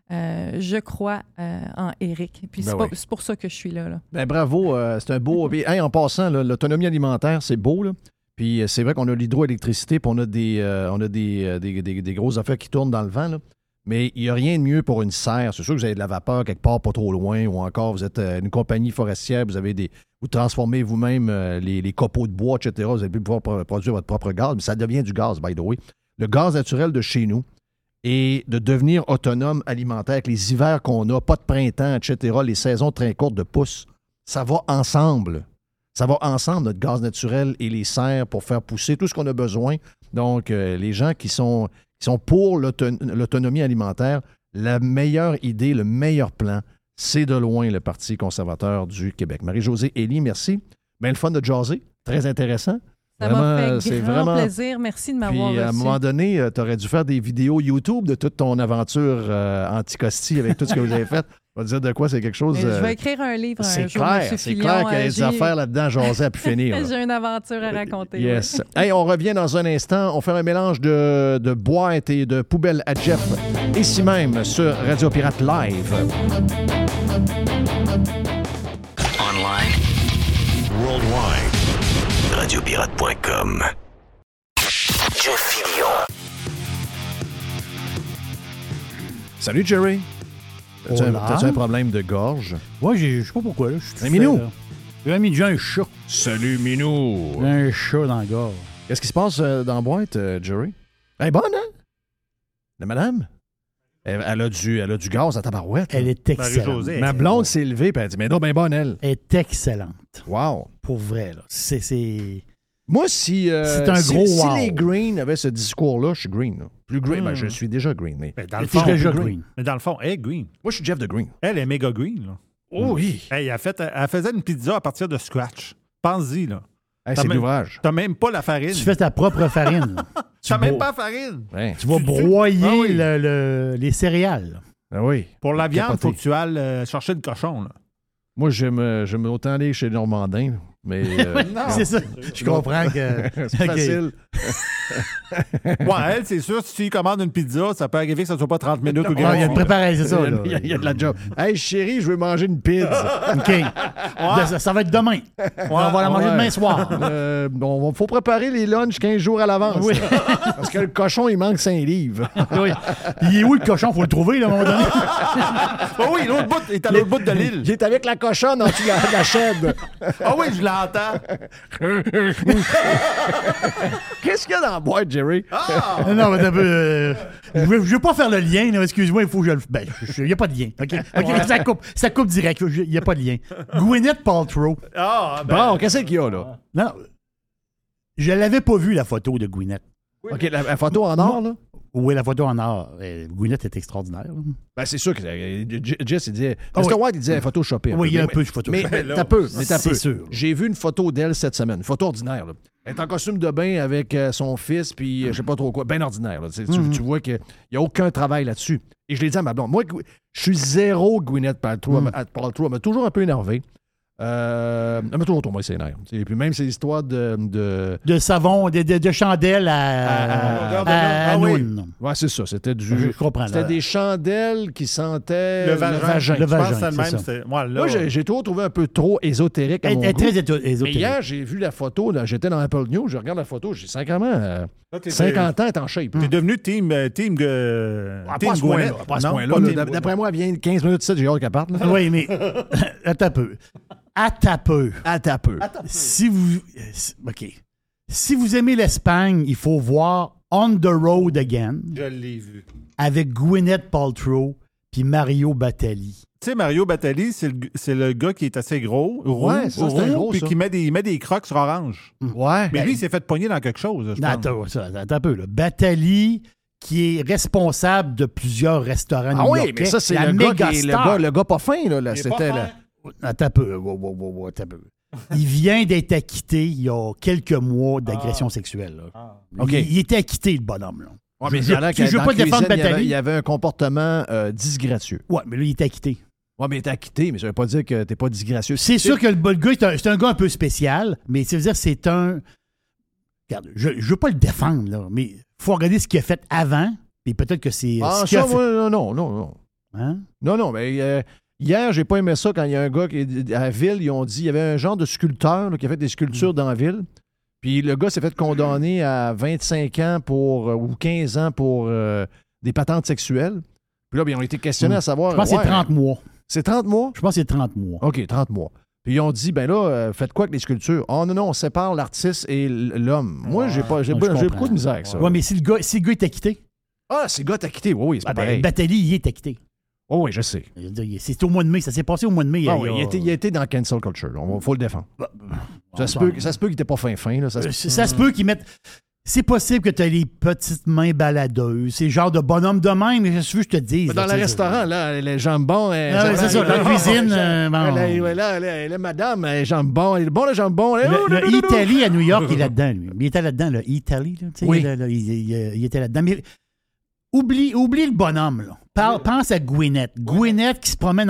Speaker 15: en Éric. Puis c'est pour ça que je suis là.
Speaker 4: Ben, bravo, c'est un beau... en passant, là, l'autonomie alimentaire, c'est beau, là. Puis c'est vrai qu'on a l'hydroélectricité, puis on a des grosses affaires qui tournent dans le vent, là. Mais il n'y a rien de mieux pour une serre. C'est sûr que vous avez de la vapeur quelque part pas trop loin, ou encore vous êtes une compagnie forestière, vous transformez vous-même les copeaux de bois, etc. Vous allez plus pouvoir produire votre propre gaz, mais ça devient du gaz, by the way. Le gaz naturel de chez nous et de devenir autonome alimentaire avec les hivers qu'on a, pas de printemps, etc., les saisons très courtes de pousse, ça va ensemble. Ça va ensemble, notre gaz naturel et les serres pour faire pousser tout ce qu'on a besoin. Donc, les gens qui sont pour l'autonomie alimentaire, la meilleure idée, le meilleur plan, c'est de loin le Parti conservateur du Québec. Marie-Josée Elie, merci. Bien le fun de jaser. Très intéressant.
Speaker 15: Ça m'a fait grand plaisir. Merci de m'avoir reçu.
Speaker 4: À un moment donné, tu aurais dû faire des vidéos YouTube de toute ton aventure anti-Costi avec tout ce que vous avez fait. On va dire de quoi c'est quelque chose...
Speaker 15: je vais écrire un livre un jour,
Speaker 4: c'est clair qu'il y a des affaires là-dedans, jaser à pu finir.
Speaker 15: J'ai une aventure à raconter.
Speaker 4: Yes. Hey, on revient dans un instant. On fait un mélange de boîtes et de poubelles à Jeff. Ici même, sur Radio Pirate Live.
Speaker 9: Online. Worldwide. Radiopirate.com. Jeff Fillion.
Speaker 4: Salut, Jerry. T'as-tu un problème de gorge?
Speaker 5: Ouais, je sais pas pourquoi. Là.
Speaker 4: Un minou.
Speaker 5: J'ai un chat.
Speaker 4: Salut, minou.
Speaker 5: J'ai un chat dans la gorge.
Speaker 4: Qu'est-ce qui se passe dans la boîte, Jerry? Elle est bonne, hein? La madame? Elle a du gaz à tabarouette.
Speaker 5: Elle est excellente.
Speaker 4: Ma blonde s'est levée et elle a dit, mais non, bien bonne, elle.
Speaker 5: Elle est excellente.
Speaker 4: Wow.
Speaker 5: Pour vrai, là. C'est...
Speaker 4: Moi, si les Green avaient ce discours-là, je suis Green. Là. Plus Green, je suis déjà Green. Mais
Speaker 6: dans le fond, déjà green. Mais dans le fond, elle est Green.
Speaker 4: Moi, je suis Jeff de Green.
Speaker 6: Elle est méga Green. Là.
Speaker 4: Oh oui.
Speaker 6: Hey, elle faisait une pizza à partir de scratch. Pense-y, là.
Speaker 4: Hey, c'est de l'ouvrage.
Speaker 6: T'as même pas la farine.
Speaker 5: Tu fais ta propre farine.
Speaker 6: T'as même pas la farine.
Speaker 5: Ouais. Tu vas broyer les céréales.
Speaker 4: Ah oui.
Speaker 6: Pour la viande, il faut que tu ailles chercher le cochon. Là.
Speaker 4: Moi, j'aime autant aller chez Normandin. Mais
Speaker 5: c'est ça. Je comprends que
Speaker 4: c'est facile.
Speaker 6: Elle, c'est sûr, si tu commandes une pizza, ça peut arriver que ça ne soit pas 30 minutes ou
Speaker 5: il y a de préparer, c'est ça.
Speaker 4: Il y a de la job. Hey, chérie, je veux manger une pizza.
Speaker 5: OK. Ça va être demain. On va la manger demain soir.
Speaker 4: Il faut préparer les lunchs 15 jours à l'avance. Oui. Parce que le cochon, il manque 5 livres.
Speaker 5: Oui. Il est où le cochon? Il faut le trouver, là, à un moment donné.
Speaker 6: Oui, l'autre bout, il est à l'autre bout de l'île.
Speaker 4: Il est avec la cochonne en dessous de la chaîne.
Speaker 6: Ah oui, je l'entends.
Speaker 4: Qu'est-ce qu'il y a dans la boîte, Jerry?
Speaker 5: Non, mais je veux pas faire le lien. Là, excuse-moi, il faut que je le... il n'y a pas de lien. OK? Ça coupe direct. Il n'y a pas de lien. Gwyneth Paltrow.
Speaker 4: Bon, qu'est-ce qu'il y a, là?
Speaker 5: Non, je l'avais pas vu, la photo de Gwyneth.
Speaker 4: OK, la photo en or, là?
Speaker 5: Oui, la photo en or. Gwyneth est extraordinaire.
Speaker 4: Ben, c'est sûr que Jess, il disait... Mr. White, il disait photoshopé.
Speaker 5: Oui, il y a un peu de photoshopé.
Speaker 4: Mais t'as peu.
Speaker 5: C'est sûr.
Speaker 4: J'ai vu une photo d'elle cette semaine. Une photo ordinaire, là. Elle est en costume de bain avec son fils, puis je sais pas trop quoi. Bien ordinaire, là. Tu vois qu'il n'y a aucun travail là-dessus. Et je l'ai dit à ma blonde. Moi, je suis zéro Gwyneth Paltrow. Elle m'a toujours un peu énervé. Mets-toi autour, moi, c'est nerfs. Et puis même, c'est l'histoire de
Speaker 5: savon, de chandelles à Noun.
Speaker 4: Ouais, c'est ça. C'était du.
Speaker 5: Je comprends.
Speaker 4: C'était des chandelles qui sentaient
Speaker 6: le vagin.
Speaker 5: Le vagin,
Speaker 6: je pense que
Speaker 5: c'est
Speaker 6: c'est le même.
Speaker 4: Moi, j'ai toujours trouvé un peu trop ésotérique à mon goût.
Speaker 5: Très ésotérique.
Speaker 4: Mais hier, j'ai vu la photo. Là, j'étais dans Apple News. Je regarde la photo. J'ai 50 ans, t'es en shape.
Speaker 6: T'es devenu team
Speaker 4: pas à ce point-là. Pas à ce point-là. D'après moi, elle vient 15 minutes de ça, j'ai hâte qu'elle parte.
Speaker 5: Oui, mais attends un peu. Si vous aimez l'Espagne, il faut voir On the Road Again.
Speaker 6: Je l'ai vu.
Speaker 5: Avec Gwyneth Paltrow puis Mario Batali.
Speaker 6: Tu sais, Mario Batali, c'est le gars qui est assez gros,
Speaker 4: ouais, c'est un gros,
Speaker 6: puis qui met des crocs sur orange.
Speaker 4: Ouais.
Speaker 6: Mais lui, il s'est fait pogner dans quelque chose, je pense.
Speaker 5: Attends un peu. Là. Batali, qui est responsable de plusieurs restaurants new-yorkais.
Speaker 4: Ah oui, mais ça, c'est le gars pas fin. Là. C'était là.
Speaker 5: Attends un peu. Il vient d'être acquitté il y a quelques mois d'agression sexuelle. Là.
Speaker 4: Okay.
Speaker 5: Il était acquitté, le bonhomme. Là.
Speaker 4: Ouais, mais je veux pas défendre Batali. Il y avait un comportement disgracieux.
Speaker 5: Ouais, mais là, il était acquitté.
Speaker 4: Ouais, mais t'es acquitté, mais ça veut pas dire que t'es pas disgracieux.
Speaker 5: C'est sûr que le gars, c'est un gars un peu spécial, mais ça veut dire que c'est un... Regarde, je veux pas le défendre, là, mais il faut regarder ce qu'il a fait avant, puis peut-être que c'est...
Speaker 4: Ah, ça, non.
Speaker 5: Hein?
Speaker 4: Non, mais... Hier, j'ai pas aimé ça quand il y a un gars à la ville, ils ont dit, il y avait un genre de sculpteur là, qui a fait des sculptures dans la ville. Puis le gars s'est fait condamner à 25 ans ou 15 ans pour des patentes sexuelles. Puis là, ils ont été questionnés à savoir...
Speaker 5: Je pense que c'est 30 mois.
Speaker 4: C'est 30 mois?
Speaker 5: Je pense que c'est 30 mois.
Speaker 4: OK, 30 mois. Puis ils ont dit, ben là, faites quoi avec les sculptures? Oh non, on sépare l'artiste et l'homme. Moi, j'ai beaucoup de misère avec ça.
Speaker 5: Ouais, mais si le gars est acquitté...
Speaker 4: Ah, si le gars est acquitté, oui, c'est pas pareil.
Speaker 5: Batali, il est acquitté.
Speaker 4: Oh oui, je sais.
Speaker 5: C'est au mois de mai. Ça s'est passé au mois de mai.
Speaker 4: Il a été dans cancel culture. Il faut le défendre. Ça se peut qu'il n'était pas fin. Là. Ça
Speaker 5: se peut qu'il mette... C'est possible que tu aies les petites mains baladeuses. C'est le genre de bonhomme de même, mais je te dis.
Speaker 4: Dans le restaurant, là, les jambons...
Speaker 5: c'est ça, dans la cuisine...
Speaker 4: La madame, les jambons... Il est bon, le jambon.
Speaker 5: Le Italie à New York, il est là-dedans, lui. Il était là-dedans, le Italie.
Speaker 4: Oui.
Speaker 5: Il était là-dedans. Mais oublie le bonhomme, là. Pense à Gwyneth. Gwyneth qui se promène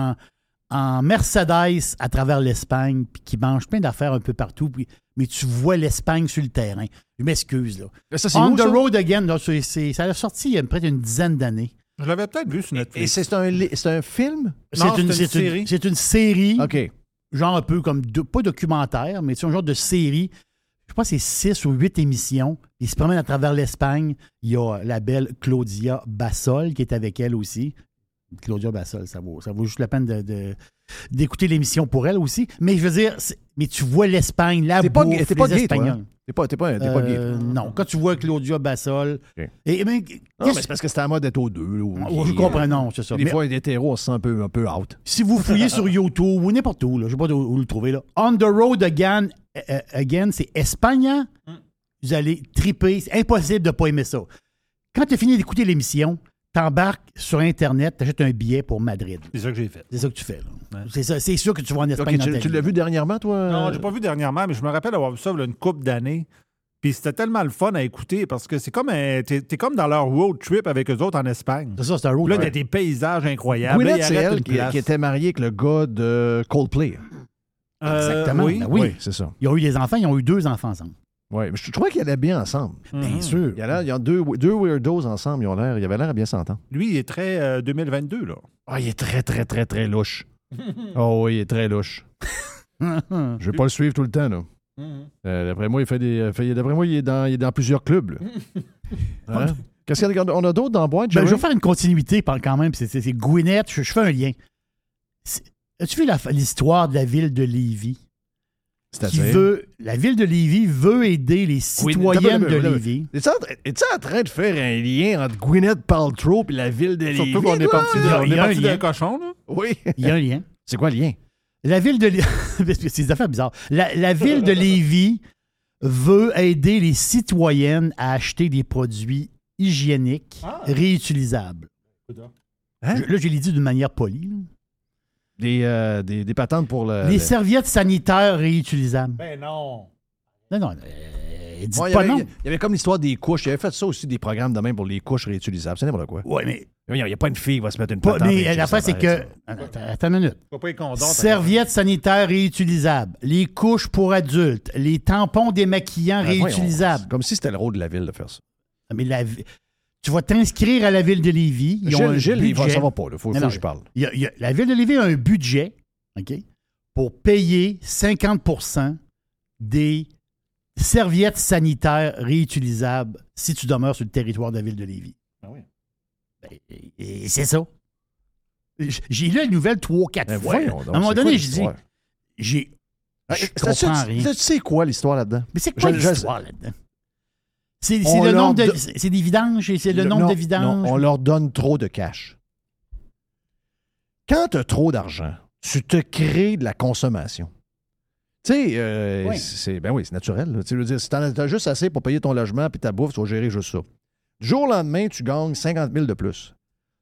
Speaker 5: en Mercedes à travers l'Espagne, puis qui mange plein d'affaires un peu partout, mais tu vois l'Espagne sur le terrain. Je m'excuse, là.
Speaker 4: Ça,
Speaker 5: On the Road Again, là, ça a sorti il y a près d'une dizaine d'années.
Speaker 6: Je l'avais peut-être vu sur Netflix.
Speaker 4: Et c'est un film?
Speaker 6: Non, c'est une série.
Speaker 5: C'est une série.
Speaker 4: OK.
Speaker 5: Genre un peu comme, pas documentaire, mais c'est un genre de série. Je pense que c'est 6 ou 8 émissions. Il se promène à travers l'Espagne. Il y a la belle Claudia Bassol qui est avec elle aussi. Claudia Bassol, ça vaut juste la peine d'écouter l'émission pour elle aussi. Mais je veux dire, mais tu vois l'Espagne, la bouffe,
Speaker 4: t'es pas
Speaker 5: les
Speaker 4: gay,
Speaker 5: Espagnols.
Speaker 4: Toi, T'es pas gay.
Speaker 5: Non, quand tu vois Claudia Bassol...
Speaker 4: Okay.
Speaker 5: Mais
Speaker 4: c'est parce que c'était à mode d'être aux deux.
Speaker 5: Je comprends, non, c'est ça.
Speaker 4: Des fois, les hétéros, on se sent un peu out.
Speaker 5: Si vous fouillez sur YouTube ou n'importe où, là, je ne sais pas où le trouver, là. On the Road Again, c'est espagnol. Vous allez triper. C'est impossible de ne pas aimer ça. Quand tu as fini d'écouter l'émission, t'embarques sur Internet, t'achètes un billet pour Madrid.
Speaker 6: C'est ça que j'ai fait.
Speaker 5: C'est ça que tu fais. Là. Ouais. C'est sûr que tu vas en Espagne.
Speaker 4: Okay, tu l'as vu dernièrement, toi?
Speaker 6: Non, j'ai pas vu dernièrement, mais je me rappelle avoir vu ça il y a une couple d'années. Puis c'était tellement le fun à écouter parce que c'est comme t'es comme dans leur road trip avec eux autres en Espagne.
Speaker 5: C'est ça, c'est un road
Speaker 6: trip.
Speaker 5: Là,
Speaker 6: il y a des paysages incroyables.
Speaker 4: Gwyneth, c'est elle qui était mariée avec le gars de Coldplay.
Speaker 5: Exactement. Oui,
Speaker 4: c'est ça.
Speaker 5: Ils ont eu des enfants, ils ont eu 2 enfants ensemble.
Speaker 4: Oui, mais je trouvais qu'ils allaient bien ensemble.
Speaker 5: Bien sûr.
Speaker 4: Il y a deux weirdos ensemble. Il avait l'air à bien s'entendre.
Speaker 6: Lui, il est très 2022, là.
Speaker 4: Ah, il est très, très, très, très louche. Oh oui, il est très louche. Je vais pas le suivre tout le temps, là. D'après moi, il est dans plusieurs clubs. Hein? Qu'est-ce qu'on a d'autre dans la boîte?
Speaker 5: Je vais faire une continuité quand même. C'est Gwyneth. Je fais un lien. As-tu vu l'histoire de la ville de Lévis? La ville de Lévis veut aider les citoyennes de Lévis.
Speaker 4: Es-tu en train de faire un lien entre Gwyneth Paltrow et la ville de Lévis?
Speaker 6: Surtout qu'on est parti d'un cochon, là.
Speaker 4: Oui.
Speaker 5: Il y a un lien.
Speaker 4: C'est quoi le lien?
Speaker 5: La ville de Lévis... C'est des affaires bizarres. La ville de Lévis veut aider les citoyennes à acheter des produits hygiéniques réutilisables.
Speaker 4: Hein?
Speaker 5: Là, je l'ai dit d'une manière polie.
Speaker 4: Des patentes pour
Speaker 5: les serviettes sanitaires réutilisables.
Speaker 6: Ben non.
Speaker 5: Non. dites pas non.
Speaker 4: Il y avait comme l'histoire des couches. Il avait fait ça aussi, des programmes de même pour les couches réutilisables. C'est n'importe quoi.
Speaker 5: Oui, mais...
Speaker 4: Il n'y a pas une fille qui va se mettre une patente.
Speaker 5: Mais l'affaire, c'est que... Attends une minute. Serviettes sanitaires réutilisables, les couches pour adultes, les tampons démaquillants réutilisables.
Speaker 4: Comme si c'était le rôle de la ville de faire ça.
Speaker 5: Mais tu vas t'inscrire à la ville de Lévis.
Speaker 4: Gilles, ça va pas. Il faut que je parle.
Speaker 5: La ville de Lévis a un budget, OK, pour payer 50% des serviettes sanitaires réutilisables si tu demeures sur le territoire de la ville de Lévis.
Speaker 4: Ah oui.
Speaker 5: Et c'est ça. J'ai lu la nouvelle 3-4 fois. À un moment donné, je dis... Je comprends rien.
Speaker 4: Tu sais quoi l'histoire là-dedans?
Speaker 5: Mais c'est quoi l'histoire là-dedans? C'est le nombre de... C'est des vidanges et c'est le nombre de vidanges.
Speaker 4: Non, on leur donne trop de cash. Quand tu as trop d'argent, tu te crées de la consommation. Tu sais, c'est naturel. Tu veux dire, si tu as juste assez pour payer ton logement et ta bouffe, tu vas gérer juste ça. Du jour au lendemain, tu gagnes 50 000 de plus.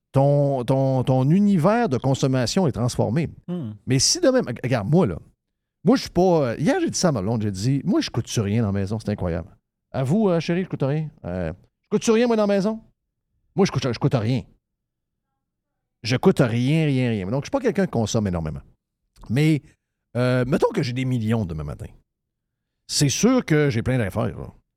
Speaker 4: Ton univers de consommation est transformé. Mais si demain... Regarde, moi, je suis pas... Hier, j'ai dit ça à ma blonde. J'ai dit, moi, je coûte sur rien dans la maison. C'est incroyable. À vous, chérie, je coûte rien. Je coûte sur rien, moi, dans la maison? Moi, je coûte rien. Je coûte rien. Donc, je suis pas quelqu'un qui consomme énormément. Mais, mettons que j'ai des millions demain matin. C'est sûr que j'ai plein d'affaires,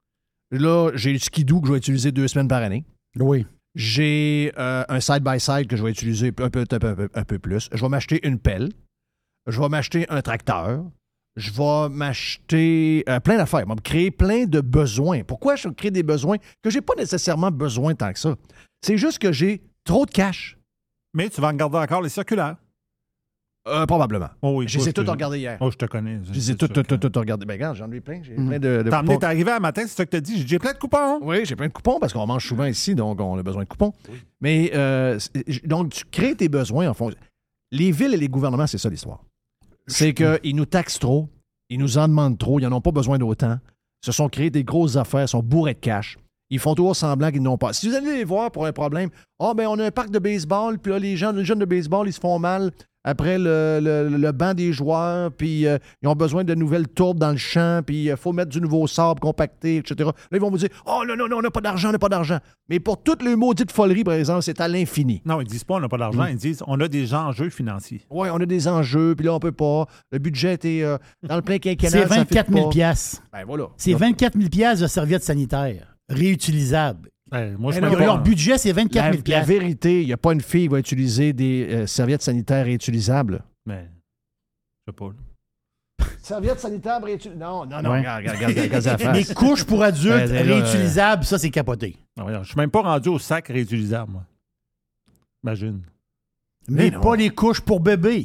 Speaker 4: Là, j'ai le skidoo que je vais utiliser 2 semaines par année.
Speaker 5: Oui.
Speaker 4: J'ai un side-by-side que je vais utiliser un peu plus. Je vais m'acheter une pelle. Je vais m'acheter un tracteur. Je vais m'acheter plein d'affaires. Je vais me créer plein de besoins. Pourquoi je crée des besoins que je n'ai pas nécessairement besoin tant que ça? C'est juste que j'ai trop de cash.
Speaker 6: Mais tu vas en garder encore les circulaires.
Speaker 4: Probablement.
Speaker 6: Oh oui,
Speaker 4: je les ai toutes regardées hier.
Speaker 6: Oh, je te connais.
Speaker 4: Je les ai toutes regardées. Ben, regarde, j'en ai plein. J'ai plein de
Speaker 6: coupons. T'es arrivé un matin, c'est ça que t'as dit. J'ai plein de coupons.
Speaker 4: Oui, j'ai plein de coupons parce qu'on mange souvent ici, donc on a besoin de coupons. Oui. Mais, donc, tu crées tes besoins en fond. Les villes et les gouvernements, c'est ça l'histoire. C'est qu'ils nous taxent trop, ils nous en demandent trop, ils n'en ont pas besoin d'autant. Ils se sont créés des grosses affaires, ils sont bourrés de cash. Ils font toujours semblant qu'ils n'ont pas. Si vous allez les voir pour un problème, on a un parc de baseball, puis là, les jeunes de baseball, ils se font mal après le banc des joueurs, puis ils ont besoin de nouvelles tourbes dans le champ, puis il faut mettre du nouveau sable compacté, etc. Là, ils vont vous dire « Oh, non, on n'a pas d'argent, on n'a pas d'argent. » Mais pour toutes les maudites foleries, par exemple, c'est à l'infini.
Speaker 6: Non, ils disent pas « On n'a pas d'argent », ils disent « On a des enjeux financiers. »
Speaker 4: Oui, on a des enjeux, puis là, on peut pas. Le budget est dans le plein quinquennal.
Speaker 5: C'est 24 000
Speaker 4: Ben voilà.
Speaker 5: C'est 24 000 de serviettes sanitaires réutilisables. Leur budget, c'est 24 000
Speaker 4: La vérité, il n'y a pas une fille qui va utiliser des serviettes sanitaires réutilisables.
Speaker 6: Mais, je sais pas.
Speaker 4: Serviettes sanitaires réutilisables? Non,
Speaker 5: ouais.
Speaker 4: regarde.
Speaker 5: Les couches pour adultes réutilisables, ça, c'est capoté.
Speaker 6: Je suis même pas rendu au sac réutilisable, moi. Imagine.
Speaker 5: Mais pas les couches pour bébé.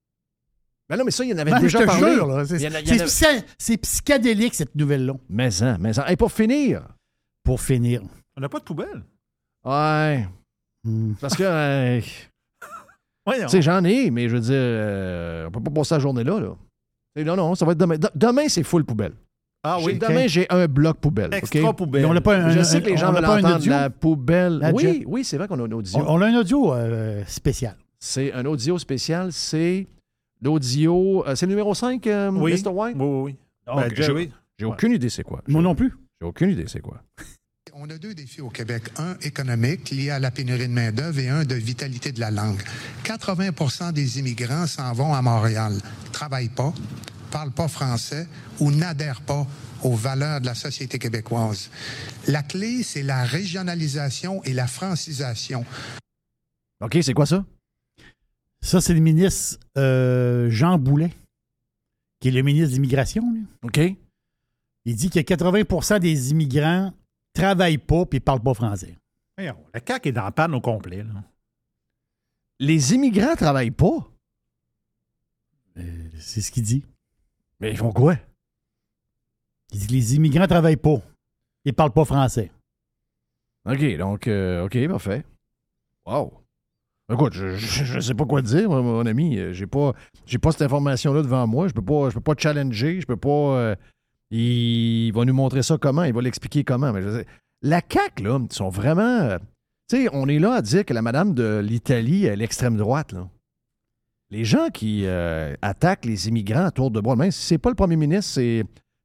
Speaker 4: Ben non, mais ça, il y en avait déjà parlé.
Speaker 5: C'est psychédélique, cette nouvelle-là.
Speaker 4: Mais et pour finir.
Speaker 6: On n'a pas de poubelle.
Speaker 4: Ouais. Parce que... tu sais, j'en ai, mais je veux dire, on peut pas passer la journée là. Non, ça va être demain. Demain, c'est full poubelle.
Speaker 6: Ah oui.
Speaker 4: Demain, j'ai un bloc poubelle.
Speaker 6: Extra poubelle.
Speaker 5: On n'a pas
Speaker 4: je sais que les gens veulent entendre la poubelle. Oui, c'est vrai qu'on a un audio.
Speaker 5: On a un audio spécial.
Speaker 4: C'est un audio spécial. C'est l'audio... c'est le numéro 5,
Speaker 6: oui.
Speaker 4: Mr. White?
Speaker 6: Oui.
Speaker 4: Donc, j'ai aucune idée c'est quoi.
Speaker 5: Moi non plus.
Speaker 4: J'ai aucune idée c'est quoi.
Speaker 16: On a 2 défis au Québec. Un économique, lié à la pénurie de main-d'œuvre, et un de vitalité de la langue. 80% des immigrants s'en vont à Montréal, ne travaillent pas, ne parlent pas français ou n'adhèrent pas aux valeurs de la société québécoise. La clé, c'est la régionalisation et la francisation.
Speaker 4: OK, c'est quoi ça?
Speaker 5: Ça, c'est le ministre Jean Boulet, qui est le ministre de l'Immigration. Lui.
Speaker 4: OK.
Speaker 5: Il dit que 80% des immigrants travaillent pas et ne parlent pas français.
Speaker 6: La CAQ est dans la panne au complet. Là.
Speaker 4: Les immigrants travaillent pas?
Speaker 5: C'est ce qu'il dit.
Speaker 4: Mais ils font quoi?
Speaker 5: Il dit que les immigrants travaillent pas. Ils parlent pas français.
Speaker 4: OK, donc, OK, parfait. Wow. Écoute, je ne sais pas quoi te dire, mon ami. J'ai pas cette information-là devant moi. Je peux pas challenger. Je peux pas... il va nous montrer ça comment. Il va l'expliquer comment. Mais la CAQ, là, ils sont vraiment... tu sais, on est là à dire que la madame de l'Italie est l'extrême droite, là. Les gens qui attaquent les immigrants à tour de bras, même si c'est pas le premier ministre,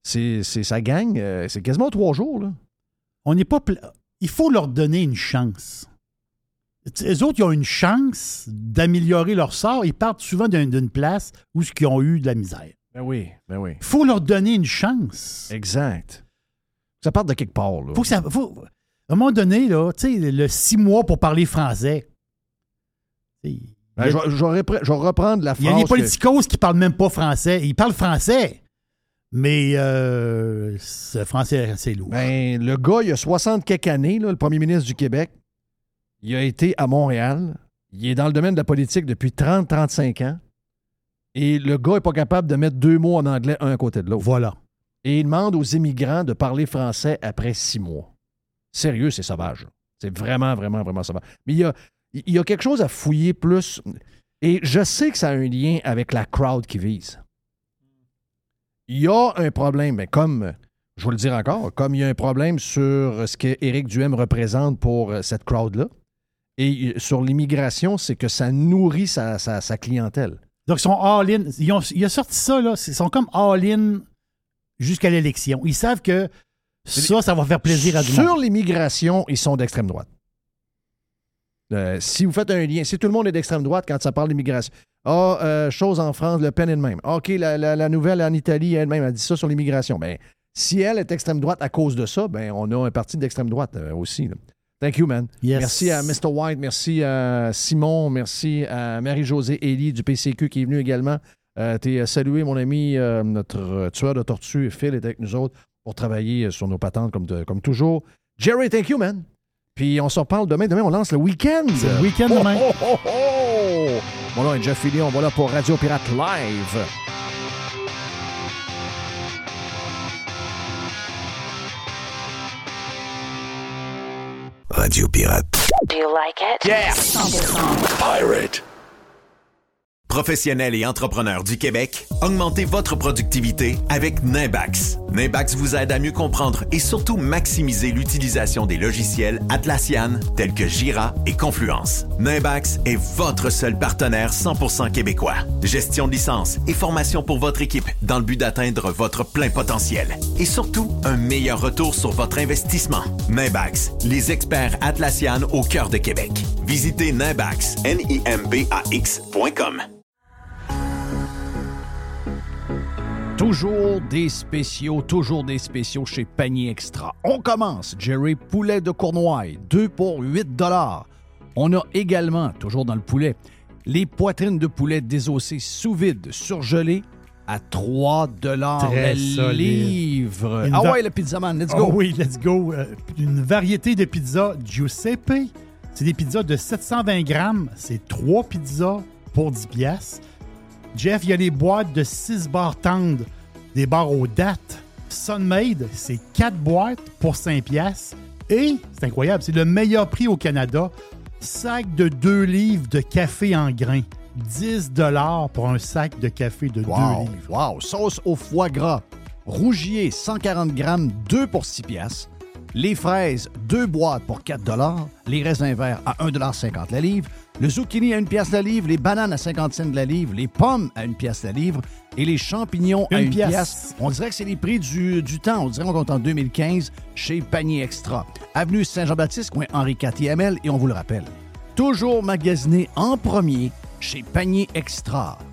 Speaker 4: ça gagne. C'est quasiment 3 jours. Là.
Speaker 5: On n'est pas... Il faut leur donner une chance. Les autres, ils ont une chance d'améliorer leur sort. Ils partent souvent d'une place où ils ont eu de la misère.
Speaker 4: Ben oui. Il
Speaker 5: faut leur donner une chance.
Speaker 4: Exact. Ça part de quelque part. Là.
Speaker 5: À un moment donné, là, le 6 mois pour parler français.
Speaker 4: Je vais reprendre la phrase.
Speaker 5: Il y a des politicos qui ne parlent même pas français. Ils parlent français. Mais ce français, c'est lourd.
Speaker 4: Ben, le gars, il a 60 quelques années, là, le premier ministre du Québec. Il a été à Montréal. Il est dans le domaine de la politique depuis 30-35 ans. Et le gars n'est pas capable de mettre 2 mots en anglais un à côté de l'autre.
Speaker 5: Voilà.
Speaker 4: Et il demande aux immigrants de parler français après 6 mois. Sérieux, c'est sauvage. C'est vraiment, vraiment, vraiment sauvage. Mais il y a quelque chose à fouiller plus. Et je sais que ça a un lien avec la crowd qui vise. Il y a un problème, mais comme, je vais le dire encore, comme il y a un problème sur ce qu'Éric Duhem représente pour cette crowd-là, et sur l'immigration, c'est que ça nourrit sa clientèle.
Speaker 5: Donc, ils sont all-in. Il a sorti ça, là. Ils sont comme all-in jusqu'à l'élection. Ils savent que ça va faire plaisir à tout le monde.
Speaker 4: Sur l'immigration, ils sont d'extrême droite. Si vous faites un lien, si tout le monde est d'extrême droite quand ça parle d'immigration, chose en France, Le Pen est de même. OK, la nouvelle en Italie elle-même a dit ça sur l'immigration. Ben, si elle est extrême droite à cause de ça, ben, on a un parti d'extrême droite aussi. Là. Thank you, man.
Speaker 5: Yes.
Speaker 4: Merci à Mr. White, merci à Simon, merci à Marie-Josée Elie du PCQ qui est venue également. T'es salué, mon ami, notre tueur de tortues, Phil, est avec nous autres pour travailler sur nos patentes comme toujours. Jerry, thank you, man. Puis on s'en reparle demain. Demain, on lance le week-end.
Speaker 5: C'est le week-end demain.
Speaker 4: Mon nom est Jeff Fillion. Voilà pour Radio Pirate Live.
Speaker 9: Radio Pirate.
Speaker 8: Do you like it?
Speaker 9: Yeah!
Speaker 8: 100%.
Speaker 9: Pirate.
Speaker 2: Professionnels et entrepreneurs du Québec, augmentez votre productivité avec Nimbax. Nimbax vous aide à mieux comprendre et surtout maximiser l'utilisation des logiciels Atlassian tels que Jira et Confluence. Nimbax est votre seul partenaire 100% québécois. Gestion de licence et formation pour votre équipe dans le but d'atteindre votre plein potentiel. Et surtout, un meilleur retour sur votre investissement. Nimbax, les experts Atlassian au cœur de Québec. Visitez Nimbax, nimbax.com.
Speaker 4: Toujours des spéciaux chez Panier Extra. On commence, Jerry, poulet de Cournoye, 2 pour 8 $. On a également, toujours dans le poulet, les poitrines de poulet désossées sous vide, surgelées, à 3 $ le livre. Ouais, le pizzaman, let's go.
Speaker 5: Oh oui, let's go. Une variété de pizzas Giuseppe. C'est des pizzas de 720 grammes. C'est 3 pizzas pour 10 $. Jeff, il y a les boîtes de 6 barres tendres, des barres aux dattes. Sunmade, c'est 4 boîtes pour 5 $. Et, c'est incroyable, c'est le meilleur prix au Canada. Sac de 2 livres de café en grains. 10 $ pour un sac de café de 2 livres.
Speaker 4: Wow! Sauce au foie gras. Rougier, 140 grammes, 2 pour 6 $. Les fraises, 2 boîtes pour 4 $. Les raisins verts à 1,50 $ la livre. Le zucchini à 1 pièce la livre. Les bananes à 50 cents la livre. Les pommes à 1 pièce la livre. Et les champignons à 1 pièce. On dirait que c'est les prix du temps. On dirait qu'on compte en 2015 chez Panier Extra. Avenue Saint-Jean-Baptiste, coin Henri IV et on vous le rappelle. Toujours magasiné en premier chez Panier Extra.